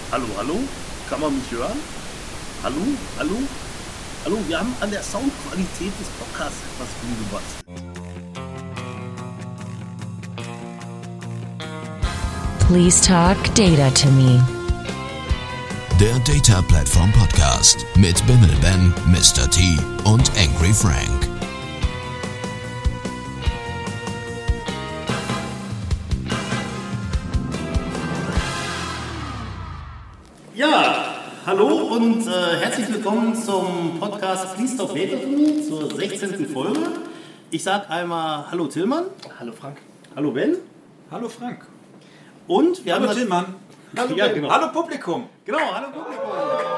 Hallo, hallo? Kann man mich hören? Hallo, hallo? Hallo, wir haben an der Soundqualität des Podcasts etwas rumgebastelt. Please talk data to me. Der Data Platform Podcast mit Bimmel Ben, Mr. T und Angry Frank. Ja, hallo und herzlich willkommen zum Podcast Please Talk Data to Me zur 16. Folge. Ich sag einmal Hallo Tillmann. Hallo Frank. Hallo Ben. Hallo Frank. Und wir Hallo haben Tillmann. Hallo, ja, genau. Hallo Publikum. Genau, hallo Publikum.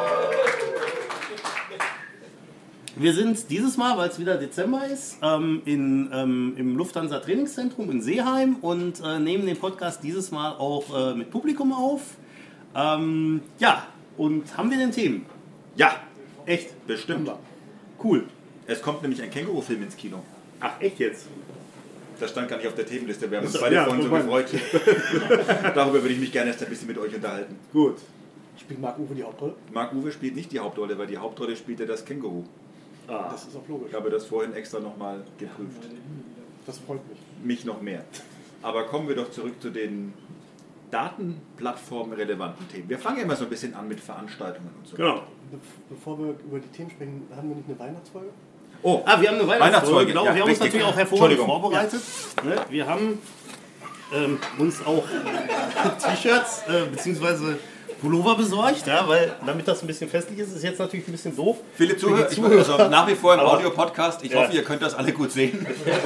Wir sind dieses Mal, weil es wieder Dezember ist, im Lufthansa Trainingszentrum in Seeheim und nehmen den Podcast dieses Mal auch mit Publikum auf. Ja, und haben wir denn Themen? Ja, Echt? bestimmt. Cool. Es kommt nämlich ein Känguru-Film ins Kino. Ach, echt jetzt? Das stand gar nicht auf der Themenliste. Wir haben uns Ja, beide vorhin so vorbei. gefreut. Darüber würde ich mich gerne erst ein bisschen mit euch unterhalten. Gut. Spielt Marc-Uwe die Hauptrolle? Marc-Uwe spielt nicht die Hauptrolle, weil die Hauptrolle spielt ja das Känguru. Das ist auch logisch. Ich habe das vorhin extra nochmal geprüft. Das freut mich. Mich noch mehr. Aber kommen wir doch zurück zu den datenplattformen-relevanten Themen. Wir fangen ja immer so ein bisschen an mit Veranstaltungen und so. Genau. Bevor wir über die Themen sprechen, haben wir nicht eine Weihnachtsfolge? Oh, Ah, wir haben eine Weihnachtsfolge. Genau, Ja, wir haben uns richtig. natürlich auch hervorragend Entschuldigung. vorbereitet. Ne? Wir haben uns auch T-Shirts bzw. Pullover besorgt, ja, weil damit das ein bisschen festlich ist, ist jetzt natürlich ein bisschen doof. viele Zuhörer. Ich bin also nach wie vor im Aber- Audio-Podcast. Ich Ja. hoffe, ihr könnt das alle gut sehen.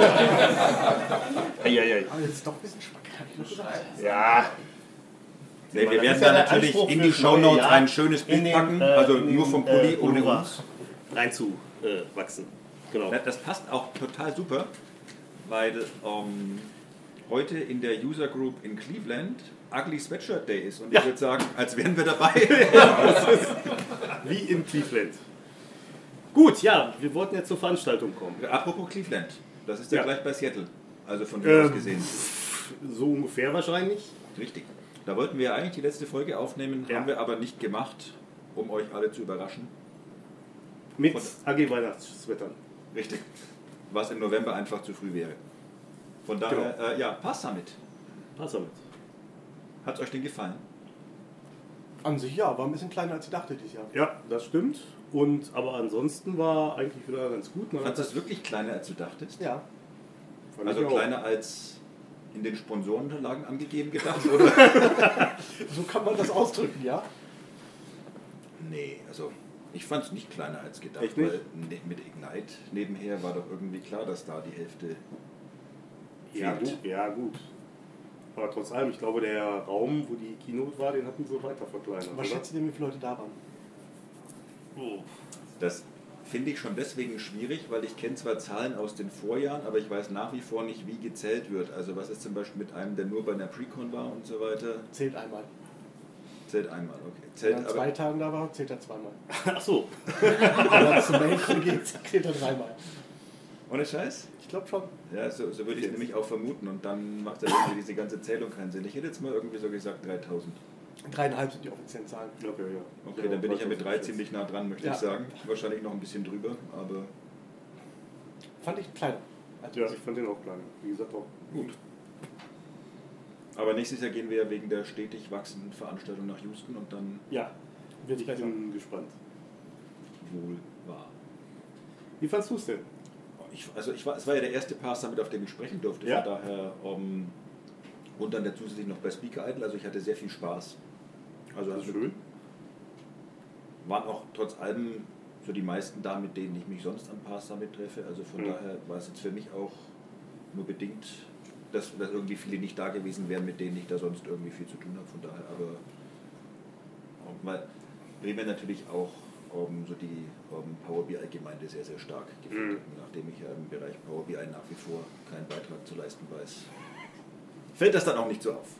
Eieiei. Aber jetzt ist doch ein bisschen schwack, hab ich noch gesagt. Ja, Nee, wir Das werden ist ja da der natürlich Anspruch in für die das neue Shownotes Jahr, ein schönes Bild packen, also nur vom Pulli ohne Pullover uns. rein zu wachsen. Genau. Das passt auch total super, weil heute in der User Group in Cleveland Ugly Sweatshirt Day ist. Und Ja. ich würde sagen, als wären wir dabei. Wie in Cleveland. Gut, ja, wir wollten jetzt zur Veranstaltung kommen. Apropos Cleveland, das ist ja, Ja. gleich bei Seattle. Also von hier aus gesehen. So ungefähr wahrscheinlich. Richtig. Da wollten wir eigentlich die letzte Folge aufnehmen, Ja. haben wir aber nicht gemacht, um euch alle zu überraschen. Mit Und- AG Weihnachtswettern. Richtig. Was im November einfach zu früh wäre. Von daher, ja, Pass Summit. Pass damit. Hat es euch denn gefallen? An sich ja, war ein bisschen kleiner als ich dachte dieses Jahr. Ja, das stimmt. Und aber ansonsten war eigentlich wieder ganz gut. Man Fandest du es wirklich kleiner, als du dachtest? Ja. fand Also ich auch. kleiner als in den Sponsorenunterlagen angegeben gedacht, oder? So kann man das ausdrücken, ja? Nee, also ich fand es nicht kleiner als gedacht, Echt nicht? weil mit Ignite nebenher war doch irgendwie klar, dass da die Hälfte Ja, fehlt. gut, ja, gut. Aber trotz allem, ich glaube, der Raum, wo die Keynote war, den hatten sie weiter verkleinert. Was oder? schätzt ihr denn, wie viele Leute da waren? Oh. Das finde ich schon deswegen schwierig, weil ich kenne zwar Zahlen aus den Vorjahren, aber ich weiß nach wie vor nicht, wie gezählt wird. Also was ist zum Beispiel mit einem, der nur bei einer Precon war und so weiter? Zählt einmal. Zählt einmal, okay. Wenn Zählt er an aber, 2 Tagen da war, zählt er zweimal. Ach so. Wenn er zum Main geht, zählt er dreimal. ohne Scheiß? Ich glaube schon. Ja, so würde ich es nämlich auch vermuten und dann macht ja irgendwie diese ganze Zählung keinen Sinn. Ich hätte jetzt mal irgendwie so gesagt 3000. 3,5 sind die offiziellen Zahlen. Okay, ja. Okay, dann bin ich ja mit 3 ziemlich nah dran, möchte Ja. ich sagen. Wahrscheinlich noch ein bisschen drüber, aber Fand ich kleiner. als Ja, ich fand den auch kleiner. Wie gesagt, auch gut. Aber nächstes Jahr gehen wir ja wegen der stetig wachsenden Veranstaltung nach Houston und dann ja, Wird's ich besser. bin gespannt. wohl wahr. Wie fandst du es denn? Es war ja der erste Pass Summit, auf dem ich sprechen durfte, Ja. von daher und dann der zusätzlich noch bei Speaker Idol, also ich hatte sehr viel Spaß. Also Das ist schön. waren auch trotz allem so die meisten da, mit denen ich mich sonst am Pass Summit treffe, also von Mhm. daher war es jetzt für mich auch nur bedingt, dass irgendwie viele nicht da gewesen wären, mit denen ich da sonst irgendwie viel zu tun habe, von daher, aber weil Bremen natürlich auch so die Power BI-Gemeinde sehr, sehr stark gefällt, Mhm. nachdem ich ja im Bereich Power BI nach wie vor keinen Beitrag zu leisten weiß. Fällt das dann auch nicht so auf?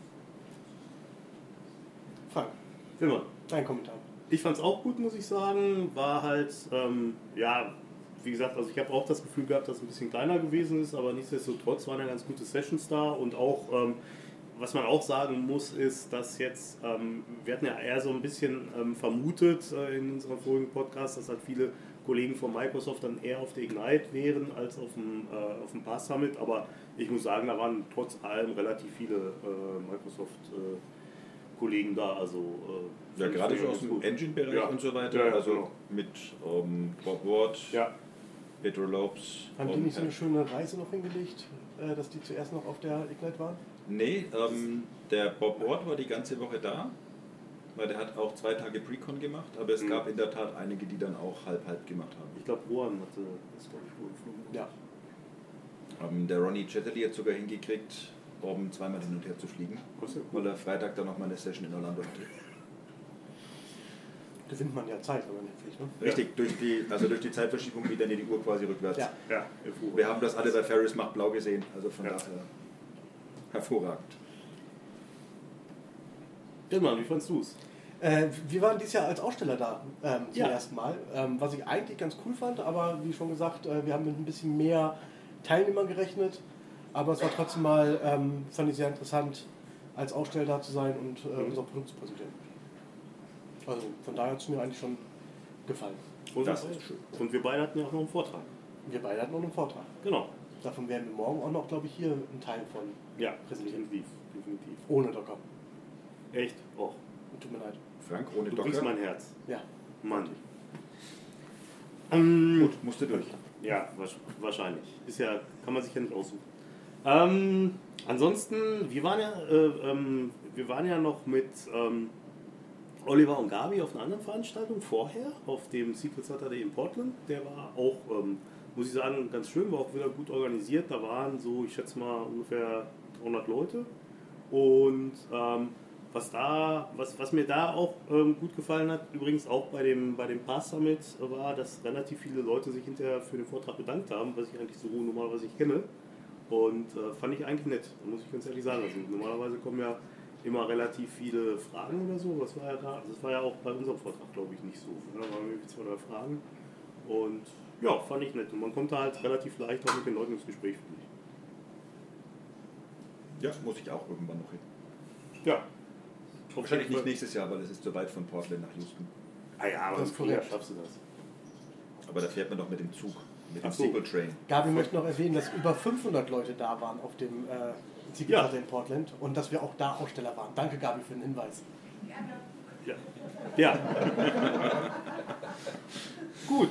Frank, Immer. dein Kommentar. Ich fand es auch gut, muss ich sagen. War halt, ja, wie gesagt, also ich habe auch das Gefühl gehabt, dass es ein bisschen kleiner gewesen ist, aber nichtsdestotrotz waren ja ganz gute Sessions da und auch was man auch sagen muss, ist, dass jetzt, wir hatten ja eher so ein bisschen vermutet in unserem vorigen Podcast, dass halt viele Kollegen von Microsoft dann eher auf der Ignite wären als auf dem Pass Summit, aber ich muss sagen, da waren trotz allem relativ viele Microsoft-Kollegen da, also ja, gerade so aus dem Engine-Bereich und so weiter, also genau. Mit Bob Ward, Pedro Lopes. Haben die nicht so eine schöne Reise noch hingelegt, dass die zuerst noch auf der Ignite waren? Nee, der Bob Ward war die ganze Woche da, weil der hat auch 2 Tage Pre-Con gemacht, aber es gab in der Tat einige, die dann auch halb gemacht haben. Ich glaube, Rohan hatte das, glaube ich, wohl geflogen. Ja. Der Ronnie Chatterley hat sogar hingekriegt, zweimal hin und her zu fliegen, weil er Freitag dann nochmal eine Session in Orlando hatte. Gewinnt man ja Zeit, wenn man nicht fliegt, ne? Richtig, durch die Zeitverschiebung geht dann die Uhr quasi rückwärts. Ja. Wir haben das alle bei Ferris macht blau gesehen, also von daher hervorragend. Dilman, wie fandst du es? Wir waren dieses Jahr als Aussteller da zum ersten Mal, was ich eigentlich ganz cool fand, aber wie schon gesagt, wir haben mit ein bisschen mehr Teilnehmern gerechnet, aber es war trotzdem mal, fand ich sehr interessant, als Aussteller da zu sein und unser Produkt zu präsentieren. Also von daher hat es mir eigentlich schon gefallen. Und wir beide hatten ja auch noch einen Vortrag. Wir beide hatten noch einen Vortrag. Genau. Davon werden wir morgen auch noch, glaube ich, hier einen Teil von präsentieren. Definitiv. Ohne Docker. Echt? Och. Tut mir leid. Frank, ohne Du Docker? kriegst mein Herz. Ja. Mann. Gut, musst du durch. Ja, wahrscheinlich. Kann man sich ja nicht aussuchen. Ansonsten, wir waren ja noch mit Oliver und Gabi auf einer anderen Veranstaltung vorher, auf dem Secret Saturday in Portland. Der war auch, muss ich sagen, ganz schön, war auch wieder gut organisiert. Da waren so, ich schätze mal, ungefähr 300 Leute. Und was mir da auch gut gefallen hat, übrigens auch bei dem Pass Summit, war, dass relativ viele Leute sich hinterher für den Vortrag bedankt haben, was ich eigentlich so normalerweise nicht kenne. Und fand ich eigentlich nett, muss ich ganz ehrlich sagen. Also, normalerweise kommen ja immer relativ viele Fragen oder so. Das war ja auch bei unserem Vortrag, glaube ich, nicht so. Da waren irgendwie 2 oder 3 Fragen. Und ja, fand ich nett. Und man kommt da halt relativ leicht auch mit den Leuten ins Gespräch, finde ich. Ja, muss ich auch irgendwann noch hin. Ja. Wahrscheinlich nicht nächstes Jahr, weil es ist zu weit von Portland nach Houston. Ah ja, aber früher schaffst du das. Aber da fährt man doch mit dem Zug, mit dem Sequel Train. Gabi möchte noch erwähnen, dass über 500 Leute da waren auf dem Secret Saturday in Portland und dass wir auch da Aussteller waren. Danke, Gabi, für den Hinweis. Ja. Gut.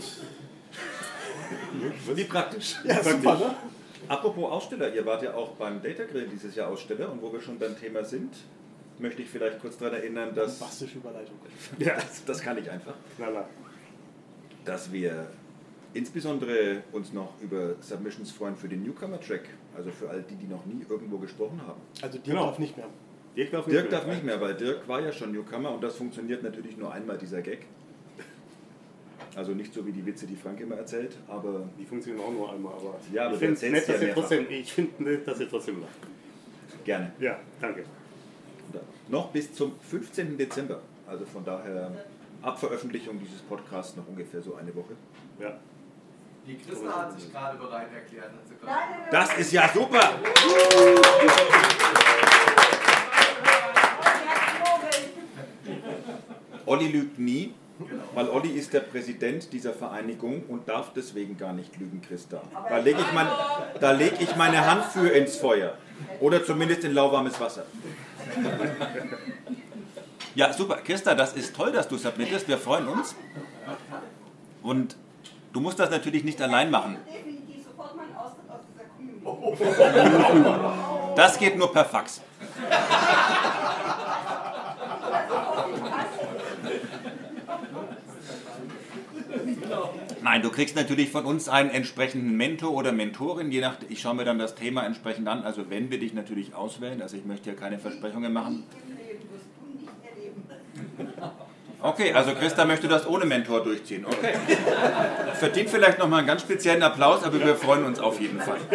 Wie praktisch. Ja, super, ne? Apropos Aussteller, ihr wart ja auch beim Data Grill dieses Jahr Aussteller und wo wir schon beim Thema sind, möchte ich vielleicht kurz daran erinnern, dass... Bastische Überleitung. Ja, das kann ich einfach. Klar. Dass wir insbesondere uns noch über Submissions freuen für den Newcomer-Track, also für all die noch nie irgendwo gesprochen haben. Also Dirk darf nicht mehr. Dirk darf nicht mehr, weil Dirk war ja schon Newcomer und das funktioniert natürlich nur einmal, dieser Gag. Also nicht so wie die Witze, die Frank immer erzählt, aber... Die funktionieren auch nur einmal, aber... Ja, aber ich finde nett, dass ihr trotzdem lacht. Gerne. Ja, danke. Noch bis zum 15. Dezember, also von daher ab Veröffentlichung dieses Podcasts noch ungefähr so eine Woche. Ja. Die Christa hat sich gerade bereit erklärt. Das ist ja super! Olli lügt nie, weil Olli ist der Präsident dieser Vereinigung und darf deswegen gar nicht lügen, Christa. Da leg ich meine Hand für ins Feuer. Oder zumindest in lauwarmes Wasser. Ja, super. Christa, das ist toll, dass du submittest. Wir freuen uns. Und du musst das natürlich nicht allein machen. Definitiv sofort mal einen Austritt aus dieser Community. Das geht nur per Fax. Nein, du kriegst natürlich von uns einen entsprechenden Mentor oder Mentorin, je nach, ich schaue mir dann das Thema entsprechend an, also wenn wir dich natürlich auswählen, also ich möchte ja keine Versprechungen machen. Okay, also Christa möchte das ohne Mentor durchziehen, okay. Verdient vielleicht nochmal einen ganz speziellen Applaus, aber wir freuen uns auf jeden Fall.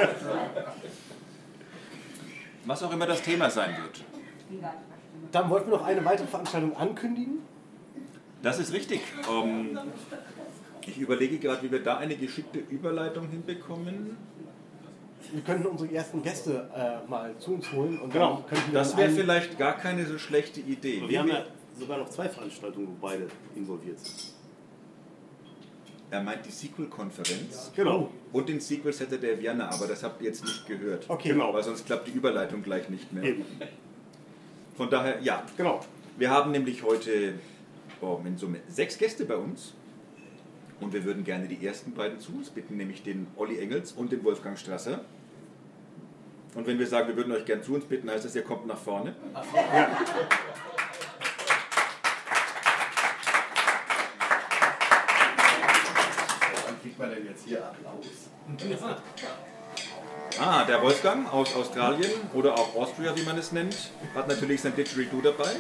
Was auch immer das Thema sein wird. Dann wollten wir noch eine weitere Veranstaltung ankündigen. Das ist richtig. Ich überlege gerade, wie wir da eine geschickte Überleitung hinbekommen. wir könnten unsere ersten Gäste mal zu uns holen. Und Genau. dann könnten wir Das dann wäre einen- vielleicht gar keine so schlechte Idee. Wir haben ja sogar noch 2 Veranstaltungen, wo beide involviert sind. Er meint die Sequel-Konferenz Genau. und den Sequel Saturday Vienna, aber das habt ihr jetzt nicht gehört. Okay. Genau. Weil sonst klappt die Überleitung gleich nicht mehr. Eben. Von daher, ja. Genau. Wir haben nämlich heute in Summe 6 Gäste bei uns. Und wir würden gerne die ersten beiden zu uns bitten, nämlich den Olli Engels und den Wolfgang Strasser. Und wenn wir sagen, wir würden euch gerne zu uns bitten, heißt das, ihr kommt nach vorne. Wann kriegt man denn jetzt hier Applaus? Der Wolfgang aus Australien oder auch Austria, wie man es nennt, hat natürlich sein Didgeridoo dabei.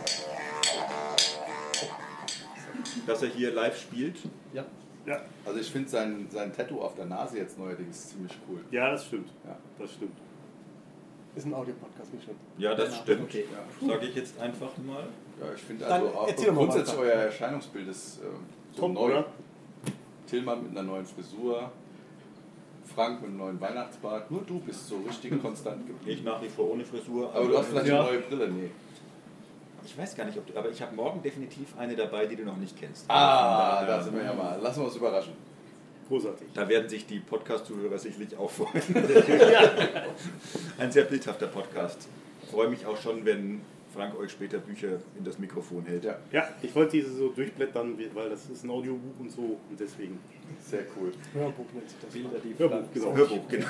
Dass er hier live spielt. Ja. Ja. Also ich finde sein Tattoo auf der Nase jetzt neuerdings ziemlich cool. Ja, das stimmt. Ja. Das stimmt. Ist ein Audiopodcast, nicht schlimm. Ja, das stimmt. Okay. Sage ich jetzt einfach mal. Ja, ich finde Dann also auch erzähl doch mal grundsätzlich weiter. euer Erscheinungsbild ist so Top, neu. oder? Tillmann mit einer neuen Frisur, Frank mit einem neuen Weihnachtsbart. Nur du bist so richtig konstant geblieben. Ich nach wie vor ohne Frisur. Aber du hast vielleicht Ja. eine neue Brille, nee. Ich weiß gar nicht, ob du, aber ich habe morgen definitiv eine dabei, die du noch nicht kennst. Da sind wir ja mal. Lassen wir uns überraschen. Großartig. Da werden sich die Podcast-Zuhörer sicherlich auch freuen. Ein sehr bildhafter Podcast. Ich freue mich auch schon, wenn Frank euch später Bücher in das Mikrofon hält. Ja, Ja, ich wollte diese so durchblättern, weil das ist ein Audiobuch und so und deswegen. sehr cool. Hörbuch nennt sich das. Bilder, die Hörbuch, Frank genau. Hörbuch, genau.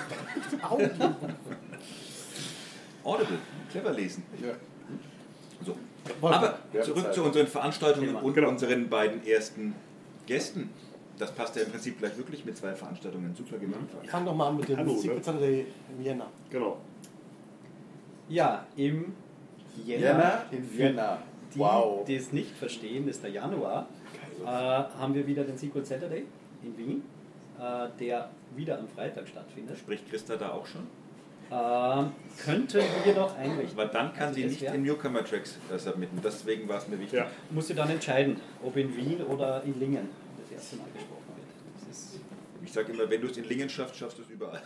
Audible, clever lesen. Ja. So. Wolfgang, Aber wir haben zurück Zeit. zu unseren Veranstaltungen Thema. und Genau. unseren beiden ersten Gästen. Das passt ja im Prinzip gleich wirklich mit 2 Veranstaltungen. Super gemacht. fang doch mal an mit dem Hallo, Secret ne? Saturday Vienna. Genau. Ja, im Jänner, Vienna in Vienna. die, Wow. die es nicht verstehen, ist der Januar, haben wir wieder den Secret Saturday in Wien, der wieder am Freitag stattfindet. Spricht Christa da auch schon? Könnten wir noch einrichten. Weil dann kann Also sie das nicht wär- in Newcomer-Tracks submitten. Deswegen war es mir wichtig. Ja. Musst du dann entscheiden, ob in Wien oder in Lingen das erste Mal gesprochen wird. Das ist Ich sage immer, wenn du es in Lingen schaffst, schaffst du es überall.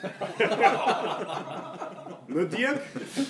Ne, Dirk?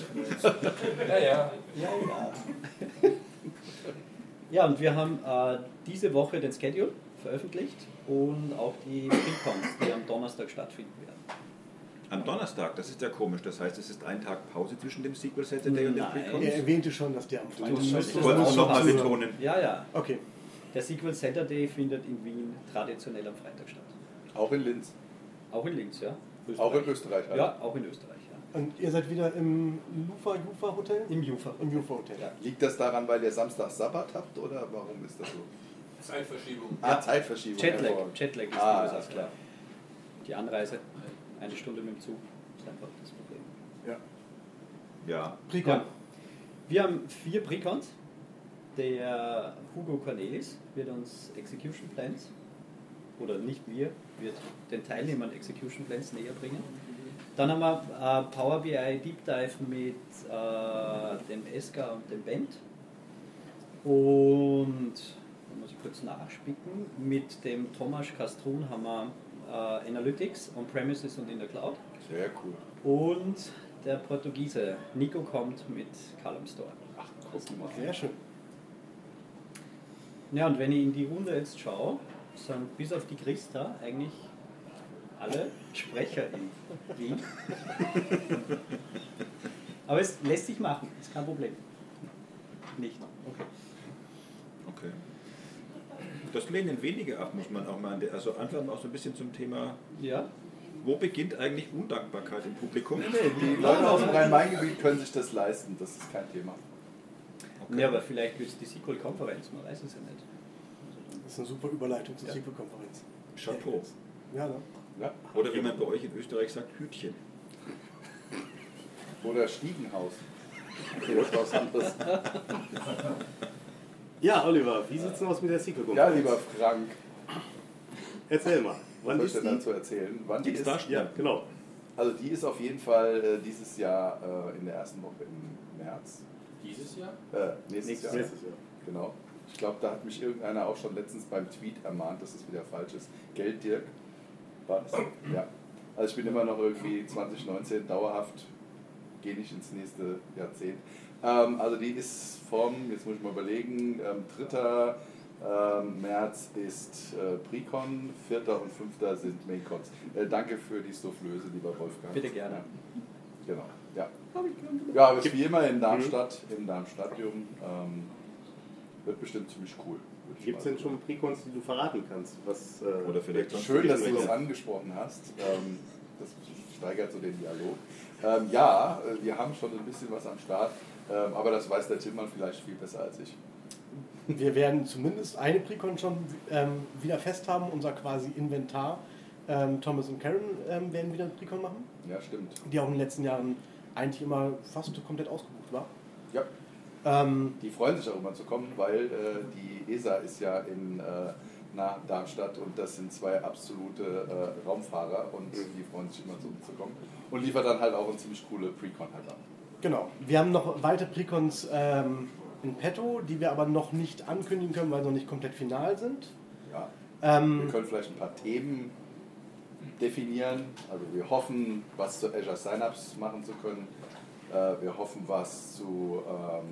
Ja, und wir haben diese Woche den Schedule veröffentlicht und auch die Pre-Cons, die am Donnerstag stattfinden werden. Am Donnerstag, das ist ja komisch. Das heißt, es ist ein Tag Pause zwischen dem Sequel Saturday und dem Nein. Pre-Cons. Er erwähnte schon, dass der am Freitag müsstest Ich wollte auch es nochmal zuhören. betonen. Ja, ja. Okay. Der Sequel Saturday findet in Wien traditionell am Freitag statt. Auch in Linz. Auch in Linz, ja. Auch in Österreich. also. Ja, auch in Österreich, ja. Und ihr seid wieder im Jufa Hotel? Im Jufa. Im Jufa Hotel. Ja. Liegt das daran, weil ihr Samstag Sabbat habt oder warum ist das so? Zeitverschiebung. Zeitverschiebung. hervorragend. Jetlag ist Ah, die Ursache, ja. klar. Die Anreise, 1 Stunde mit dem Zug, ist einfach das Problem. Ja. Precon. Ja. Wir haben 4 Precons. Der Hugo Cornelis wird uns Execution Plans, oder nicht wir, wird den Teilnehmern Execution Plans näher bringen. Dann haben wir Power BI Deep Dive mit dem Eska und dem Bent. Und, da muss ich kurz nachspicken, mit dem Thomas Kastrun haben wir Analytics, On-Premises und in der Cloud. Sehr cool. Und der Portugiese Nico kommt mit Calum Store. Ach, guck mal. Sehr schön. Ja, und wenn ich in die Runde jetzt schaue, sind bis auf die Christa eigentlich alle Sprecher in Wien. Aber es lässt sich machen, ist kein Problem. Nicht. Okay. Okay. Das lehnen wenige ab, muss man auch mal an der, also einfach auch so ein bisschen zum Thema, Ja. wo beginnt eigentlich Undankbarkeit im Publikum? Die Leute aus dem Rhein-Main-Gebiet können sich das leisten, das ist kein Thema. Okay. Ja, aber vielleicht wird es die Sequel-Konferenz, man weiß es ja nicht. Das ist eine super Überleitung zur Ja. Sequel-Konferenz. Chapeau. Ja, ne? Ja. Oder wie man bei euch in Österreich sagt, Hütchen. Oder Stiegenhaus. Okay, das war was anderes. Ja, Oliver, wie sieht es denn aus mit der Sequel? Ja, lieber Frank, Erzähl mal. was Wann soll ist ich dir die? dazu erzählen? Wann die Gibt's ist? da schon? Ja, genau. Also die ist auf jeden Fall dieses Jahr in der ersten Woche im März. Dieses Jahr? Nächstes Jahr. Nächstes Jahr. Genau. Ich glaube, da hat mich irgendeiner auch schon letztens beim Tweet ermahnt, dass es wieder falsch ist. Geld, Dirk? War das? Ja. Also ich bin immer noch irgendwie 2019 dauerhaft, gehe nicht ins nächste Jahrzehnt. Also die ist jetzt muss ich mal überlegen, 3. März ist Precon, 4. und 5. sind Maincons. Danke für die Soufflöse, lieber Wolfgang. Bitte gerne. Genau, ja. Ja, aber es ist wie immer in Darmstadt, im Darmstadium. Wird bestimmt ziemlich cool. Gibt es denn schon Precons, die du verraten kannst? Oder vielleicht Schön, dass du das angesprochen hast. Das steigert so den Dialog. Ja, wir haben schon ein bisschen was am Start, aber das weiß der Tillmann vielleicht viel besser als ich. Wir werden zumindest eine Precon schon wieder fest haben, unser quasi Inventar. Thomas und Karen werden wieder eine Precon machen. Ja, stimmt. Die auch in den letzten Jahren eigentlich immer fast komplett ausgebucht war. Ja. Die freuen sich auch immer zu kommen, weil die ESA ist ja in Darmstadt und das sind 2 absolute Raumfahrer und die freuen sich immer zu kommen und liefert dann halt auch eine ziemlich coole Precon halt an. Genau. Wir haben noch weitere Precons in petto, die wir aber noch nicht ankündigen können, weil sie noch nicht komplett final sind. Ja. Wir können vielleicht ein paar Themen definieren. Also wir hoffen, was zu Azure Synapse machen zu können. Wir hoffen, was zu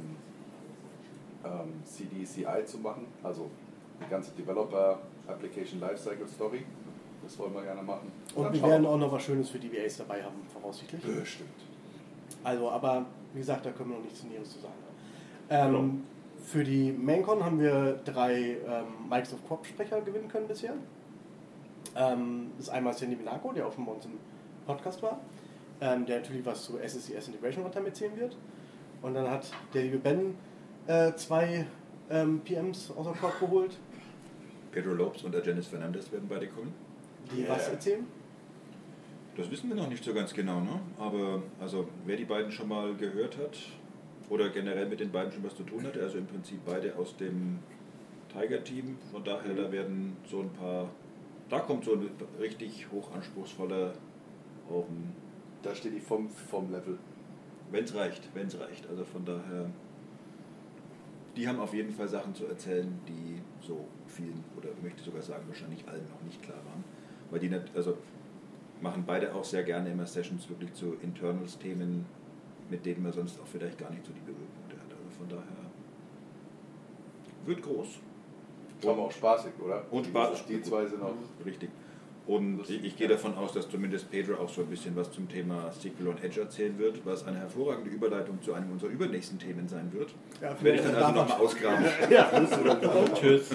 CDCI zu machen, also die ganze Developer Application Lifecycle Story. Das wollen wir gerne machen. Und wir werden auch noch was Schönes für DBAs dabei haben, voraussichtlich. Bestimmt. Also, aber wie gesagt, da können wir noch nichts Näheres zu sagen. Für die Maincon haben wir 3 Microsoft Corp-Sprecher gewinnen können bisher. Das ist einmal Sandy Minaco, der auch schon bei uns im Podcast war, der natürlich was zu SSIS Integration Runtime erzählen wird. Und dann hat der liebe Ben 2 PMs aus der Corp geholt. Pedro Lopes und der Janice Fernandez werden beide kommen. Die was erzählen? Das wissen wir noch nicht so ganz genau, ne? Aber also wer die beiden schon mal gehört hat oder generell mit den beiden schon was zu tun hatte, also im Prinzip beide aus dem Tiger-Team, von daher da werden so ein paar, da kommt so ein richtig hochanspruchsvoller, auch ein, da steht die vom Level. Wenn es reicht, also von daher, die haben auf jeden Fall Sachen zu erzählen, die so vielen, oder möchte sogar sagen, wahrscheinlich allen noch nicht klar waren, weil die nicht, also machen beide auch sehr gerne immer Sessions wirklich zu Internals-Themen, mit denen man sonst auch vielleicht gar nicht so die Berührpunkte hat. Also von daher wird groß. Aber auch spaßig, oder? Und spaßig. Die 2 sind auch richtig. Und ich gehe davon aus, dass zumindest Pedro auch so ein bisschen was zum Thema SQL und Edge erzählen wird, was eine hervorragende Überleitung zu einem unserer übernächsten Themen sein wird. Ja, werde ich dann also nochmal ausgraben. Ja, tschüss.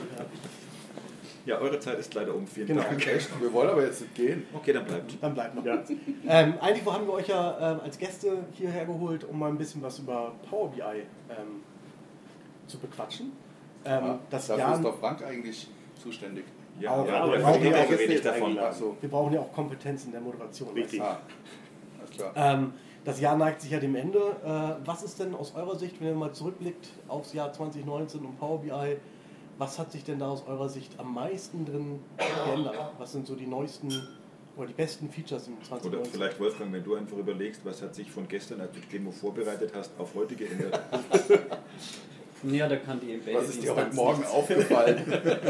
Ja, eure Zeit ist leider um. Vielen Dank. Echt? Wir wollen aber jetzt nicht gehen. Okay, dann bleibt. Dann bleibt noch. Ja. Eigentlich haben wir euch ja als Gäste hierher geholt, um mal ein bisschen was über Power BI zu bequatschen. Dafür ist doch Frank eigentlich zuständig. Ja, auch, ja, aber wir verstehen auch wenig davon. Wir brauchen ja auch Kompetenz in der Moderation. Richtig. Alles klar. Das Jahr neigt sich ja dem Ende. Was ist denn aus eurer Sicht, wenn ihr mal zurückblickt aufs Jahr 2019 und Power BI, was hat sich denn da aus eurer Sicht am meisten drin geändert? Was sind so die neuesten oder die besten Features im 2019? Oder vielleicht, Wolfgang, wenn du einfach überlegst, was hat sich von gestern, als du die Demo vorbereitet hast, auf heute geändert? Ja, da kann die Embedded Was ist dir heute Morgen aufgefallen?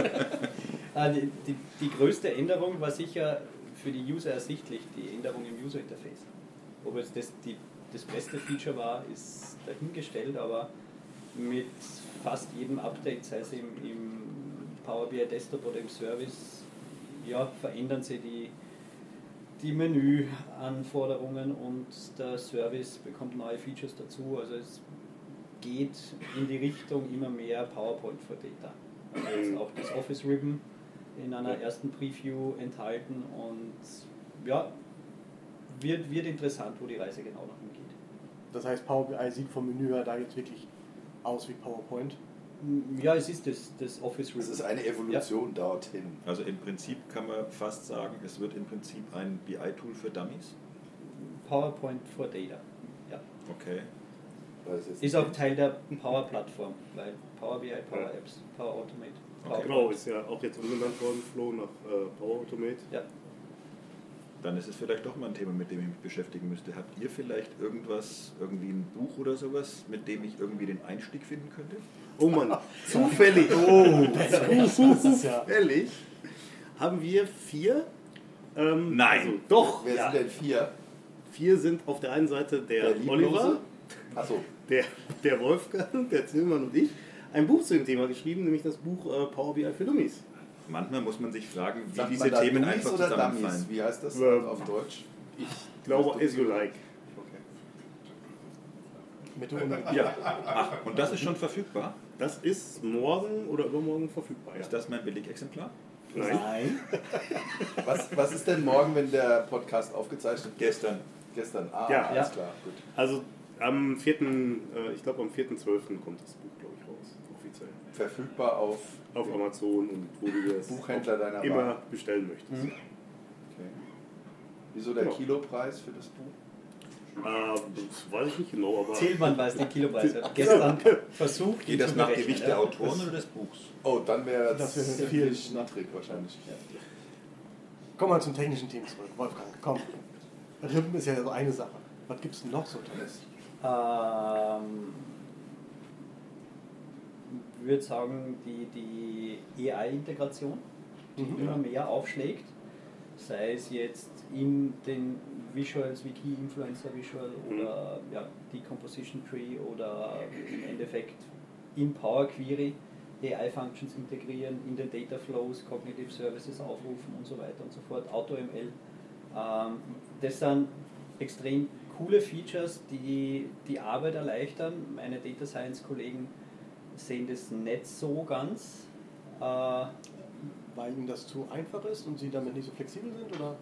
Die größte Änderung war sicher für die User ersichtlich, die Änderung im User Interface. Ob es das beste Feature war, ist dahingestellt, aber mit fast jedem Update, sei es im Power BI Desktop oder im Service, ja, verändern sie die Menüanforderungen und der Service bekommt neue Features dazu. Also es geht in die Richtung immer mehr PowerPoint for Data. Also jetzt auch das Office Ribbon in einer ersten Preview enthalten und ja, wird interessant, wo die Reise genau noch hingeht. Das heißt, Power BI sieht vom Menü her da jetzt wirklich aus wie PowerPoint? Ja, es ist das Office Ribbon. Es ist eine Evolution dorthin. Also im Prinzip kann man fast sagen, es wird im Prinzip ein BI-Tool für Dummies. PowerPoint for Data, ja. Okay. Ist auch Teil der Power-Plattform, weil Power BI, Power Apps, Power Automate. Okay. Genau, ist ja auch jetzt umbenannt worden, Flo, nach Power Automate. Ja. Dann ist es vielleicht doch mal ein Thema, mit dem ich mich beschäftigen müsste. Habt ihr vielleicht irgendwie ein Buch oder sowas, mit dem ich irgendwie den Einstieg finden könnte? Oh Mann, zufällig. Zufällig haben wir 4 Nein. Also, doch. Wer sind denn 4? 4 sind auf der einen Seite der Oliver, Achso. der Wolfgang, der Zillmann und ich, ein Buch zu dem Thema geschrieben, nämlich das Buch Power BI für Dummies. Manchmal muss man sich fragen, wie Sagt diese man da Themen Dummies einfach oder zusammenfallen. Dummies? Wie heißt das auf Deutsch? Ich glaube, as you like. Okay. Mit ohne. Ja, Ach, und das ist schon verfügbar? das ist morgen oder übermorgen verfügbar. Ja. Ist das mein Billigexemplar? Nein. Was ist denn morgen, wenn der Podcast aufgezeichnet wird? Gestern. Ja, alles klar, gut. Also am 4., ich glaube am 4.12. kommt das Buch, glaube ich, raus, offiziell. Verfügbar auf Amazon und wo du das Buchhändler deiner immer Wahl. bestellen möchtest. Okay. Wieso der Genau. Kilopreis für das Buch? Das weiß ich nicht genau, aber Zählmann weiß den Kilopreis. Hat gestern versucht, Geht das nach Gewicht der Autoren oder des Buchs? Oh, dann wäre Das das wäre viel viel niedrig wahrscheinlich. Kommen wir zum technischen Team zurück. Wolfgang, komm. Rippen ist ja so eine Sache. Was gibt es denn noch so Tolles? Ich würde sagen, die AI-Integration, die immer mehr aufschlägt, sei es jetzt in den Visuals wie Key Influencer Visual oder ja, die Composition Tree oder im Endeffekt in Power Query AI-Functions integrieren, in den Data Flows, Cognitive Services aufrufen und so weiter und so fort, AutoML. Das sind extrem coole Features, die die Arbeit erleichtern. Meine Data Science Kollegen sehen das nicht so ganz. Weil ihnen das zu einfach ist und sie damit nicht so flexibel sind? Oder?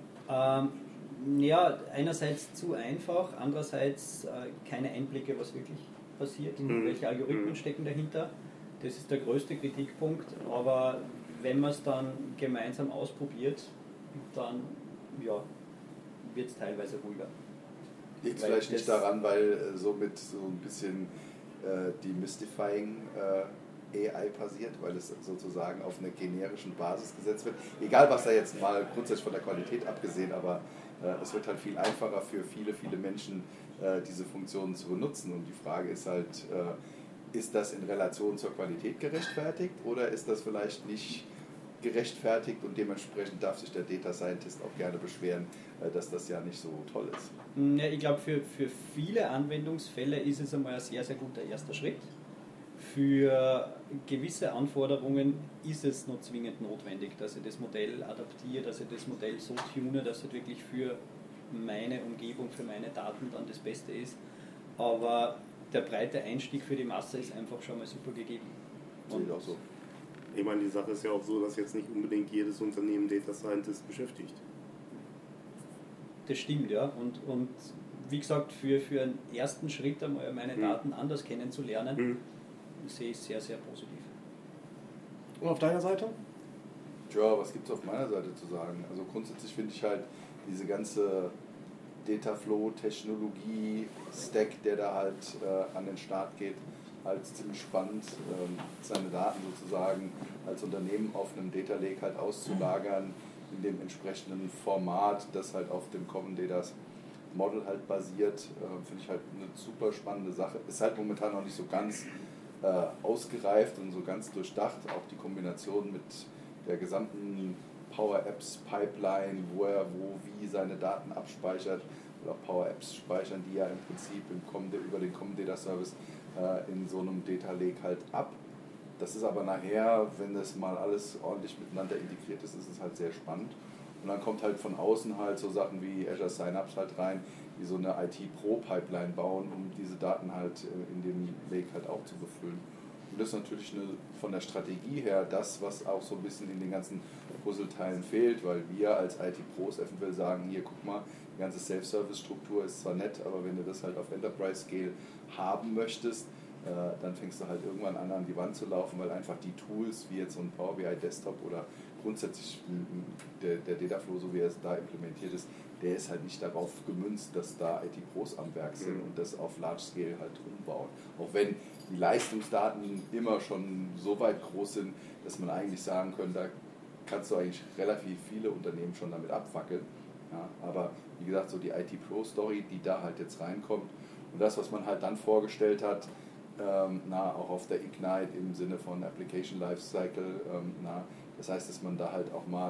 Ja, einerseits zu einfach, andererseits keine Einblicke, was wirklich passiert, welche Algorithmen stecken dahinter. Das ist der größte Kritikpunkt, aber wenn man es dann gemeinsam ausprobiert, dann ja, wird es teilweise ruhiger. Liegt es Weil vielleicht nicht das- daran, weil somit so ein bisschen Demystifying AI passiert, weil es sozusagen auf einer generischen Basis gesetzt wird. Egal, was da jetzt mal grundsätzlich von der Qualität abgesehen, aber es wird halt viel einfacher für viele, viele Menschen, diese Funktionen zu benutzen. Und die Frage ist halt, ist das in Relation zur Qualität gerechtfertigt oder ist das vielleicht nicht gerechtfertigt und dementsprechend darf sich der Data Scientist auch gerne beschweren, dass das ja nicht so toll ist. Ja, ich glaube, für viele Anwendungsfälle ist es einmal ein sehr, sehr guter erster Schritt. Für gewisse Anforderungen ist es noch zwingend notwendig, dass ich das Modell adaptiere, dass ich das Modell so tune, dass es wirklich für meine Umgebung, für meine Daten dann das Beste ist. Aber der breite Einstieg für die Masse ist einfach schon mal super gegeben. Sehe ich auch so. ich meine, die Sache ist ja auch so, dass jetzt nicht unbedingt jedes Unternehmen Data Scientist beschäftigt. Das stimmt, ja. Und wie gesagt, für einen ersten Schritt einmal meine Daten anders kennenzulernen, sehe ich sehr, sehr positiv. Und auf deiner Seite? Tja, was gibt es auf meiner Seite zu sagen? Also grundsätzlich finde ich halt diese ganze Dataflow-Technologie-Stack, der da halt an den Start geht, halt ziemlich spannend, seine Daten sozusagen als Unternehmen auf einem Data Lake halt auszulagern, in dem entsprechenden Format, das halt auf dem Common Data Model halt basiert, finde ich halt eine super spannende Sache. Ist halt momentan noch nicht so ganz ausgereift und so ganz durchdacht, auch die Kombination mit der gesamten Power Apps Pipeline, wo er wie seine Daten abspeichert, oder Power Apps speichern die ja im Prinzip über den Common Data Service in so einem Data Lake halt ab. Das ist aber nachher, wenn das mal alles ordentlich miteinander integriert ist, ist es halt sehr spannend. Und dann kommt halt von außen halt so Sachen wie Azure Synapse halt rein, die so eine IT-Pro-Pipeline bauen, um diese Daten halt in dem Lake halt auch zu befüllen. Und das ist natürlich von der Strategie her das, was auch so ein bisschen in den ganzen Puzzleteilen fehlt, weil wir als IT-Pros eventuell sagen, hier guck mal, die ganze Self-Service-Struktur ist zwar nett, aber wenn du das halt auf Enterprise-Scale haben möchtest, dann fängst du halt irgendwann an die Wand zu laufen, weil einfach die Tools wie jetzt so ein Power BI Desktop oder grundsätzlich der Dataflow, so wie er es da implementiert ist, der ist halt nicht darauf gemünzt, dass da IT-Pros am Werk sind und das auf Large Scale halt umbauen. Auch wenn die Leistungsdaten immer schon so weit groß sind, dass man eigentlich sagen könnte, da kannst du eigentlich relativ viele Unternehmen schon damit abfackeln. Ja, aber wie gesagt, so die IT-Pro-Story, die da halt jetzt reinkommt und das, was man halt dann vorgestellt hat, auch auf der Ignite im Sinne von Application Lifecycle, das heißt, dass man da halt auch mal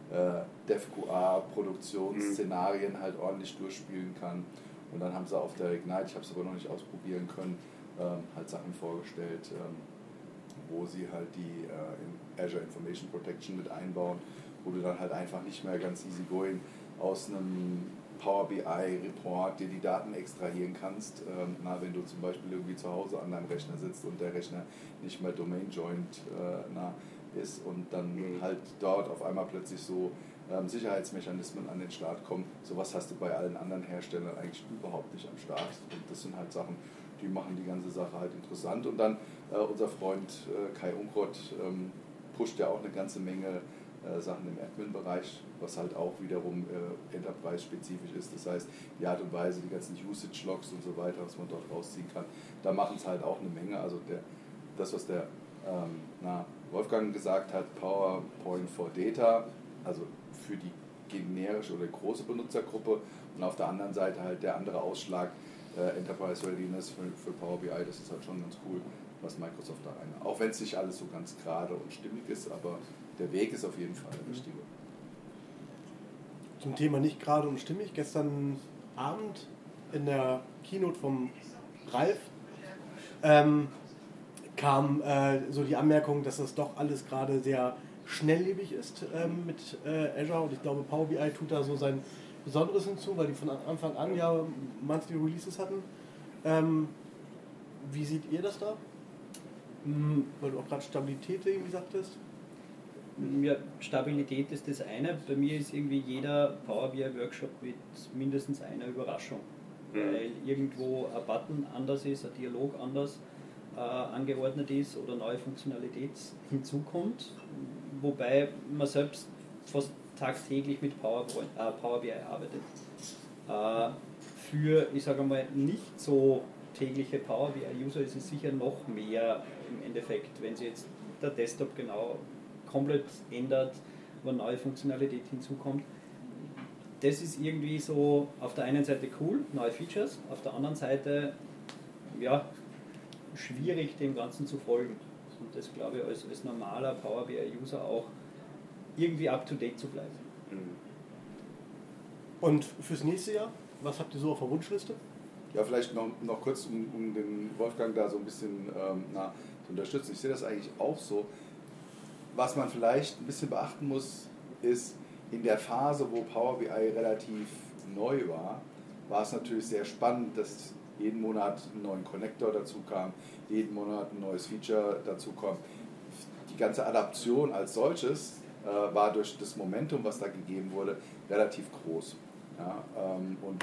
DevQA-Produktionsszenarien halt ordentlich durchspielen kann. Und dann haben sie auf der Ignite, ich habe es aber noch nicht ausprobieren können, halt Sachen vorgestellt, wo sie halt die in Azure Information Protection mit einbauen, wo du dann halt einfach nicht mehr ganz easygoing aus einem Power BI Report dir die Daten extrahieren kannst, wenn du zum Beispiel irgendwie zu Hause an deinem Rechner sitzt und der Rechner nicht mehr Domain Joined ist und dann halt dort auf einmal plötzlich so Sicherheitsmechanismen an den Start kommen. Sowas hast du bei allen anderen Herstellern eigentlich überhaupt nicht am Start. Und das sind halt Sachen, die machen die ganze Sache halt interessant. Und dann unser Freund Kai Unkrott pusht ja auch eine ganze Menge Sachen im Admin-Bereich, was halt auch wiederum Enterprise-spezifisch ist. Das heißt, die Art und Weise, die ganzen Usage-Logs und so weiter, was man dort rausziehen kann, da machen es halt auch eine Menge. Also das, was der Wolfgang gesagt hat, PowerPoint for Data, also für die generische oder große Benutzergruppe, und auf der anderen Seite halt der andere Ausschlag, Enterprise Readiness für Power BI, das ist halt schon ganz cool, was Microsoft da rein. Auch wenn es nicht alles so ganz gerade und stimmig ist, aber der Weg ist auf jeden Fall der richtige. Zum Thema nicht gerade und stimmig, gestern Abend in der Keynote vom Ralf kam so die Anmerkung, dass das doch alles gerade sehr schnelllebig ist mit Azure, und ich glaube Power BI tut da so sein Besonderes hinzu, weil die von Anfang an ja monthly Releases hatten. Wie seht ihr das da? Weil du auch gerade Stabilität irgendwie sagtest. Ja, Stabilität ist das eine. Bei mir ist irgendwie jeder Power BI Workshop mit mindestens einer Überraschung. Weil irgendwo ein Button anders ist, ein Dialog anders angeordnet ist oder neue Funktionalität hinzukommt. Wobei man selbst fast tagtäglich mit Power BI arbeitet. Für, ich sage mal, nicht so tägliche Power BI-User ist es sicher noch mehr im Endeffekt, wenn sich jetzt der Desktop genau komplett ändert, wo neue Funktionalität hinzukommt. Das ist irgendwie so auf der einen Seite cool, neue Features, auf der anderen Seite ja, schwierig dem Ganzen zu folgen. Und das glaube ich als normaler Power BI-User auch irgendwie up-to-date zu bleiben. Und fürs nächste Jahr, was habt ihr so auf der Wunschliste? Ja, vielleicht noch kurz, um den Wolfgang da so ein bisschen zu unterstützen. Ich sehe das eigentlich auch so. Was man vielleicht ein bisschen beachten muss, ist, in der Phase, wo Power BI relativ neu war es natürlich sehr spannend, dass jeden Monat einen neuen Connector dazu kam, jeden Monat ein neues Feature dazu kommt. Die ganze Adaption als solches war durch das Momentum, was da gegeben wurde, relativ groß. Ja, und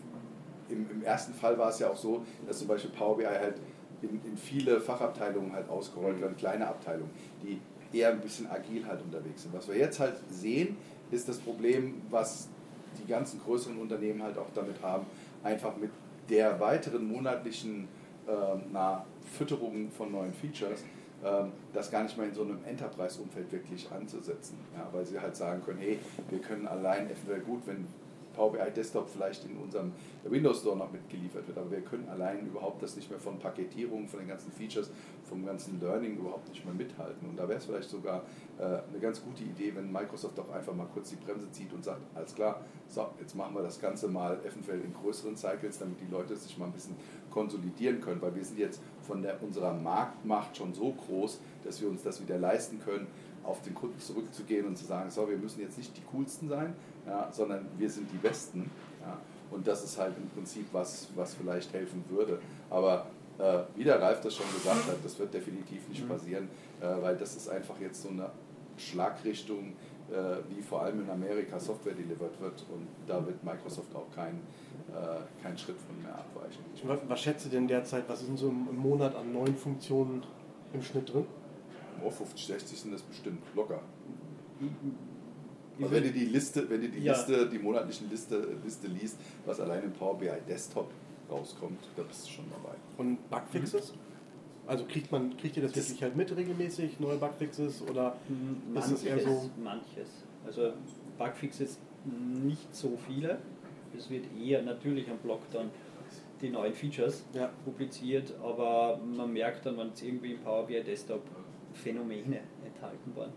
im ersten Fall war es ja auch so, dass zum Beispiel Power BI halt in viele Fachabteilungen halt ausgerollt werden, kleine Abteilungen, die eher ein bisschen agil halt unterwegs sind. Was wir jetzt halt sehen, ist das Problem, was die ganzen größeren Unternehmen halt auch damit haben, einfach mit der weiteren monatlichen Fütterung von neuen Features, das gar nicht mehr in so einem Enterprise-Umfeld wirklich anzusetzen. Ja, weil sie halt sagen können, hey, wir können allein eventuell gut, wenn Power BI Desktop vielleicht in unserem Windows Store noch mitgeliefert wird, aber wir können allein überhaupt das nicht mehr von Paketierung, von den ganzen Features, vom ganzen Learning überhaupt nicht mehr mithalten. Und da wäre es vielleicht sogar eine ganz gute Idee, wenn Microsoft auch einfach mal kurz die Bremse zieht und sagt, alles klar, so, jetzt machen wir das Ganze mal eventuell in größeren Cycles, damit die Leute sich mal ein bisschen konsolidieren können, weil wir sind jetzt von unserer Marktmacht schon so groß, dass wir uns das wieder leisten können, auf den Kunden zurückzugehen und zu sagen, so, wir müssen jetzt nicht die Coolsten sein, ja, sondern wir sind die Besten. Ja, und das ist halt im Prinzip was vielleicht helfen würde. Aber wie der Ralf das schon gesagt hat, das wird definitiv nicht passieren, weil das ist einfach jetzt so eine Schlagrichtung, wie vor allem in Amerika Software delivered wird, und da wird Microsoft auch keinen Schritt von mehr abweichen. Was schätzt ihr denn derzeit, was ist denn so im Monat an neuen Funktionen im Schnitt drin? 50, 60 sind das bestimmt locker. Also wenn du die monatlichen Liste liest, was allein im Power BI Desktop rauskommt, da bist du schon dabei. Und Bugfixes? Also kriegt ihr das wirklich halt mit regelmäßig, neue Bugfixes, oder ist es eher so? Manches. Also Bugfixes nicht so viele. Es wird eher natürlich am Blog dann die neuen Features publiziert, aber man merkt dann, wenn es irgendwie im Power BI Desktop Phänomene enthalten waren,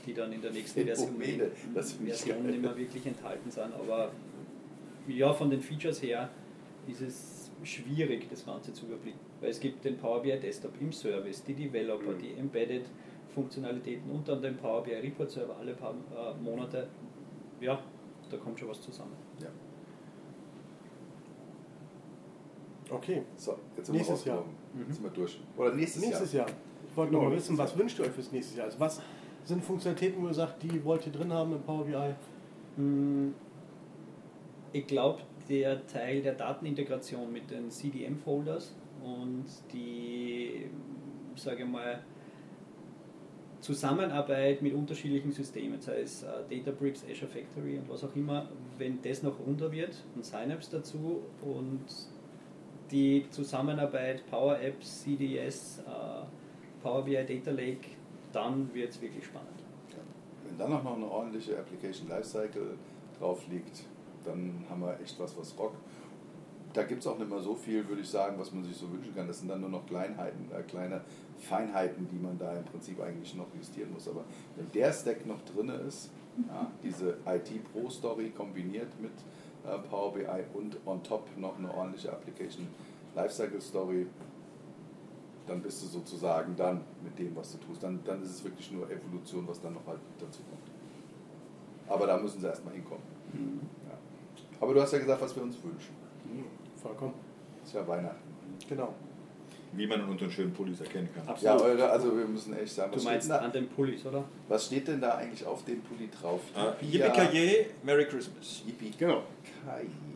die dann in der nächsten Version nicht mehr wirklich enthalten sind. Aber ja, von den Features her ist es schwierig, das Ganze zu überblicken. Weil es gibt den Power BI Desktop im Service, die Developer, die Embedded Funktionalitäten und dann den Power BI Report Server alle paar Monate. Ja, da kommt schon was zusammen. Ja. Okay. So, jetzt sind nächstes wir Jahr. Jetzt sind wir durch. Oder nächstes Jahr. Ich wollte noch mal wissen, was wünscht ihr euch fürs nächste Jahr? Also was sind Funktionalitäten, wo ihr sagt, die wollt ihr drin haben im Power BI? Ich glaube, der Teil der Datenintegration mit den CDM-Folders und die, sage ich mal, Zusammenarbeit mit unterschiedlichen Systemen, sei es Databricks, Azure Factory und was auch immer, wenn das noch runter wird und Synapse dazu und die Zusammenarbeit Power Apps, CDS, Power BI Data Lake, dann wird es wirklich spannend. Ja. Wenn dann auch noch eine ordentliche Application Lifecycle drauf liegt, dann haben wir echt was rockt. Da gibt es auch nicht mehr so viel, würde ich sagen, was man sich so wünschen kann. Das sind dann nur noch Kleinheiten, kleine Feinheiten, die man da im Prinzip eigentlich noch justieren muss. Aber wenn der Stack noch drin ist, ja, diese IT-Pro-Story kombiniert mit Power BI und on top noch eine ordentliche Application Lifecycle Story, dann bist du sozusagen dann mit dem, was du tust. Dann ist es wirklich nur Evolution, was dann noch halt dazu kommt. Aber da müssen sie erstmal hinkommen. Ja. Aber du hast ja gesagt, was wir uns wünschen. Vollkommen. Das ist ja Weihnachten. Genau. Wie man an unseren schönen Pullis erkennen kann. Absolut. Ja, also wir müssen echt sagen, du meinst an den Pullis, oder? Was steht denn da eigentlich auf dem Pulli drauf? Yippie-Ki-Yay, Merry Christmas. Genau. Wow.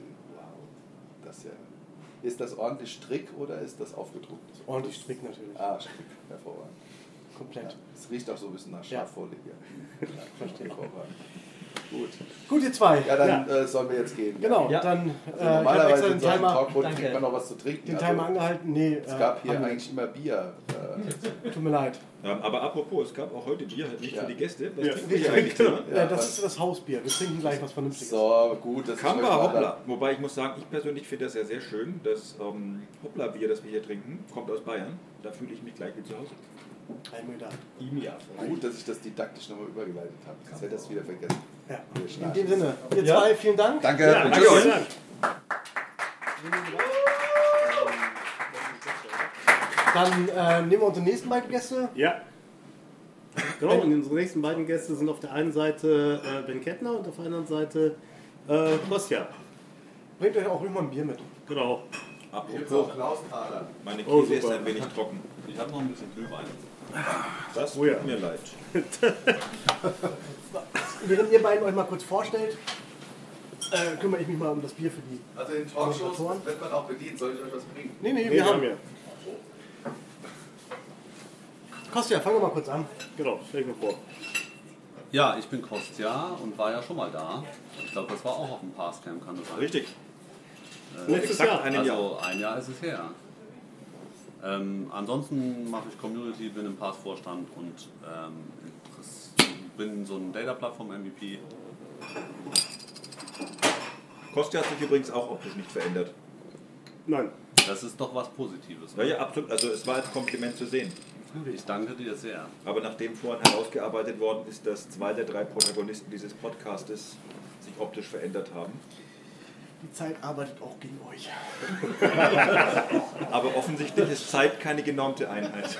Das ja. Ist das ordentlich Strick oder ist das aufgedruckt? Ordentlich Strick natürlich. Ah, Strick. Hervorragend. Komplett. Ja, es riecht auch so ein bisschen nach Schafwolle hier. Ja, verstehe. Hervorragend. Gut, ihr zwei. Ja, dann sollen wir jetzt gehen. Genau, ja. Dann normalerweise in solchen Talkrunden kriegt man noch was zu trinken. Den Timer angehalten? Nee. Es gab hier eigentlich immer Bier. Tut mir leid. Aber apropos, es gab auch heute Bier, halt nicht für die Gäste. Was trinken wir hier eigentlich? Ja, das ist das Hausbier. Wir trinken gleich was Vernünftiges. So, gut. Das Kamba Hoppla. Wobei ich muss sagen, ich persönlich finde das ja sehr schön. Das Hoppla-Bier, das wir hier trinken, kommt aus Bayern. Da fühle ich mich gleich wie zu Hause. Gut, dass ich das didaktisch nochmal übergeleitet habe. Jetzt hätte ich das wieder vergessen. Ja. In dem Sinne, ihr zwei, vielen Dank. Danke. Ja, danke euch. Dann nehmen wir unsere nächsten beiden Gäste. Ja. Genau, und unsere nächsten beiden Gäste sind auf der einen Seite Ben Kettner und auf der anderen Seite Kostja. Bringt euch auch ruhig mal ein Bier mit. Genau. Apropos, meine Käse ist ein wenig trocken. Ich habe noch ein bisschen Glühwein. Das tut mir leid. Während ihr beiden euch mal kurz vorstellt, kümmere ich mich mal um das Bier für die. Also in Talkshows wird man auch bedient. Soll ich euch was bringen? Nee, wir haben. Kostja, fang doch mal kurz an. Genau, stell dich mal vor. Ja, ich bin Kostja und war ja schon mal da. Ich glaube, das war auch auf dem Pastcamp, kann das sein? Richtig. Letztes Jahr. Also ein Jahr ist es her. Ansonsten mache ich Community, bin im Pass-Vorstand und bin so ein Data-Plattform-MVP. Kostja hat sich übrigens auch optisch nicht verändert. Nein. Das ist doch was Positives. Ja, absolut. Also es war als Kompliment zu sehen. Ich danke dir sehr. Aber nachdem vorhin herausgearbeitet worden ist, dass 2 der 3 Protagonisten dieses Podcastes sich optisch verändert haben. Die Zeit arbeitet auch gegen euch. Aber offensichtlich ist Zeit keine genormte Einheit.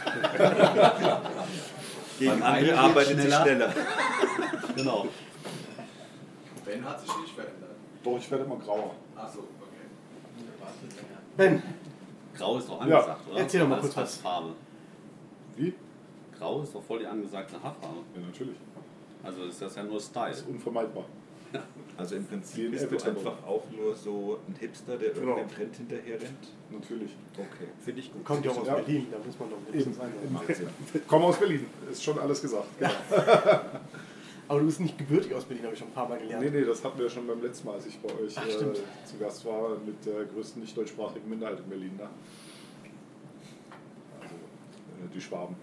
Gegen andere arbeitet sie schneller. Genau. Ben hat sich nicht verändert. Doch, ich werde immer grauer. Achso, okay. Ben. Grau ist doch angesagt, oder? Erzähl doch mal kurz als Farbe. Wie? Grau ist doch voll die angesagte Haarfarbe. Ja, natürlich. Also ist das ja nur Style. Das ist unvermeidbar. Also im Prinzip bist du einfach auch nur so ein Hipster, der irgendeinem Trend hinterher rennt? Natürlich. Okay, finde ich gut. Kommt ja auch aus Berlin, da muss man doch ein bisschen sein. Komme aus Berlin, ist schon alles gesagt. Genau. Aber du bist nicht gebürtig aus Berlin, habe ich schon ein paar Mal gelernt. Nee, das hatten wir schon beim letzten Mal, als ich bei euch zu Gast war, mit der größten nicht deutschsprachigen Minderheit in Berlin. Ne? Also die Schwaben.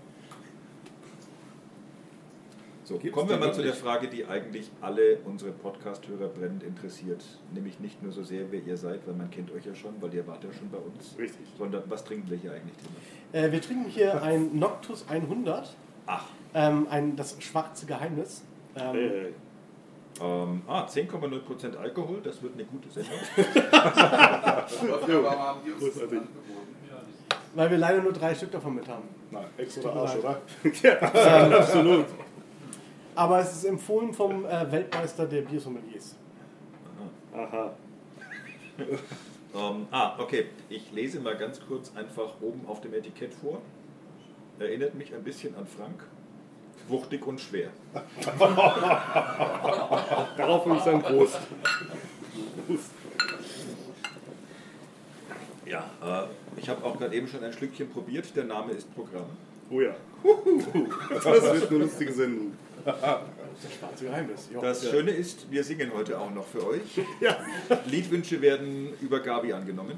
So, kommen wir mal zu der Frage, die eigentlich alle unsere Podcast-Hörer brennend interessiert. Nämlich nicht nur so sehr, wer ihr seid, weil man kennt euch ja schon, weil ihr wart ja schon bei uns. Richtig. Sondern was trinken wir hier eigentlich, Tim? Wir trinken hier ein Noctus 100 Ach. Das schwarze Geheimnis. 10,0% Alkohol, das wird eine gute Sendung. Weil wir leider nur 3 Stück davon mit haben. Na, Ex oder Arsch, oder? Ja, absolut. Aber es ist empfohlen vom Weltmeister der Biersommeliers. Aha. Okay. Ich lese mal ganz kurz einfach oben auf dem Etikett vor. Erinnert mich ein bisschen an Frank. Wuchtig und schwer. Darauf würde ich sagen, Prost. Ja, ich habe auch gerade eben schon ein Schlückchen probiert. Der Name ist Programm. Oh ja. Das wird eine lustige Sendung. Das ist das schwarze Geheimnis. Jo. Das Schöne ist, wir singen heute auch noch für euch. Ja. Liedwünsche werden über Gabi angenommen.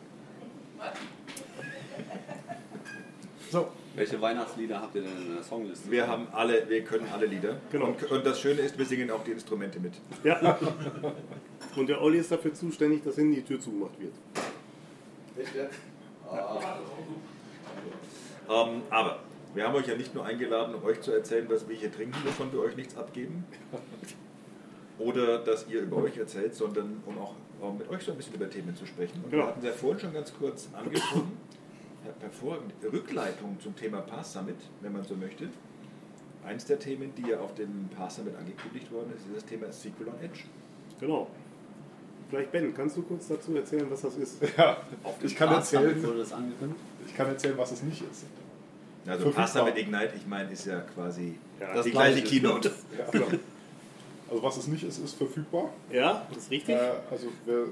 So. Welche Weihnachtslieder habt ihr denn in der Songliste? Wir können alle Lieder. Genau. Und das Schöne ist, wir singen auch die Instrumente mit. Ja. Und der Olli ist dafür zuständig, dass hinten die Tür zugemacht wird. Echt jetzt? Aber wir haben euch ja nicht nur eingeladen, um euch zu erzählen, was wir hier trinken, wovon wir euch nichts abgeben. Oder dass ihr über euch erzählt, sondern um auch mit euch so ein bisschen über Themen zu sprechen. Und wir hatten ja vorhin schon ganz kurz angesprochen. Hervorragende Rückleitung zum Thema Pass Summit, wenn man so möchte. Eins der Themen, die ja auf dem Pass Summit angekündigt worden ist das Thema SQL on Edge. Genau. Vielleicht Ben, kannst du kurz dazu erzählen, was das ist? Ja, ich kann erzählen, Wurde das angekündigt? was es nicht ist. Also Pass Summit Ignite, ich meine, ist ja quasi das die gleiche Gleiche. Keynote. Ja, genau. Also was es nicht ist, ist verfügbar. Ja, das ist richtig. Also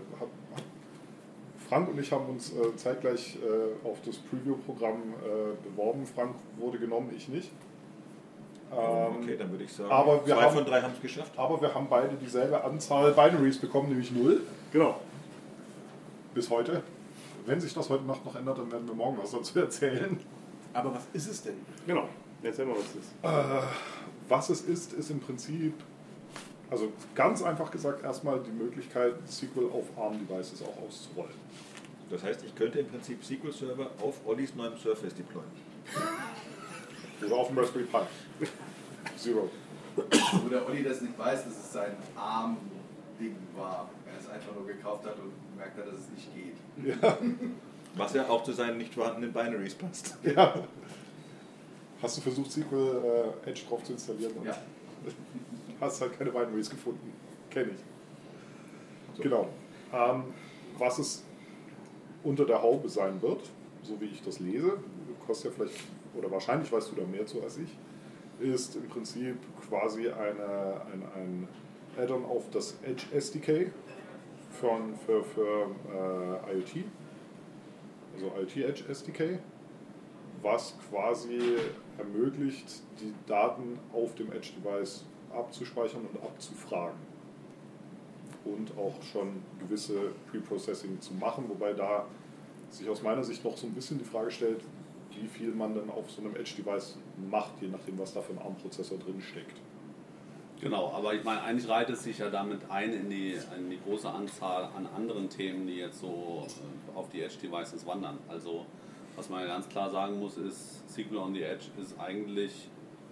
Frank und ich haben uns zeitgleich auf das Preview-Programm beworben. Frank wurde genommen, ich nicht. Okay, dann würde ich sagen, aber 2 von 3 haben es geschafft. Aber wir haben beide dieselbe Anzahl Binaries bekommen, nämlich 0. Genau. Bis heute. Wenn sich das heute Nacht noch ändert, dann werden wir morgen was dazu erzählen. Aber was ist es denn? Genau. Erzähl mal, was es ist. Was es ist im Prinzip, also ganz einfach gesagt, erstmal die Möglichkeit, SQL auf ARM-Devices auch auszurollen. Das heißt, ich könnte im Prinzip SQL-Server auf Ollis neuem Surface deployen. Oder auf dem Raspberry Pi. Zero. Wo der Olli das nicht weiß, dass es sein ARM-Ding war. Er es einfach nur gekauft hat und gemerkt hat, dass es nicht geht. Ja. Was ja auch zu seinen nicht vorhandenen Binaries passt. Ja. Hast du versucht, SQL Edge drauf zu installieren? Ja. Hast halt keine Binaries gefunden. Kenne ich. So. Genau. Was es unter der Haube sein wird, so wie ich das lese, du kostet ja vielleicht, oder wahrscheinlich weißt du da mehr zu als ich, ist im Prinzip quasi ein Add-on auf das Edge SDK für IoT, also IoT Edge SDK, was quasi ermöglicht, die Daten auf dem Edge-Device abzuspeichern und abzufragen. Und auch schon gewisse Pre-Processing zu machen, wobei da sich aus meiner Sicht noch so ein bisschen die Frage stellt, wie viel man dann auf so einem Edge-Device macht, je nachdem, was da für ein ARM-Prozessor drin steckt. Genau, aber ich meine, eigentlich reiht es sich ja damit ein in die große Anzahl an anderen Themen, die jetzt so auf die Edge-Devices wandern. Also, was man ja ganz klar sagen muss, ist, SQL on the Edge ist eigentlich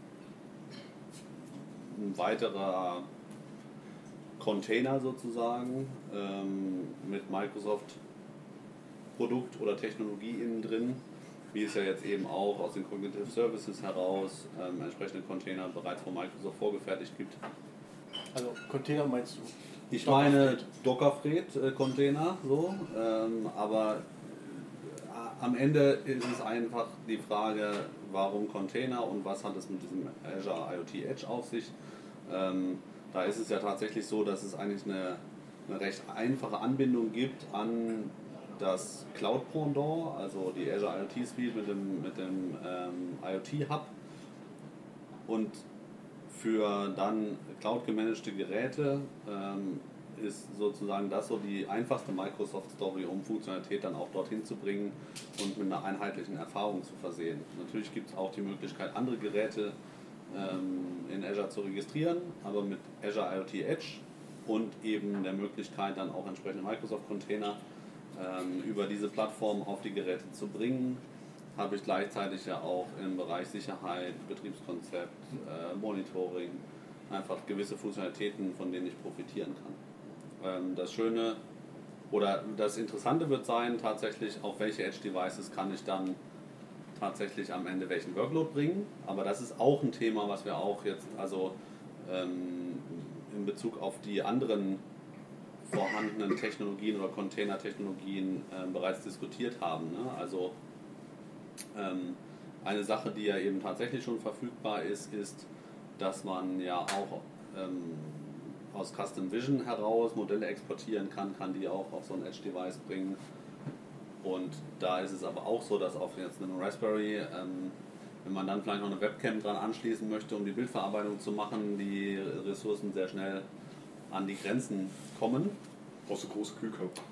ein weiterer Container sozusagen mit Microsoft Produkt oder Technologie innen drin, wie es ja jetzt eben auch aus den Cognitive Services heraus entsprechende Container bereits von Microsoft vorgefertigt gibt. Also Container meinst du? Ich meine Dockerfred-Container, so, aber am Ende ist es einfach die Frage, warum Container und was hat es mit diesem Azure IoT Edge auf sich. Da ist es ja tatsächlich so, dass es eigentlich eine recht einfache Anbindung gibt an das Cloud-Pendant, also die Azure IoT Suite mit dem IoT Hub, und für dann Cloud-gemanagte Geräte ist sozusagen das so die einfachste Microsoft-Story, um Funktionalität dann auch dorthin zu bringen und mit einer einheitlichen Erfahrung zu versehen. Natürlich gibt es auch die Möglichkeit, andere Geräte in Azure zu registrieren, aber mit Azure IoT Edge und eben der Möglichkeit, dann auch entsprechende Microsoft-Container über diese Plattform auf die Geräte zu bringen, habe ich gleichzeitig ja auch im Bereich Sicherheit, Betriebskonzept, Monitoring einfach gewisse Funktionalitäten, von denen ich profitieren kann. Das Schöne oder das Interessante wird sein, tatsächlich auf welche Edge-Devices kann ich dann tatsächlich am Ende welchen Workload bringen. Aber das ist auch ein Thema, was wir auch jetzt in Bezug auf die anderen vorhandenen Technologien oder Container-Technologien bereits diskutiert haben. Ne? Also eine Sache, die ja eben tatsächlich schon verfügbar ist, dass man ja auch aus Custom Vision heraus Modelle exportieren kann die auch auf so ein Edge-Device bringen. Und da ist es aber auch so, dass auf jetzt einem Raspberry, wenn man dann vielleicht noch eine Webcam dran anschließen möchte, um die Bildverarbeitung zu machen, die Ressourcen sehr schnell an die Grenzen kommen. Brauchst du große Kühlkörper.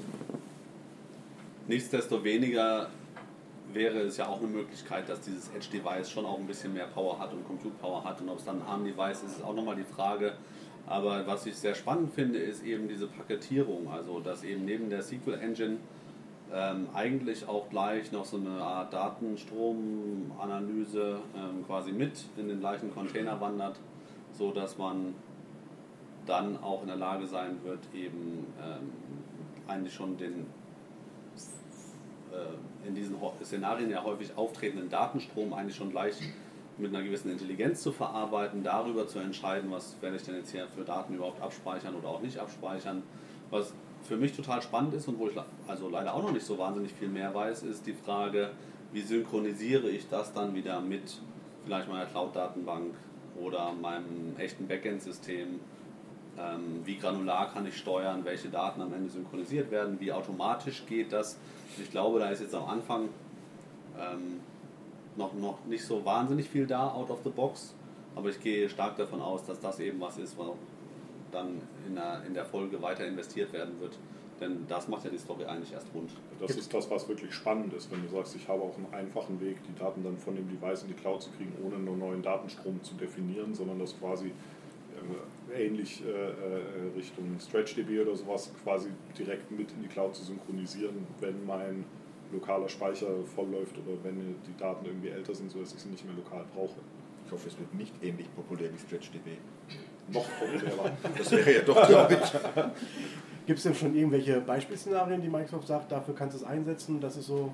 Nichtsdestoweniger wäre es ja auch eine Möglichkeit, dass dieses Edge-Device schon auch ein bisschen mehr Power hat und Compute-Power hat. Und ob es dann ein ARM-Device ist, ist auch nochmal die Frage. Aber was ich sehr spannend finde, ist eben diese Paketierung. Also, dass eben neben der SQL-Engine eigentlich auch gleich noch so eine Art Datenstromanalyse quasi mit in den gleichen Container wandert, so dass man dann auch in der Lage sein wird, eben eigentlich schon den in diesen Szenarien ja häufig auftretenden Datenstrom eigentlich schon gleich mit einer gewissen Intelligenz zu verarbeiten, darüber zu entscheiden, was werde ich denn jetzt hier für Daten überhaupt abspeichern oder auch nicht abspeichern. Was für mich total spannend ist und wo ich also leider auch noch nicht so wahnsinnig viel mehr weiß, ist die Frage, wie synchronisiere ich das dann wieder mit vielleicht meiner Cloud-Datenbank oder meinem echten Backend-System. Wie granular kann ich steuern, welche Daten am Ende synchronisiert werden, wie automatisch geht das. Ich glaube, da ist jetzt am Anfang noch nicht so wahnsinnig viel da, out of the box, aber ich gehe stark davon aus, dass das eben was ist, wo dann in der Folge weiter investiert werden wird. Denn das macht ja die Story eigentlich erst rund. Das ist das, was wirklich spannend ist, wenn du sagst, ich habe auch einen einfachen Weg, die Daten dann von dem Device in die Cloud zu kriegen, ohne einen neuen Datenstrom zu definieren, sondern das quasi ähnlich Richtung StretchDB oder sowas quasi direkt mit in die Cloud zu synchronisieren, wenn mein lokaler Speicher vollläuft oder wenn die Daten irgendwie älter sind, sodass ich sie nicht mehr lokal brauche. Ich hoffe, es wird nicht ähnlich populär wie StretchDB. Noch populärer. Das wäre ja doch, glaube ich. Gibt es denn schon irgendwelche Beispielszenarien, die Microsoft sagt, dafür kannst du es einsetzen? Das ist so.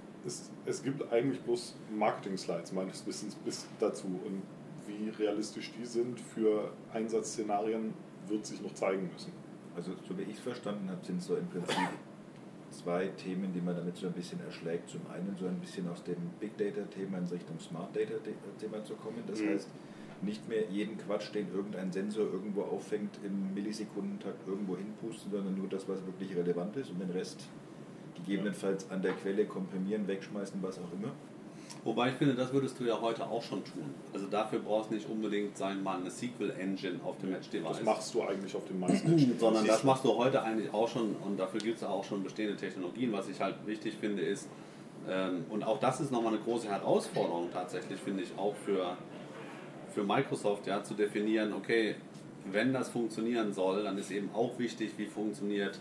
Es gibt eigentlich bloß Marketing-Slides meines Wissens bis dazu. Und wie realistisch die sind für Einsatzszenarien, wird sich noch zeigen müssen. Also so wie ich es verstanden habe, sind so im Prinzip zwei Themen, die man damit so ein bisschen erschlägt. Zum einen so ein bisschen aus dem Big Data-Thema in Richtung Smart Data-Thema zu kommen. Das heißt, nicht mehr jeden Quatsch, den irgendein Sensor irgendwo auffängt, im Millisekundentakt irgendwo hinpusten, sondern nur das, was wirklich relevant ist und den Rest gegebenenfalls an der Quelle komprimieren, wegschmeißen, was auch immer. Wobei ich finde, das würdest du ja heute auch schon tun. Also dafür brauchst du nicht unbedingt, sagen wir mal, eine SQL-Engine auf dem Edge-Device. Das machst du eigentlich auf den meisten Edge-Devices. Sondern das machst du heute eigentlich auch schon und dafür gibt es auch schon bestehende Technologien. Was ich halt wichtig finde ist, und auch das ist nochmal eine große Herausforderung tatsächlich, finde ich, auch für Microsoft, ja, zu definieren, okay, wenn das funktionieren soll, dann ist eben auch wichtig, wie funktioniert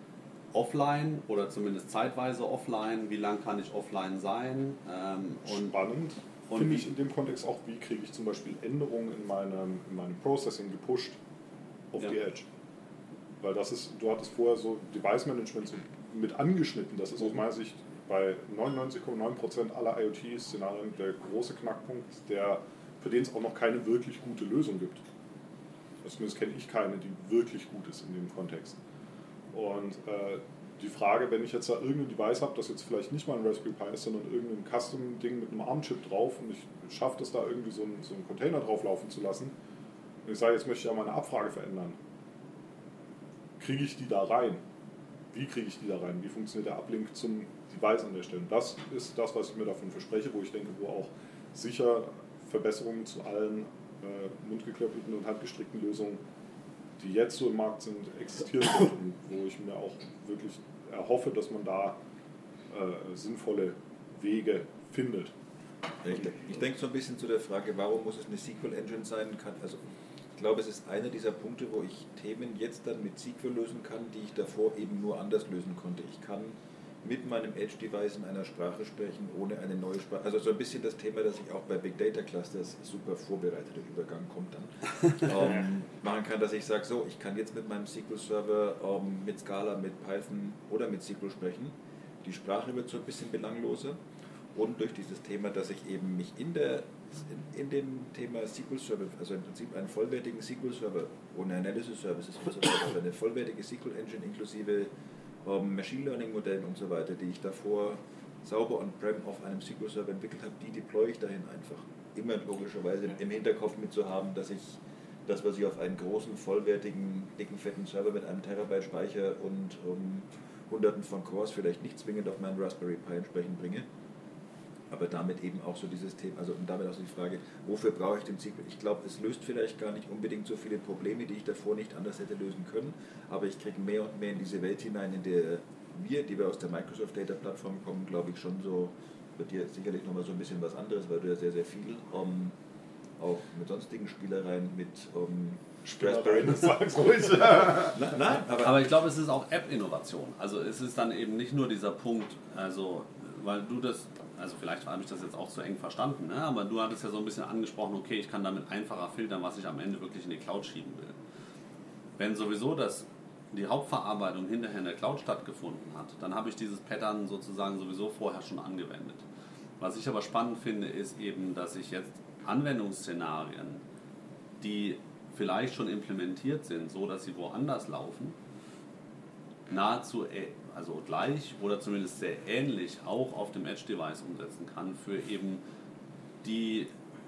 offline oder zumindest zeitweise offline, wie lang kann ich offline sein. Spannend finde ich in dem Kontext auch, wie kriege ich zum Beispiel Änderungen in meinem Processing gepusht auf die Edge. Weil das ist, du hattest vorher so Device Management so mit angeschnitten, das ist aus meiner Sicht bei 99,9% aller IoT-Szenarien der große Knackpunkt, für den es auch noch keine wirklich gute Lösung gibt. Zumindest kenne ich keine, die wirklich gut ist in dem Kontext. Und die Frage, wenn ich jetzt da irgendein Device habe, das jetzt vielleicht nicht mal ein Raspberry Pi ist, sondern irgendein Custom-Ding mit einem ARM-Chip drauf und ich schaffe das da irgendwie so einen Container drauf laufen zu lassen und ich sage, jetzt möchte ich ja meine Abfrage verändern. Kriege ich die da rein? Wie kriege ich die da rein? Wie funktioniert der Uplink zum Device an der Stelle? Das ist das, was ich mir davon verspreche, wo ich denke, wo auch sicher Verbesserungen zu allen mundgeklöppelten und handgestrickten Lösungen, die jetzt so im Markt sind, existieren wird und wo ich mir auch wirklich erhoffe, dass man da sinnvolle Wege findet. Ich denke so ein bisschen zu der Frage, warum muss es eine SQL-Engine sein? Also ich glaube, es ist einer dieser Punkte, wo ich Themen jetzt dann mit SQL lösen kann, die ich davor eben nur anders lösen konnte. Ich kann mit meinem Edge-Device in einer Sprache sprechen, ohne eine neue Sprache. Also so ein bisschen das Thema, das ich auch bei Big Data Clusters super vorbereiteter Übergang kommt dann, machen kann, dass ich sage, so, ich kann jetzt mit meinem SQL-Server mit Scala, mit Python oder mit SQL sprechen. Die Sprache wird so ein bisschen belangloser und durch dieses Thema, dass ich eben mich in dem Thema SQL-Server, also im Prinzip einen vollwertigen SQL-Server ohne Analysis-Services und so weiter, oder eine vollwertige SQL-Engine inklusive Machine Learning-Modellen und so weiter, die ich davor sauber on-prem auf einem SQL-Server entwickelt habe, die deploye ich dahin einfach. Immer logischerweise im Hinterkopf mit zu haben, dass ich das, was ich auf einen großen, vollwertigen, dicken, fetten Server mit einem Terabyte Speicher und Hunderten von Cores vielleicht nicht zwingend auf meinen Raspberry Pi entsprechend bringe. Aber damit eben auch so dieses Thema, also und damit auch so die Frage, wofür brauche ich den SQL? Ich glaube, es löst vielleicht gar nicht unbedingt so viele Probleme, die ich davor nicht anders hätte lösen können, aber ich kriege mehr und mehr in diese Welt hinein, in der wir, die wir aus der Microsoft Data Plattform kommen, glaube ich schon so, wird dir sicherlich nochmal so ein bisschen was anderes, weil du ja sehr, sehr viel auch mit sonstigen Spielereien, mit Raspberry. Nein, aber ich glaube, es ist auch App-Innovation. Also es ist dann eben nicht nur dieser Punkt, also weil du das, also vielleicht habe ich das jetzt auch zu eng verstanden, ne? Aber du hattest ja so ein bisschen angesprochen, okay, ich kann damit einfacher filtern, was ich am Ende wirklich in die Cloud schieben will. Wenn sowieso die Hauptverarbeitung hinterher in der Cloud stattgefunden hat, dann habe ich dieses Pattern sozusagen sowieso vorher schon angewendet. Was ich aber spannend finde, ist eben, dass ich jetzt Anwendungsszenarien, die vielleicht schon implementiert sind, so dass sie woanders laufen, nahezu also gleich oder zumindest sehr ähnlich auch auf dem Edge-Device umsetzen kann für eben die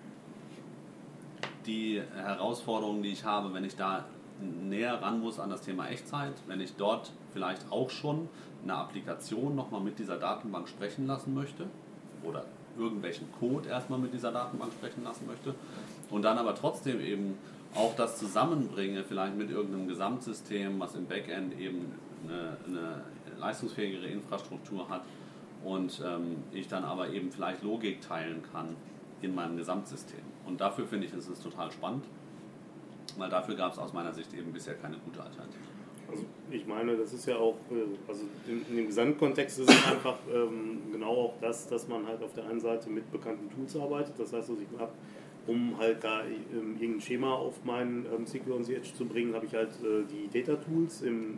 Herausforderungen, die ich habe, wenn ich da näher ran muss an das Thema Echtzeit, wenn ich dort vielleicht auch schon eine Applikation nochmal mit dieser Datenbank sprechen lassen möchte oder irgendwelchen Code erstmal mit dieser Datenbank sprechen lassen möchte und dann aber trotzdem eben auch das zusammenbringe, vielleicht mit irgendeinem Gesamtsystem, was im Backend eben eine leistungsfähigere Infrastruktur hat und ich dann aber eben vielleicht Logik teilen kann in meinem Gesamtsystem. Und dafür finde ich, ist es total spannend, weil dafür gab es aus meiner Sicht eben bisher keine gute Alternative. Also ich meine, das ist ja auch, also in dem Gesamtkontext ist es einfach genau auch das, dass man halt auf der einen Seite mit bekannten Tools arbeitet, das heißt, also ich habe, um halt da irgendein Schema auf meinen SQL on the Edge zu bringen, habe ich halt die Data Tools im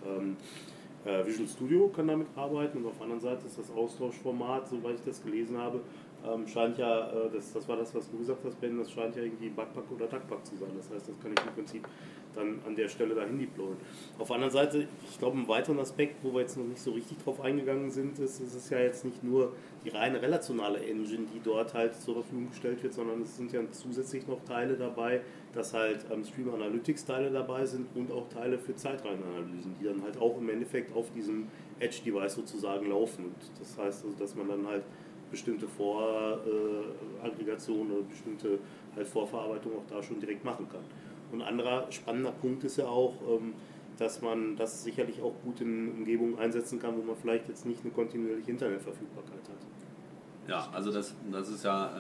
Visual Studio, kann damit arbeiten und auf der anderen Seite ist das Austauschformat, soweit ich das gelesen habe, scheint ja, das war das, was du gesagt hast, Ben, das scheint ja irgendwie Backpack oder Duckpack zu sein. Das heißt, das kann ich im Prinzip dann an der Stelle dahin deployen. Auf der anderen Seite, ich glaube, einen weiteren Aspekt, wo wir jetzt noch nicht so richtig drauf eingegangen sind, ist, es ist ja jetzt nicht nur die reine relationale Engine, die dort halt zur Verfügung gestellt wird, sondern es sind ja zusätzlich noch Teile dabei, dass halt Stream Analytics Teile dabei sind und auch Teile für Zeitreihenanalysen, die dann halt auch im Endeffekt auf diesem Edge-Device sozusagen laufen. Und das heißt also, dass man dann halt bestimmte Voraggregationen oder bestimmte halt Vorverarbeitung auch da schon direkt machen kann. Und ein anderer spannender Punkt ist ja auch, dass man das sicherlich auch gut in Umgebungen einsetzen kann, wo man vielleicht jetzt nicht eine kontinuierliche Internetverfügbarkeit hat. Ja, also das ist ja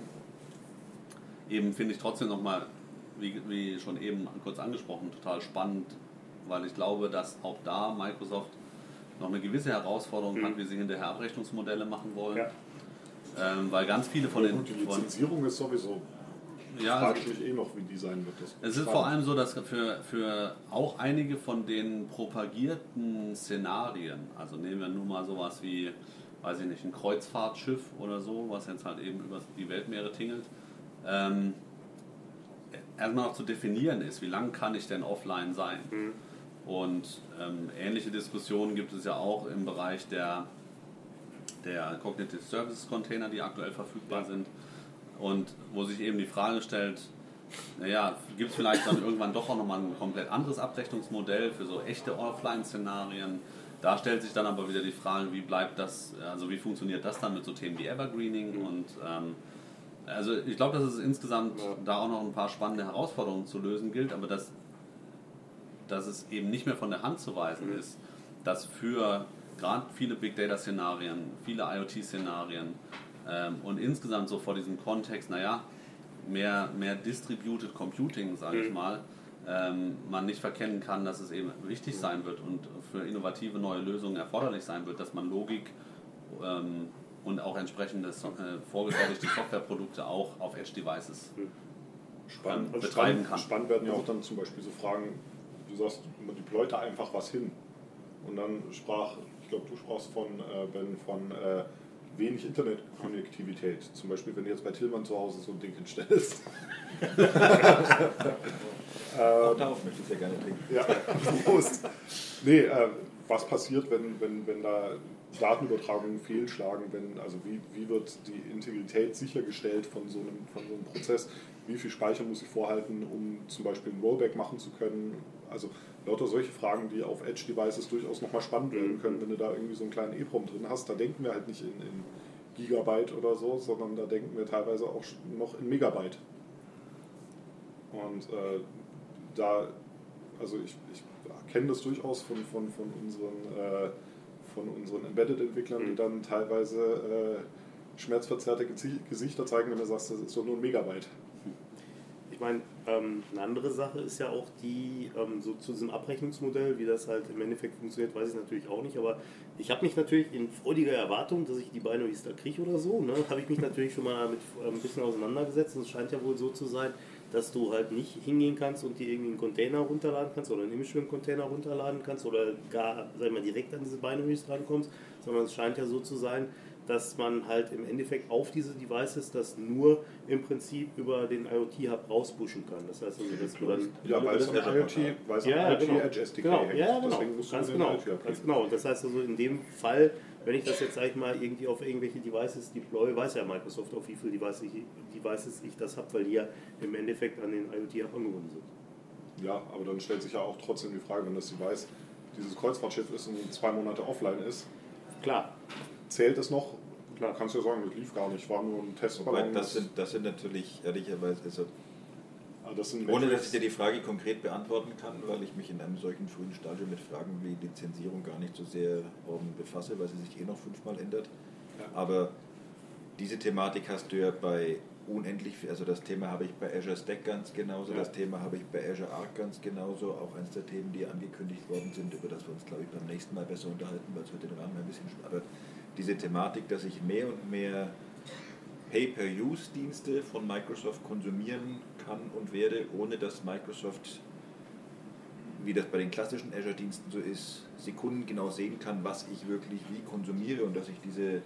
eben, finde ich trotzdem nochmal, wie schon eben kurz angesprochen, total spannend, weil ich glaube, dass auch da Microsoft noch eine gewisse Herausforderung hat, wie sie hinterher Abrechnungsmodelle machen wollen. Ja. Weil ganz viele von den... Die Lizenzierung ist sowieso fraglich noch, wie die sein wird. Es ist vor allem so, dass für auch einige von den propagierten Szenarien, also nehmen wir nur mal sowas wie, weiß ich nicht, ein Kreuzfahrtschiff oder so, was jetzt halt eben über die Weltmeere tingelt, erstmal noch zu definieren ist, wie lang kann ich denn offline sein. Und ähnliche Diskussionen gibt es ja auch im Bereich der Cognitive Services Container, die aktuell verfügbar sind und wo sich eben die Frage stellt, naja, gibt es vielleicht dann irgendwann doch auch nochmal ein komplett anderes Abrechnungsmodell für so echte Offline-Szenarien. Da stellt sich dann aber wieder die Frage, wie bleibt das, also wie funktioniert das dann mit so Themen wie Evergreening und also ich glaube, dass es insgesamt da auch noch ein paar spannende Herausforderungen zu lösen gilt, aber dass es eben nicht mehr von der Hand zu weisen ist, dass für gerade viele Big Data Szenarien, viele IoT Szenarien und insgesamt so vor diesem Kontext, naja, mehr Distributed Computing, sage ich mal, man nicht verkennen kann, dass es eben wichtig sein wird und für innovative neue Lösungen erforderlich sein wird, dass man Logik und auch entsprechende vorgefertigte Softwareprodukte auch auf Edge-Devices betreiben kann. Spannend werden ja auch dann zum Beispiel so Fragen, du sagst, man deployt da einfach was hin. Und dann ich glaube, du sprachst von wenig Internetkonnektivität. Zum Beispiel, wenn du jetzt bei Tillmann zu Hause so ein Ding hinstellst. Auch darauf möchte ich sehr gerne trinken. Ja, Prost. Nee, was passiert, wenn da Datenübertragungen fehlschlagen? Wie wird die Integrität sichergestellt von so einem Prozess? Wie viel Speicher muss ich vorhalten, um zum Beispiel ein Rollback machen zu können? Also lauter solche Fragen, die auf Edge-Devices durchaus nochmal spannend werden können, wenn du da irgendwie so einen kleinen EEPROM drin hast. Da denken wir halt nicht in Gigabyte oder so, sondern da denken wir teilweise auch noch in Megabyte. Und ich kenne das durchaus von unseren Embedded-Entwicklern, die dann teilweise schmerzverzerrte Gesichter zeigen, wenn du sagst, das ist doch nur ein Megabyte. Ich meine, eine andere Sache ist ja auch die, so zu diesem Abrechnungsmodell, wie das halt im Endeffekt funktioniert, weiß ich natürlich auch nicht, aber ich habe mich natürlich in freudiger Erwartung, dass ich die Binaries da kriege oder so, ne, habe ich mich natürlich schon mal damit ein bisschen auseinandergesetzt und es scheint ja wohl so zu sein, dass du halt nicht hingehen kannst und dir irgendwie einen Container runterladen kannst oder einen Imagefilm-Container runterladen kannst oder gar, sag ich mal, direkt an diese Binaries rankommst, sondern es scheint ja so zu sein, dass man halt im Endeffekt auf diese Devices das nur im Prinzip über den IoT-Hub rauspushen kann. Das heißt also, dass du dann... Ja, weil es am IoT Edge SDK hängt. Ja, genau. Deswegen musst du Ganz den genau. IoT Ganz genau. Und das heißt also, in dem Fall, wenn ich das jetzt, sag ich mal, irgendwie auf irgendwelche Devices deploy, weiß ja Microsoft, auf wie viele Devices ich das habe, weil die ja im Endeffekt an den IoT-Hub angebunden sind. Ja, aber dann stellt sich ja auch trotzdem die Frage, wenn das Device dieses Kreuzfahrtschiff ist und 2 Monate offline ist. Klar. Zählt es noch? Klar, kannst du ja sagen, das lief gar nicht, war nur ein Testballon. Das sind natürlich ehrlicherweise, also, ohne dass ich dir die Frage konkret beantworten kann, weil ich mich in einem solchen frühen Stadium mit Fragen wie Lizenzierung gar nicht so sehr befasse, weil sie sich noch 5-mal ändert. Ja. Aber diese Thematik hast du ja bei unendlich viel, also das Thema habe ich bei Azure Stack ganz genauso, das Thema habe ich bei Azure Arc ganz genauso, auch eines der Themen, die angekündigt worden sind, über das wir uns, glaube ich, beim nächsten Mal besser unterhalten, weil es wird den Rahmen ein bisschen aber diese Thematik, dass ich mehr und mehr Pay-per-Use-Dienste von Microsoft konsumieren kann und werde, ohne dass Microsoft, wie das bei den klassischen Azure-Diensten so ist, sekundengenau sehen kann, was ich wirklich wie konsumiere und dass ich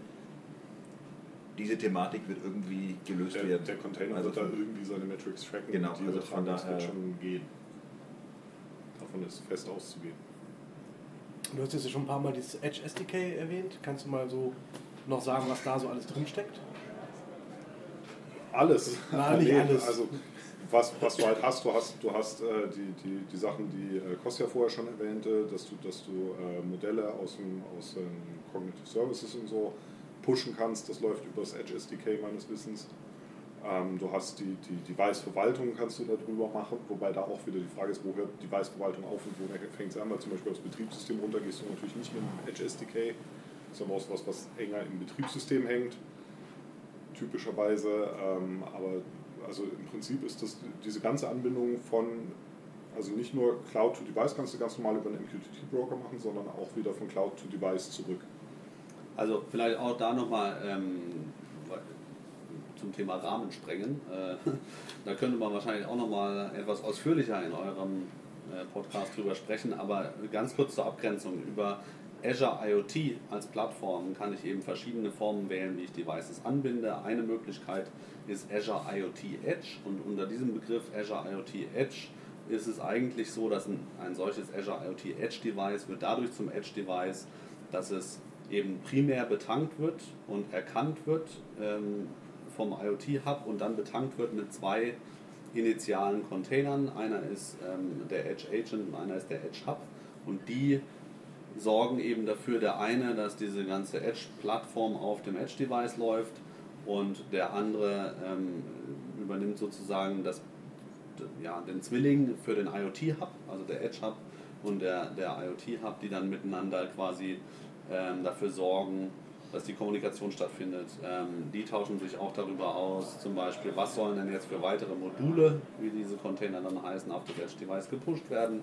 diese Thematik wird irgendwie gelöst werden. Der Container wird da irgendwie seine Metrics tracken. Genau, und die also von das daher wird schon gehen. Davon ist fest auszugehen. Du hast jetzt ja schon ein paar Mal dieses Edge SDK erwähnt. Kannst du mal so noch sagen, was da so alles drin steckt? Alles. Nein, nicht alles. Also was du halt hast, du hast die Sachen, die Kostja vorher schon erwähnte, dass du Modelle aus den Cognitive Services und so pushen kannst. Das läuft über das Edge SDK meines Wissens. Du hast die Device-Verwaltung kannst du darüber machen, wobei da auch wieder die Frage ist, wo hört die Device-Verwaltung auf und wo fängt sie an, weil zum Beispiel aufs Betriebssystem runter gehst du natürlich nicht mit dem Edge SDK, sondern aus was enger im Betriebssystem hängt, typischerweise, aber also im Prinzip ist das diese ganze Anbindung von, also nicht nur Cloud to Device kannst du ganz normal über einen MQTT-Broker machen, sondern auch wieder von Cloud to Device zurück. Also vielleicht auch da nochmal zum Thema Rahmen sprengen. Da könnte man wahrscheinlich auch nochmal etwas ausführlicher in eurem Podcast drüber sprechen, aber ganz kurz zur Abgrenzung. Über Azure IoT als Plattform kann ich eben verschiedene Formen wählen, wie ich Devices anbinde. Eine Möglichkeit ist Azure IoT Edge und unter diesem Begriff Azure IoT Edge ist es eigentlich so, dass ein solches Azure IoT Edge Device wird dadurch zum Edge Device, dass es eben primär betankt wird und erkannt wird vom IoT-Hub und dann betankt wird mit 2 initialen Containern. Einer ist der Edge Agent und einer ist der Edge Hub und die sorgen eben dafür, der eine, dass diese ganze Edge-Plattform auf dem Edge-Device läuft und der andere übernimmt sozusagen den Zwilling für den IoT-Hub, also der Edge-Hub und der IoT-Hub, die dann miteinander quasi dafür sorgen, dass die Kommunikation stattfindet. Die tauschen sich auch darüber aus, zum Beispiel, was sollen denn jetzt für weitere Module, wie diese Container dann heißen, auf das Edge-Device gepusht werden.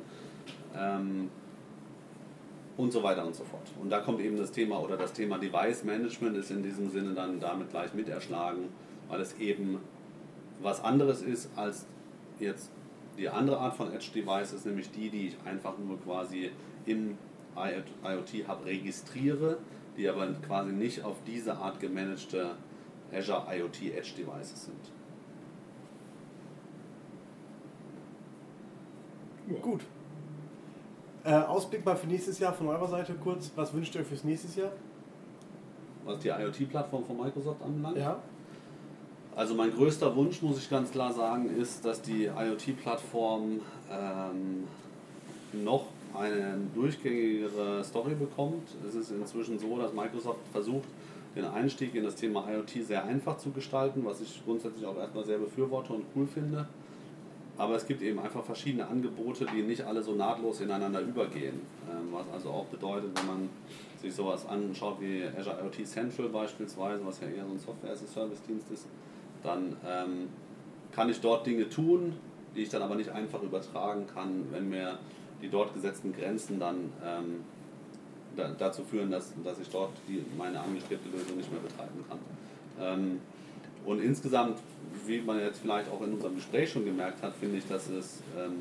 Und so weiter und so fort. Und da kommt eben das Thema Device Management ist in diesem Sinne dann damit gleich mit erschlagen, weil es eben was anderes ist als jetzt die andere Art von Edge Devices, nämlich die ich einfach nur quasi im IoT Hub registriere, die aber quasi nicht auf diese Art gemanagte Azure IoT Edge Devices sind. Ja. Gut. Ausblick mal für nächstes Jahr von eurer Seite kurz. Was wünscht ihr euch fürs nächste Jahr? Was die IoT-Plattform von Microsoft anbelangt? Ja. Also mein größter Wunsch, muss ich ganz klar sagen, ist, dass die IoT-Plattform noch eine durchgängigere Story bekommt. Es ist inzwischen so, dass Microsoft versucht, den Einstieg in das Thema IoT sehr einfach zu gestalten, was ich grundsätzlich auch erstmal sehr befürworte und cool finde. Aber es gibt eben einfach verschiedene Angebote, die nicht alle so nahtlos ineinander übergehen. Was also auch bedeutet, wenn man sich sowas anschaut wie Azure IoT Central beispielsweise, was ja eher so ein Software-as-a-Service-Dienst ist, dann kann ich dort Dinge tun, die ich dann aber nicht einfach übertragen kann, wenn mir die dort gesetzten Grenzen dann dazu führen, dass ich dort meine angestrebte Lösung nicht mehr betreiben kann. Und insgesamt, wie man jetzt vielleicht auch in unserem Gespräch schon gemerkt hat, finde ich, dass es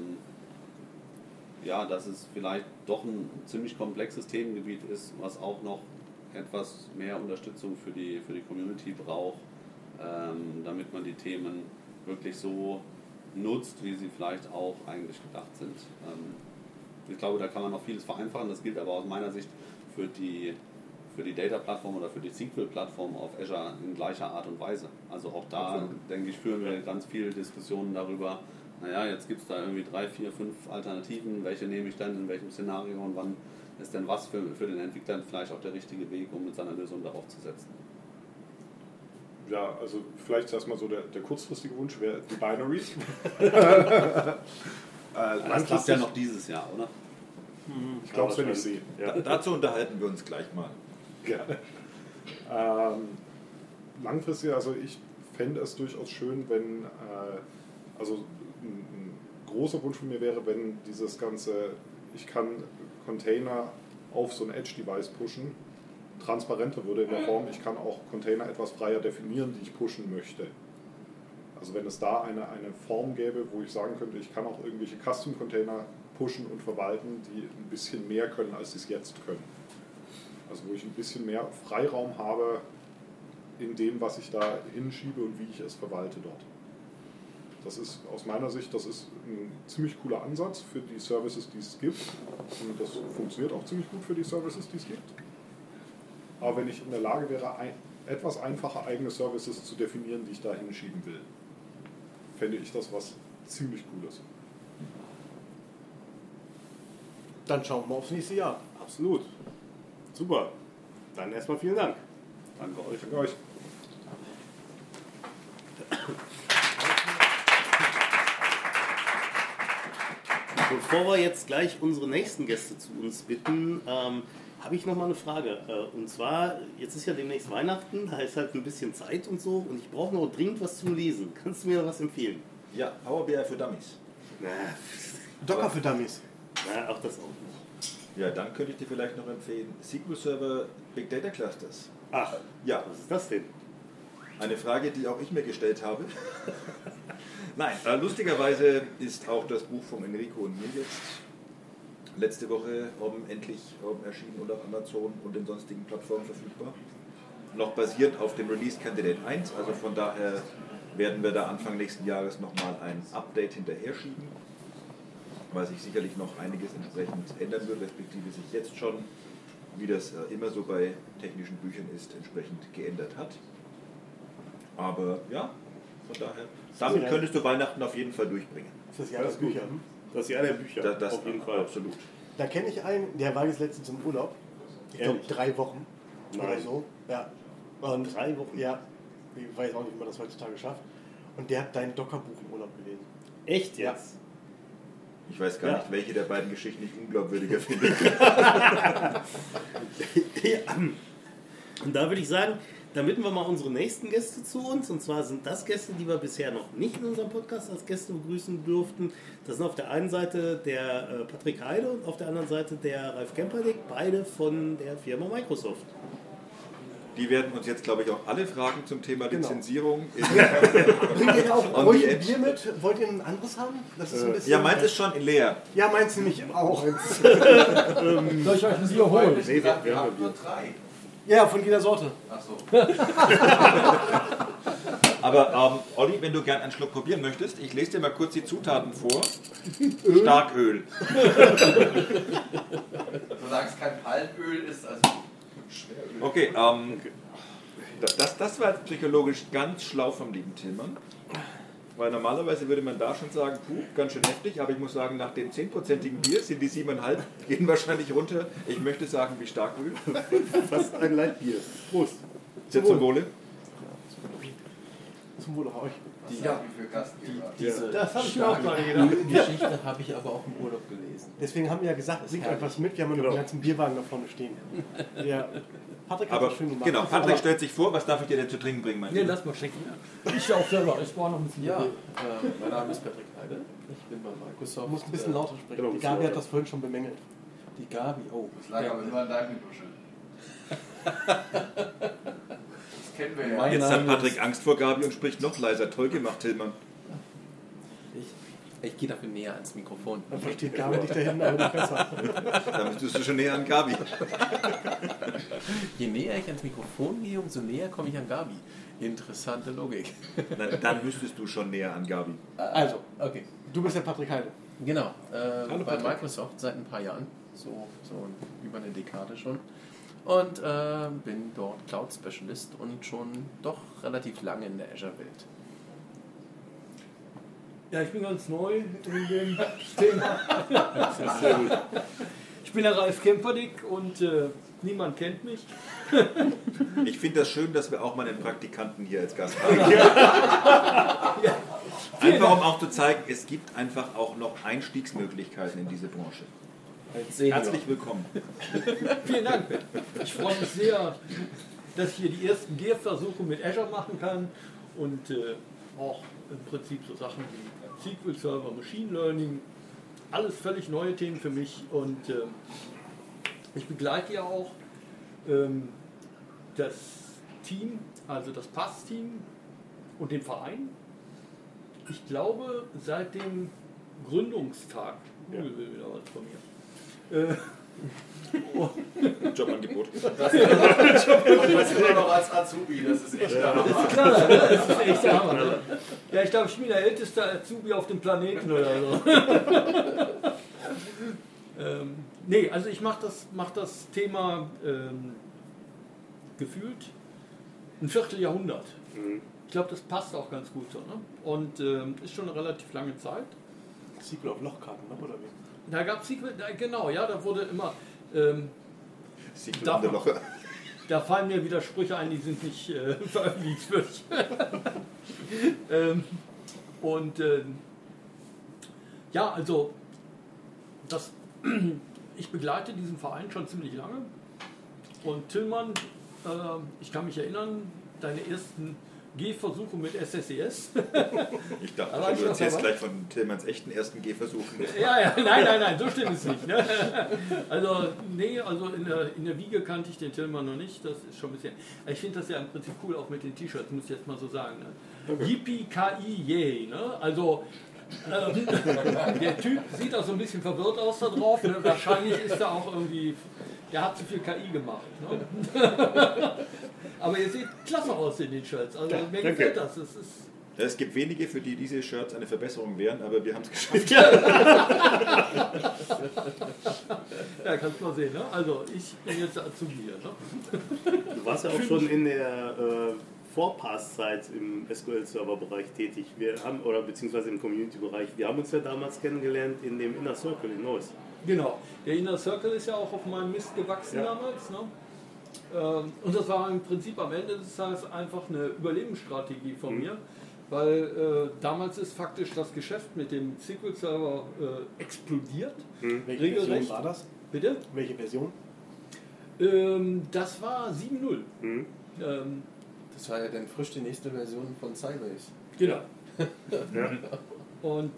vielleicht doch ein ziemlich komplexes Themengebiet ist, was auch noch etwas mehr Unterstützung für die Community braucht, damit man die Themen wirklich so nutzt, wie sie vielleicht auch eigentlich gedacht sind. Ich glaube, da kann man noch vieles vereinfachen. Das gilt aber aus meiner Sicht für die Data-Plattform oder für die SQL-Plattform auf Azure in gleicher Art und Weise. Also auch da, denke ich, führen wir ganz viele Diskussionen darüber, naja, jetzt gibt es da irgendwie 3, 4, 5 Alternativen, welche nehme ich dann in welchem Szenario und wann ist denn was für den Entwickler vielleicht auch der richtige Weg, um mit seiner Lösung darauf zu setzen. Ja, also vielleicht erstmal so der kurzfristige Wunsch wäre die Binaries. Das klappt ja noch dieses Jahr, oder? Ich glaube es, wenn ich sehe. Ja. Dazu unterhalten wir uns gleich mal. Gerne. Langfristig, also ich fände es durchaus schön, wenn, also ein großer Wunsch von mir wäre, wenn dieses ganze, ich kann Container auf so ein Edge-Device pushen, transparenter würde in der Form, ich kann auch Container etwas freier definieren, die ich pushen möchte. Also wenn es da eine Form gäbe, wo ich sagen könnte, ich kann auch irgendwelche Custom-Container pushen und verwalten, die ein bisschen mehr können, als sie es jetzt können. Also wo ich ein bisschen mehr Freiraum habe in dem, was ich da hinschiebe und wie ich es verwalte dort. Das ist aus meiner Sicht, das ist ein ziemlich cooler Ansatz für die Services, die es gibt. Und das funktioniert auch ziemlich gut für die Services, die es gibt. Aber wenn ich in der Lage wäre, etwas einfacher eigene Services zu definieren, die ich da hinschieben will, fände ich das was ziemlich Cooles. Dann schauen wir aufs nächste Jahr. Absolut. Super. Dann erstmal vielen Dank. Danke euch. Danke euch. Bevor wir jetzt gleich unsere nächsten Gäste zu uns bitten, habe ich noch mal eine Frage. Und zwar, jetzt ist ja demnächst Weihnachten, da ist halt ein bisschen Zeit und so und ich brauche noch dringend was zum Lesen. Kannst du mir was empfehlen? Ja, Power BI für Dummies. Docker für Dummies. Na, auch das auch nicht. Ja, dann könnte ich dir vielleicht noch empfehlen, SQL Server Big Data Clusters. Ach, ja. Was ist das denn? Eine Frage, die auch ich mir gestellt habe. Nein, lustigerweise ist auch das Buch von Enrico und mir jetzt letzte Woche endlich erschienen und auf Amazon und den sonstigen Plattformen verfügbar. Noch basierend auf dem Release Candidate 1, also von daher werden wir da Anfang nächsten Jahres nochmal ein Update hinterher schieben, weil sich sicherlich noch einiges entsprechend ändern wird, respektive sich jetzt schon, wie das immer so bei technischen Büchern ist, entsprechend geändert hat. Aber ja, von daher, damit könntest du Weihnachten auf jeden Fall durchbringen. Das ist ja das Bücher. Das ist ja der Bücher, das auf jeden Fall. Absolut. Da kenne ich einen, der war jetzt letztens im Urlaub. Ich glaube 3 Wochen oder Nein. so. Ja. Und 3 Wochen? Ja. Ich weiß auch nicht, wie man das heutzutage schafft. Und der hat dein Dockerbuch im Urlaub gelesen. Echt jetzt? Ich weiß gar nicht, welche der beiden Geschichten ich unglaubwürdiger finde. Und da würde ich sagen, da bitten wir mal unsere nächsten Gäste zu uns. Und zwar sind das Gäste, die wir bisher noch nicht in unserem Podcast als Gäste begrüßen durften. Das sind auf der einen Seite der Patrick Heide und auf der anderen Seite der Ralf Kemperdick, beide von der Firma Microsoft. Die werden uns jetzt, glaube ich, auch alle Fragen zum Thema Lizenzierung. Bringt ihr auch ruhig ein Bier mit? Wollt ihr ein anderes haben? Das ist ein bisschen Ja, meins ist schon leer. Ja, meins nämlich auch. Soll ich euch ein Bier holen? Nee, wir haben nur 3. Ja, von jeder Sorte. Ach so. Aber Olli, wenn du gern einen Schluck probieren möchtest, ich lese dir mal kurz die Zutaten vor. Starköl. Solange es kein Palmöl ist, also Schweröl. Okay, das war jetzt psychologisch ganz schlau vom lieben Tillmann. Weil normalerweise würde man da schon sagen, ganz schön heftig, aber ich muss sagen, nach dem 10%igen Bier sind die 7,5, gehen wahrscheinlich runter. Ich möchte sagen, wie Starköl. Fast ein Leitbier. Prost. Jetzt zum Wohle. Zum Wohl auch euch. Für Gastgeber. Das habe ich mir auch gerade gedacht. Die Geschichte habe ich aber auch im Urlaub gelesen. Deswegen haben wir ja gesagt, bringt etwas mit. Wir haben ja noch den ganzen Bierwagen da vorne stehen. Ja, Patrick hat das schön gemacht. Genau, Patrick stellt sich vor, was darf ich dir denn zu trinken bringen, mein Nee, Lieber? lass mal schicken. Ich auch selber, ich brauche noch ein bisschen Ja, Bier. mein Name ist Patrick Heide. Ich bin bei Microsoft. Du musst ein bisschen lauter sprechen. Die Gabi hat das vorhin schon bemängelt. Die Gabi, oh. Das lag aber nur an deinem Genuschel. Das kennen wir ja. Mein Jetzt hat Name Patrick Angst vor Gabi und spricht noch leiser. Toll gemacht, Tillmann. Ich gehe dafür näher ans Mikrofon. Dann versteht Gabi dich da hinten aber nicht besser. Da müsstest du schon näher an Gabi. Je näher ich ans Mikrofon gehe, umso näher komme ich an Gabi. Interessante Logik. Dann müsstest du schon näher an Gabi. Also, okay. Du bist der Patrick Heide. Genau, Hallo, bei Patrick. Microsoft seit ein paar Jahren, so über eine Dekade schon. Und bin dort Cloud Specialist und schon doch relativ lange in der Azure-Welt. Ja, ich bin ganz neu in dem Thema. Ich bin der Ralf Kemperdick und niemand kennt mich. Ich finde das schön, dass wir auch mal einen Praktikanten hier als Gast haben. Einfach um auch zu zeigen, es gibt einfach auch noch Einstiegsmöglichkeiten in diese Branche. Herzlich willkommen. Vielen Dank. Ich freue mich sehr, dass ich hier die ersten Gehversuche mit Azure machen kann und auch im Prinzip so Sachen wie SQL Server, Machine Learning, alles völlig neue Themen für mich und ich begleite ja auch das Team, also das PASS-Team und den Verein. Ich glaube, seit dem Gründungstag, Google will wieder was von mir. Jobangebot. Das ist immer noch als Azubi, das ist echt der Hammer. Klar, das ist echt der Hammer. Ne? Ja, ich glaube, ich bin der älteste Azubi auf dem Planeten oder so. Nee, also ich mach das Thema gefühlt ein Vierteljahrhundert. Ich glaube, das passt auch ganz gut so. Ne? Und ist schon eine relativ lange Zeit. SQL auf Lochkarten, ne? Oder wie? Da gab es SQL, genau, ja, da wurde immer... SQL an der Loche. Da fallen mir wieder Sprüche ein, die sind nicht veröffentlichungswürdig. Ja, also ich begleite diesen Verein schon ziemlich lange. Und Tillmann, ich kann mich erinnern, deine ersten Gehversuche mit SSES. Ich dachte, du erzählst gleich von Tillmanns echten ersten Gehversuchen. Ja, nein, so stimmt es nicht. Ne? Also, nee, also in der Wiege kannte ich den Tillmann noch nicht, das ist schon ein bisschen... Ich finde das ja im Prinzip cool, auch mit den T-Shirts, muss ich jetzt mal so sagen. Ne? Yippie-Ki, yay, ne? Also... der Typ sieht auch so ein bisschen verwirrt aus da drauf. Ne? Wahrscheinlich ist er auch irgendwie... Der hat zu viel KI gemacht. Ne? Aber ihr seht klasse aus in den Shirts. Also mir gefällt das. Es gibt wenige, für die diese Shirts eine Verbesserung wären, aber wir haben es geschafft. Ja, kannst du mal sehen. Ne? Also ich bin jetzt Azubi hier. Ne? Du warst ja auch schon in der Vorpass-Zeit im SQL-Server-Bereich tätig. Wir haben, oder beziehungsweise im Community-Bereich. Wir haben uns ja damals kennengelernt in dem Inner Circle in Neuss. Genau. Der Inner Circle ist ja auch auf meinem Mist gewachsen damals. Ne? Und das war im Prinzip am Ende des Tages einfach eine Überlebensstrategie von mir, weil damals ist faktisch das Geschäft mit dem SQL Server explodiert. Welche Version war das? Bitte? Welche Version? Das war 7.0. Das war ja dann frisch die nächste Version von Sybase. Genau. Ja. Und